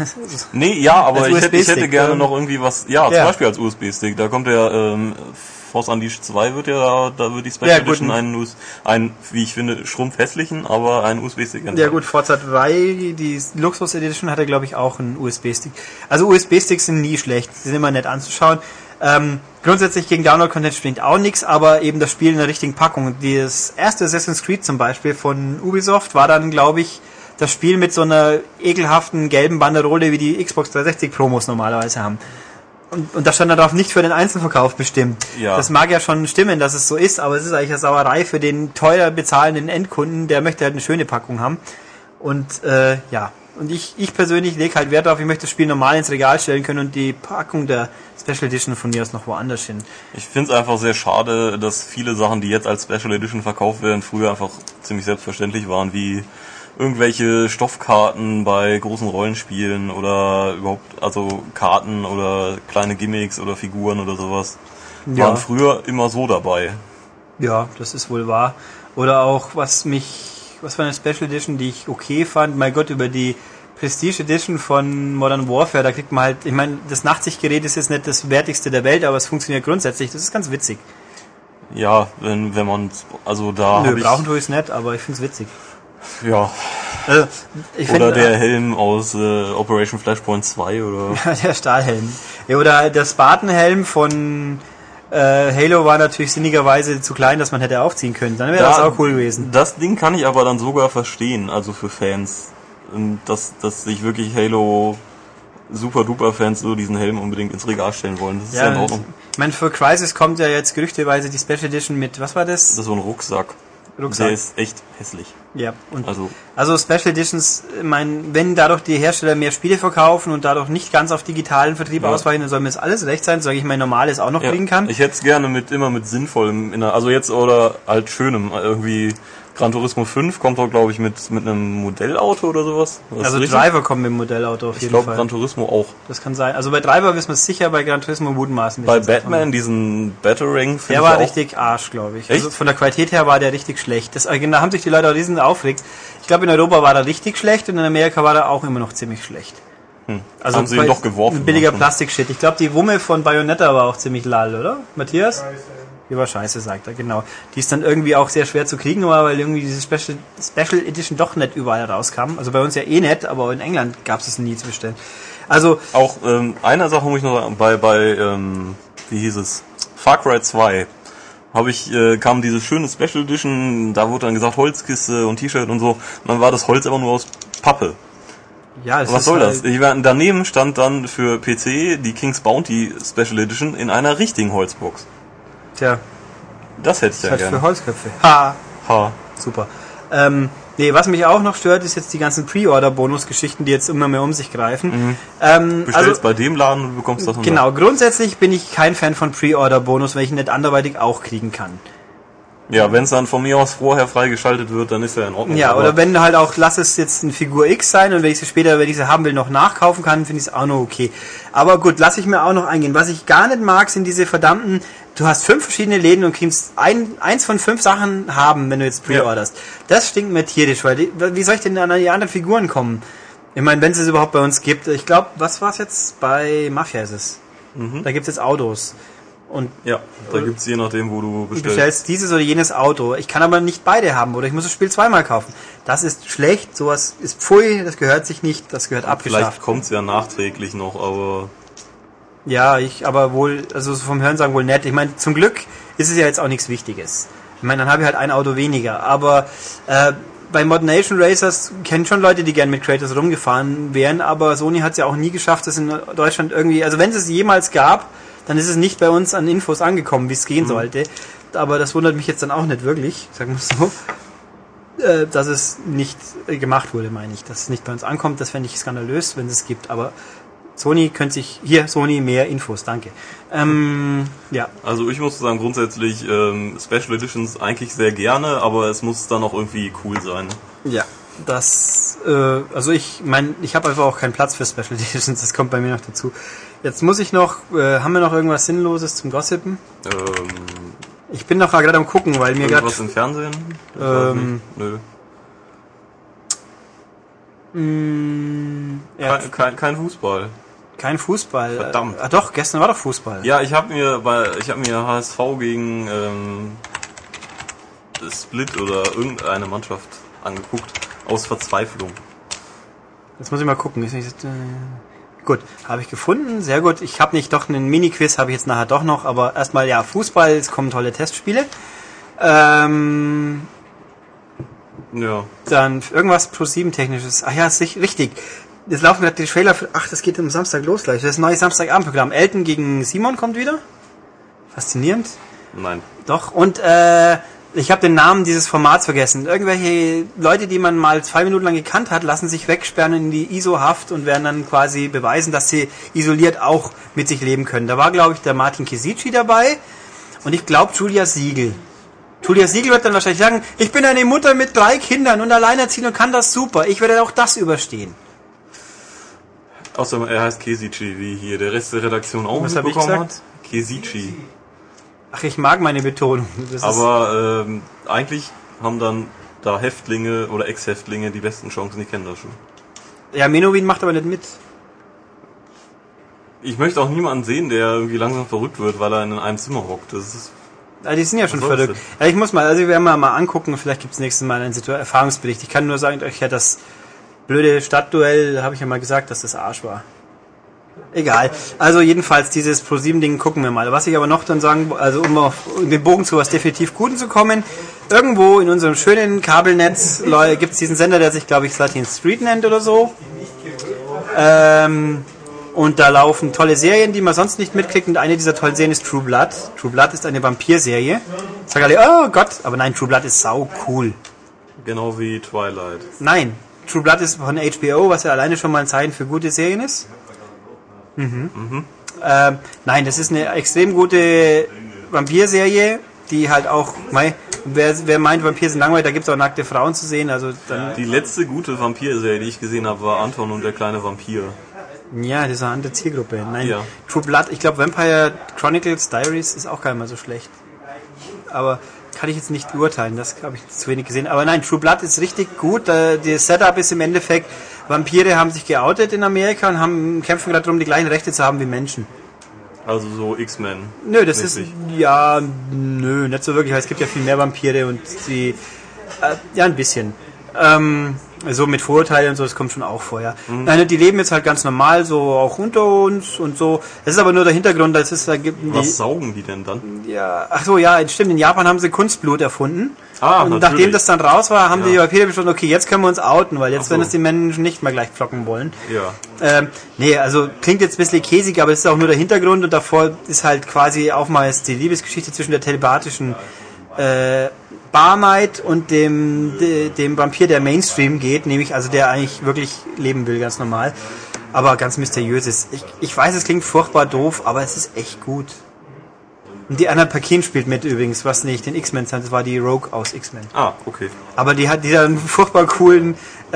Aber ich hätte gerne noch irgendwie was, zum Beispiel als USB-Stick. Da kommt der Force Unleashed 2 wird da wird die Special Edition einen, wie ich finde, schrumpfhässlichen, aber einen USB-Stick enthalten. Ja gut, Forza 3, die Luxus Edition hat glaube ich auch einen USB-Stick. Also USB-Sticks sind nie schlecht, die sind immer nett anzuschauen. Grundsätzlich gegen Download-Content spricht auch nichts, aber eben das Spiel in der richtigen Packung. Das erste Assassin's Creed zum Beispiel von Ubisoft war dann, glaube ich, das Spiel mit so einer ekelhaften gelben Banderole, wie die Xbox 360 Promos normalerweise haben. Und da stand darauf nicht für den Einzelverkauf bestimmt. Ja. Das mag ja schon stimmen, dass es so ist, aber es ist eigentlich eine Sauerei für den teuer bezahlenden Endkunden, der möchte halt eine schöne Packung haben. Und und ich persönlich lege halt Wert darauf, ich möchte das Spiel normal ins Regal stellen können und die Packung der Special Edition von mir aus noch woanders hin. Ich finde es einfach sehr schade, dass viele Sachen, die jetzt als Special Edition verkauft werden, früher einfach ziemlich selbstverständlich waren, wie irgendwelche Stoffkarten bei großen Rollenspielen oder überhaupt, also Karten oder kleine Gimmicks oder Figuren oder sowas, waren früher immer so dabei. Ja, das ist wohl wahr. Oder auch, was war eine Special Edition, die ich okay fand, mein Gott, über die Prestige Edition von Modern Warfare, da kriegt man halt, ich meine, das Nachtsichtgerät ist jetzt nicht das wertigste der Welt, aber es funktioniert grundsätzlich, das ist ganz witzig. Ja, wenn man, also da Nö, habe ich, brauchen tue ich es nicht, aber ich find's witzig. ja, Also, ich oder find, der Helm aus Operation Flashpoint 2 oder, der Stahlhelm. Ja, oder der Spartan-Helm von Halo war natürlich sinnigerweise zu klein, dass man hätte aufziehen können. Dann wäre das auch cool gewesen. Das Ding kann ich aber dann sogar verstehen, also für Fans, dass sich wirklich Halo Super-Duper-Fans so diesen Helm unbedingt ins Regal stellen wollen. Das ist ja in Ordnung. Ich meine, für Crisis kommt ja jetzt gerüchteweise die Special Edition mit, was war das? Das ist so ein Rucksack. Der ist echt hässlich. Ja, und Also Special Editions, ich meine, wenn dadurch die Hersteller mehr Spiele verkaufen und dadurch nicht ganz auf digitalen Vertrieb ausweichen, dann soll mir das alles recht sein, solange ich mein normales auch noch kriegen kann. Ich hätte es gerne immer mit sinnvollem, also jetzt oder halt schönem, irgendwie Gran Turismo 5 kommt doch, glaube ich, mit einem Modellauto oder sowas. Also Driver kommt mit dem Modellauto auf jeden Fall. Ich glaube Gran Turismo auch. Das kann sein. Also bei Driver wissen wir es sicher, bei Gran Turismo mutmaßen. Bei Batman, diesen Batarang, der war richtig Arsch, glaube ich. Echt? Also von der Qualität her war der richtig schlecht. Da haben sich die Leute auch riesen aufgeregt. Ich glaube in Europa war der richtig schlecht und in Amerika war der auch immer noch ziemlich schlecht. Also haben sie ihn doch geworfen. Ein billiger Plastikshit. Ich glaube die Wumme von Bayonetta war auch ziemlich lall, oder? Matthias? Die war scheiße, sagt er, genau. Die ist dann irgendwie auch sehr schwer zu kriegen, weil irgendwie diese Special Edition doch nicht überall rauskam. Also bei uns ja eh nicht, aber in England gab es nie zu bestellen. Also auch einer Sache muss ich noch sagen, bei wie hieß es? Far Cry 2 kam diese schöne Special Edition, da wurde dann gesagt Holzkiste und T-Shirt und so, und dann war das Holz aber nur aus Pappe. Ja, was soll das? Daneben stand dann für PC die King's Bounty Special Edition in einer richtigen Holzbox. Tja. Das hätte ich ja gerne. Für Holzköpfe. Ha. Super. Nee, was mich auch noch stört, ist jetzt die ganzen Pre-Order-Bonus-Geschichten, die jetzt immer mehr um sich greifen. Bestellst bei dem Laden und bekommst das und genau, grundsätzlich bin ich kein Fan von Pre-Order-Bonus, weil ich ihn nicht anderweitig auch kriegen kann. Ja, wenn es dann von mir aus vorher freigeschaltet wird, dann ist er in Ordnung. Ja, oder wenn halt auch, lass es jetzt eine Figur X sein und wenn ich sie später, wenn ich sie haben will, noch nachkaufen kann, finde ich es auch noch okay. Aber gut, lass ich mir auch noch eingehen. Was ich gar nicht mag, sind diese verdammten, du hast 5 verschiedene Läden und kannst eins von 5 Sachen haben, wenn du jetzt pre-orderst. Ja. Das stinkt mir tierisch, weil wie soll ich denn an die anderen Figuren kommen? Ich meine, wenn es es überhaupt bei uns gibt. Ich glaube, was war es jetzt? Bei Mafia ist es. Da gibt es jetzt Autos. Und ja, da gibt's je nachdem, wo du bestellst. Du bestellst dieses oder jenes Auto. Ich kann aber nicht beide haben oder ich muss das Spiel zweimal kaufen. Das ist schlecht, sowas ist pfui, das gehört sich nicht, das gehört abgeschafft. Vielleicht kommt's ja nachträglich noch, aber... Ja, aber wohl, also vom Hörensagen wohl nett. Ich meine, zum Glück ist es ja jetzt auch nichts Wichtiges. Ich meine, dann habe ich halt ein Auto weniger. Aber bei Mod Nation Racers kennen schon Leute, die gern mit Kratos rumgefahren wären, aber Sony hat es ja auch nie geschafft, das in Deutschland irgendwie... Also wenn es jemals gab, dann ist es nicht bei uns an Infos angekommen, wie es gehen sollte. Aber das wundert mich jetzt dann auch nicht wirklich, sagen wir so, dass es nicht gemacht wurde, meine ich. Dass es nicht bei uns ankommt, das fände ich skandalös, wenn es gibt. Aber Sony könnte sich... Hier, Sony, mehr Infos, danke. Ja. Also ich muss sagen, grundsätzlich Special Editions eigentlich sehr gerne, aber es muss dann auch irgendwie cool sein. Ja. Also ich meine, ich habe einfach auch keinen Platz für Special Editions, das kommt bei mir noch dazu. Jetzt muss ich noch, haben wir noch irgendwas Sinnloses zum Gossipen? Ich bin noch gerade am gucken, weil mir gerade... Was im Fernsehen? Nö. Kein Fußball. Kein Fußball? Verdammt. Doch, gestern war doch Fußball. Ja, ich habe mir HSV gegen Split oder irgendeine Mannschaft angeguckt, aus Verzweiflung. Jetzt muss ich mal gucken. Gut, habe ich gefunden, sehr gut. Ich habe nicht doch einen Mini-Quiz, habe ich jetzt nachher doch noch, aber erstmal ja, Fußball, es kommen tolle Testspiele. Ja. Dann irgendwas Pro7 technisches. Ach ja, ist richtig. Jetzt laufen gerade die Trailer für, das geht am Samstag los gleich. Das ist ein neues Samstagabendprogramm. Elton gegen Simon kommt wieder. Faszinierend. Nein. Doch, und ich habe den Namen dieses Formats vergessen. Irgendwelche Leute, die man mal 2 Minuten lang gekannt hat, lassen sich wegsperren in die ISO-Haft und werden dann quasi beweisen, dass sie isoliert auch mit sich leben können. Da war, glaube ich, der Martin Kisici dabei und ich glaube Julia Siegel. Julia Siegel wird dann wahrscheinlich sagen, ich bin eine Mutter mit 3 Kindern und alleinerziehend und kann das super. Ich werde auch das überstehen. Außerdem, er heißt Kesici, wie hier der Rest der Redaktion auch was mitbekommen hat. Kesici. Ach, ich mag meine Betonung. Aber eigentlich haben dann da Häftlinge oder Ex-Häftlinge die besten Chancen, die kennen das schon. Ja, Menowin macht aber nicht mit. Ich möchte auch niemanden sehen, der irgendwie langsam verrückt wird, weil er in einem Zimmer hockt. Das ist Ja, die sind ja schon Was soll's verrückt. Ja, ich muss mal, also wir werden mal angucken, vielleicht gibt es nächstes Mal einen Erfahrungsbericht. Ich kann nur sagen, ja, das blöde Stadtduell, habe ich ja mal gesagt, dass das Arsch war. Egal. Also jedenfalls dieses Pro7-Ding gucken wir mal. Was ich aber noch dann sagen, also um auf den Bogen zu was definitiv Guten zu kommen, irgendwo in unserem schönen Kabelnetz gibt es diesen Sender, der sich, glaube ich, Satin Street nennt oder so. Und da laufen tolle Serien, die man sonst nicht mitkriegt. Und eine dieser tollen Serien ist True Blood. True Blood ist eine Vampir-Serie. Sagen alle, oh Gott, aber nein, True Blood ist sau cool. Genau wie Twilight. Nein, True Blood ist von HBO, was ja alleine schon mal ein Zeichen für gute Serien ist. Nein, das ist eine extrem gute Vampir-Serie, die halt auch, wer meint, Vampir sind langweilig, da gibt es auch nackte Frauen zu sehen. Also dann, Die letzte gute Vampir-Serie, die ich gesehen habe, war Anton und der kleine Vampir. ja, das ist eine andere Zielgruppe. Nein, Ja. True Blood, ich glaube Vampire Chronicles Diaries ist auch gar nicht mal so schlecht. Aber kann ich jetzt nicht beurteilen, das habe ich zu wenig gesehen. Aber nein, True Blood ist richtig gut. Das Setup ist im Endeffekt, Vampire haben sich geoutet in Amerika und kämpfen gerade darum, die gleichen Rechte zu haben wie Menschen. Also so X-Men. Nö, das ist, mäßig. ja, nö, nicht so wirklich, weil es gibt ja viel mehr Vampire und die, ja, ein bisschen. So mit Vorurteilen und so, das kommt schon auch vor, ja. Nein, die leben jetzt halt ganz normal, so auch unter uns und so. Das ist aber nur der Hintergrund, das ist, da gibt Was saugen die denn dann? ja, ach so, ja, stimmt, in Japan haben sie Kunstblut erfunden. Ah, und natürlich. nachdem das dann raus war, haben Ja. die Vampire beschlossen, okay, jetzt können wir uns outen, weil jetzt Ach so. werden es die Menschen nicht mehr gleich pflocken wollen. Ja. Nee, also klingt jetzt ein bisschen käsig, aber das ist auch nur der Hintergrund und davor ist halt quasi auch mal die Liebesgeschichte zwischen der telepathischen Barmaid und dem Vampir, der Mainstream geht, nämlich also der eigentlich wirklich leben will, ganz normal, aber ganz mysteriös ist. Ich weiß, es klingt furchtbar doof, aber es ist echt gut. Und die Anna Paquin spielt mit übrigens, was nicht den X-Men sind, das war die Rogue aus X-Men. Ah, okay. Aber die hat dieser furchtbar coolen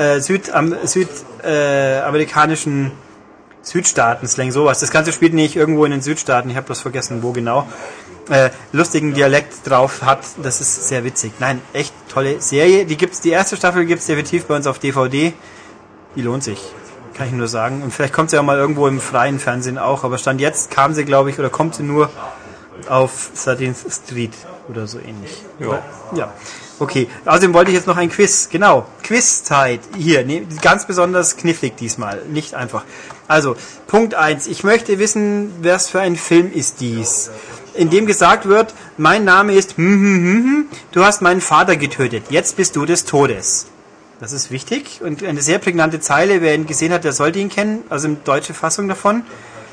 südamerikanischen Südstaaten-Slang, sowas. Das Ganze spielt nicht irgendwo in den Südstaaten, ich habe bloß vergessen, wo genau. Lustigen Dialekt drauf hat, das ist sehr witzig. Nein, echt tolle Serie. Die erste Staffel gibt's definitiv bei uns auf DVD. Die lohnt sich, kann ich nur sagen. Und vielleicht kommt sie auch mal irgendwo im freien Fernsehen auch, aber Stand jetzt kam sie, glaube ich, oder kommt sie nur auf Satin Street oder so ähnlich. Ja. Okay, außerdem wollte ich jetzt noch ein Quiz. Genau, Quizzeit. Hier, ganz besonders knifflig diesmal, nicht einfach. Also, Punkt 1. Ich möchte wissen, was für ein Film ist dies? In dem gesagt wird, mein Name ist du hast meinen Vater getötet, jetzt bist du des Todes. Das ist wichtig und eine sehr prägnante Zeile, wer ihn gesehen hat, der sollte ihn kennen, also eine deutsche Fassung davon.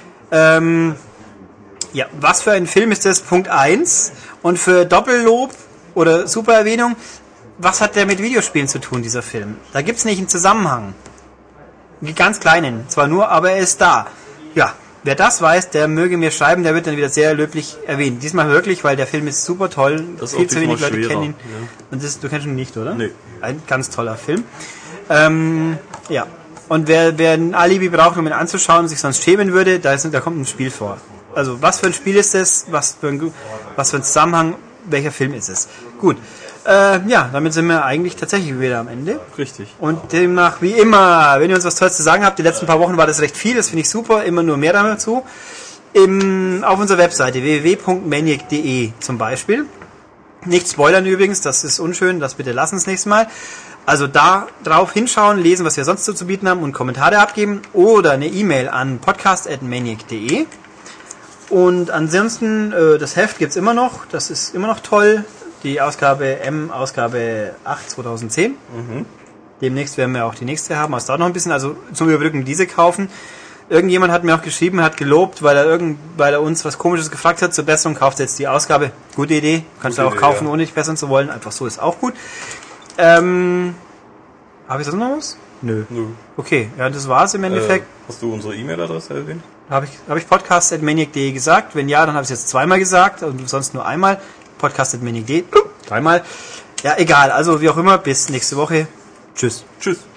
Ja, was für ein Film ist das? Punkt 1. Und für Doppellob oder Supererwähnung, was hat der mit Videospielen zu tun, dieser Film? Da gibt's nicht einen Zusammenhang. Einen ganz kleinen, zwar nur, aber er ist da. Ja, wer das weiß, der möge mir schreiben, der wird dann wieder sehr löblich erwähnt. Diesmal wirklich, weil der Film ist super toll. Das ist Viel auch zu wenig diesmal Leute schwerer, kennen ihn. ja. Und du kennst ihn nicht, oder? Nee. Ein ganz toller Film. Ja. Und wer ein Alibi braucht, um ihn anzuschauen und sich sonst schämen würde, da kommt ein Spiel vor. Also, was für ein Spiel ist das? Was für ein Zusammenhang? Welcher Film ist es? Gut. Ja, damit sind wir eigentlich tatsächlich wieder am Ende. Richtig. Und demnach, wie immer, wenn ihr uns was Tolles zu sagen habt, die letzten paar Wochen war das recht viel, das finde ich super, immer nur mehr dazu. Auf unserer Webseite www.maniac.de zum Beispiel. Nicht spoilern übrigens, das ist unschön, das bitte lassen das nächste Mal. Also da drauf hinschauen, lesen, was wir sonst so zu bieten haben und Kommentare abgeben oder eine E-Mail an podcast@maniac.de. Und ansonsten, das Heft gibt's immer noch, das ist immer noch toll. Die Ausgabe 8 2010. Demnächst werden wir auch die nächste haben, also da noch ein bisschen, also zum Überbrücken diese kaufen. Irgendjemand hat mir auch geschrieben, hat gelobt, weil er uns was Komisches gefragt hat zur Besserung, kauft jetzt die Ausgabe. Gute Idee, kannst du auch kaufen, ohne dich bessern zu wollen, einfach so ist auch gut. Habe ich sonst noch was? Nö. Okay, ja, das war's im Endeffekt. Hast du unsere E-Mail-Adresse erwähnt? Habe ich podcast@maniac.de gesagt? Wenn ja, dann habe ich es jetzt zweimal gesagt und sonst nur einmal. Podcast@maniac.de, dreimal. Ja, egal, also wie auch immer, bis nächste Woche. Tschüss. Tschüss.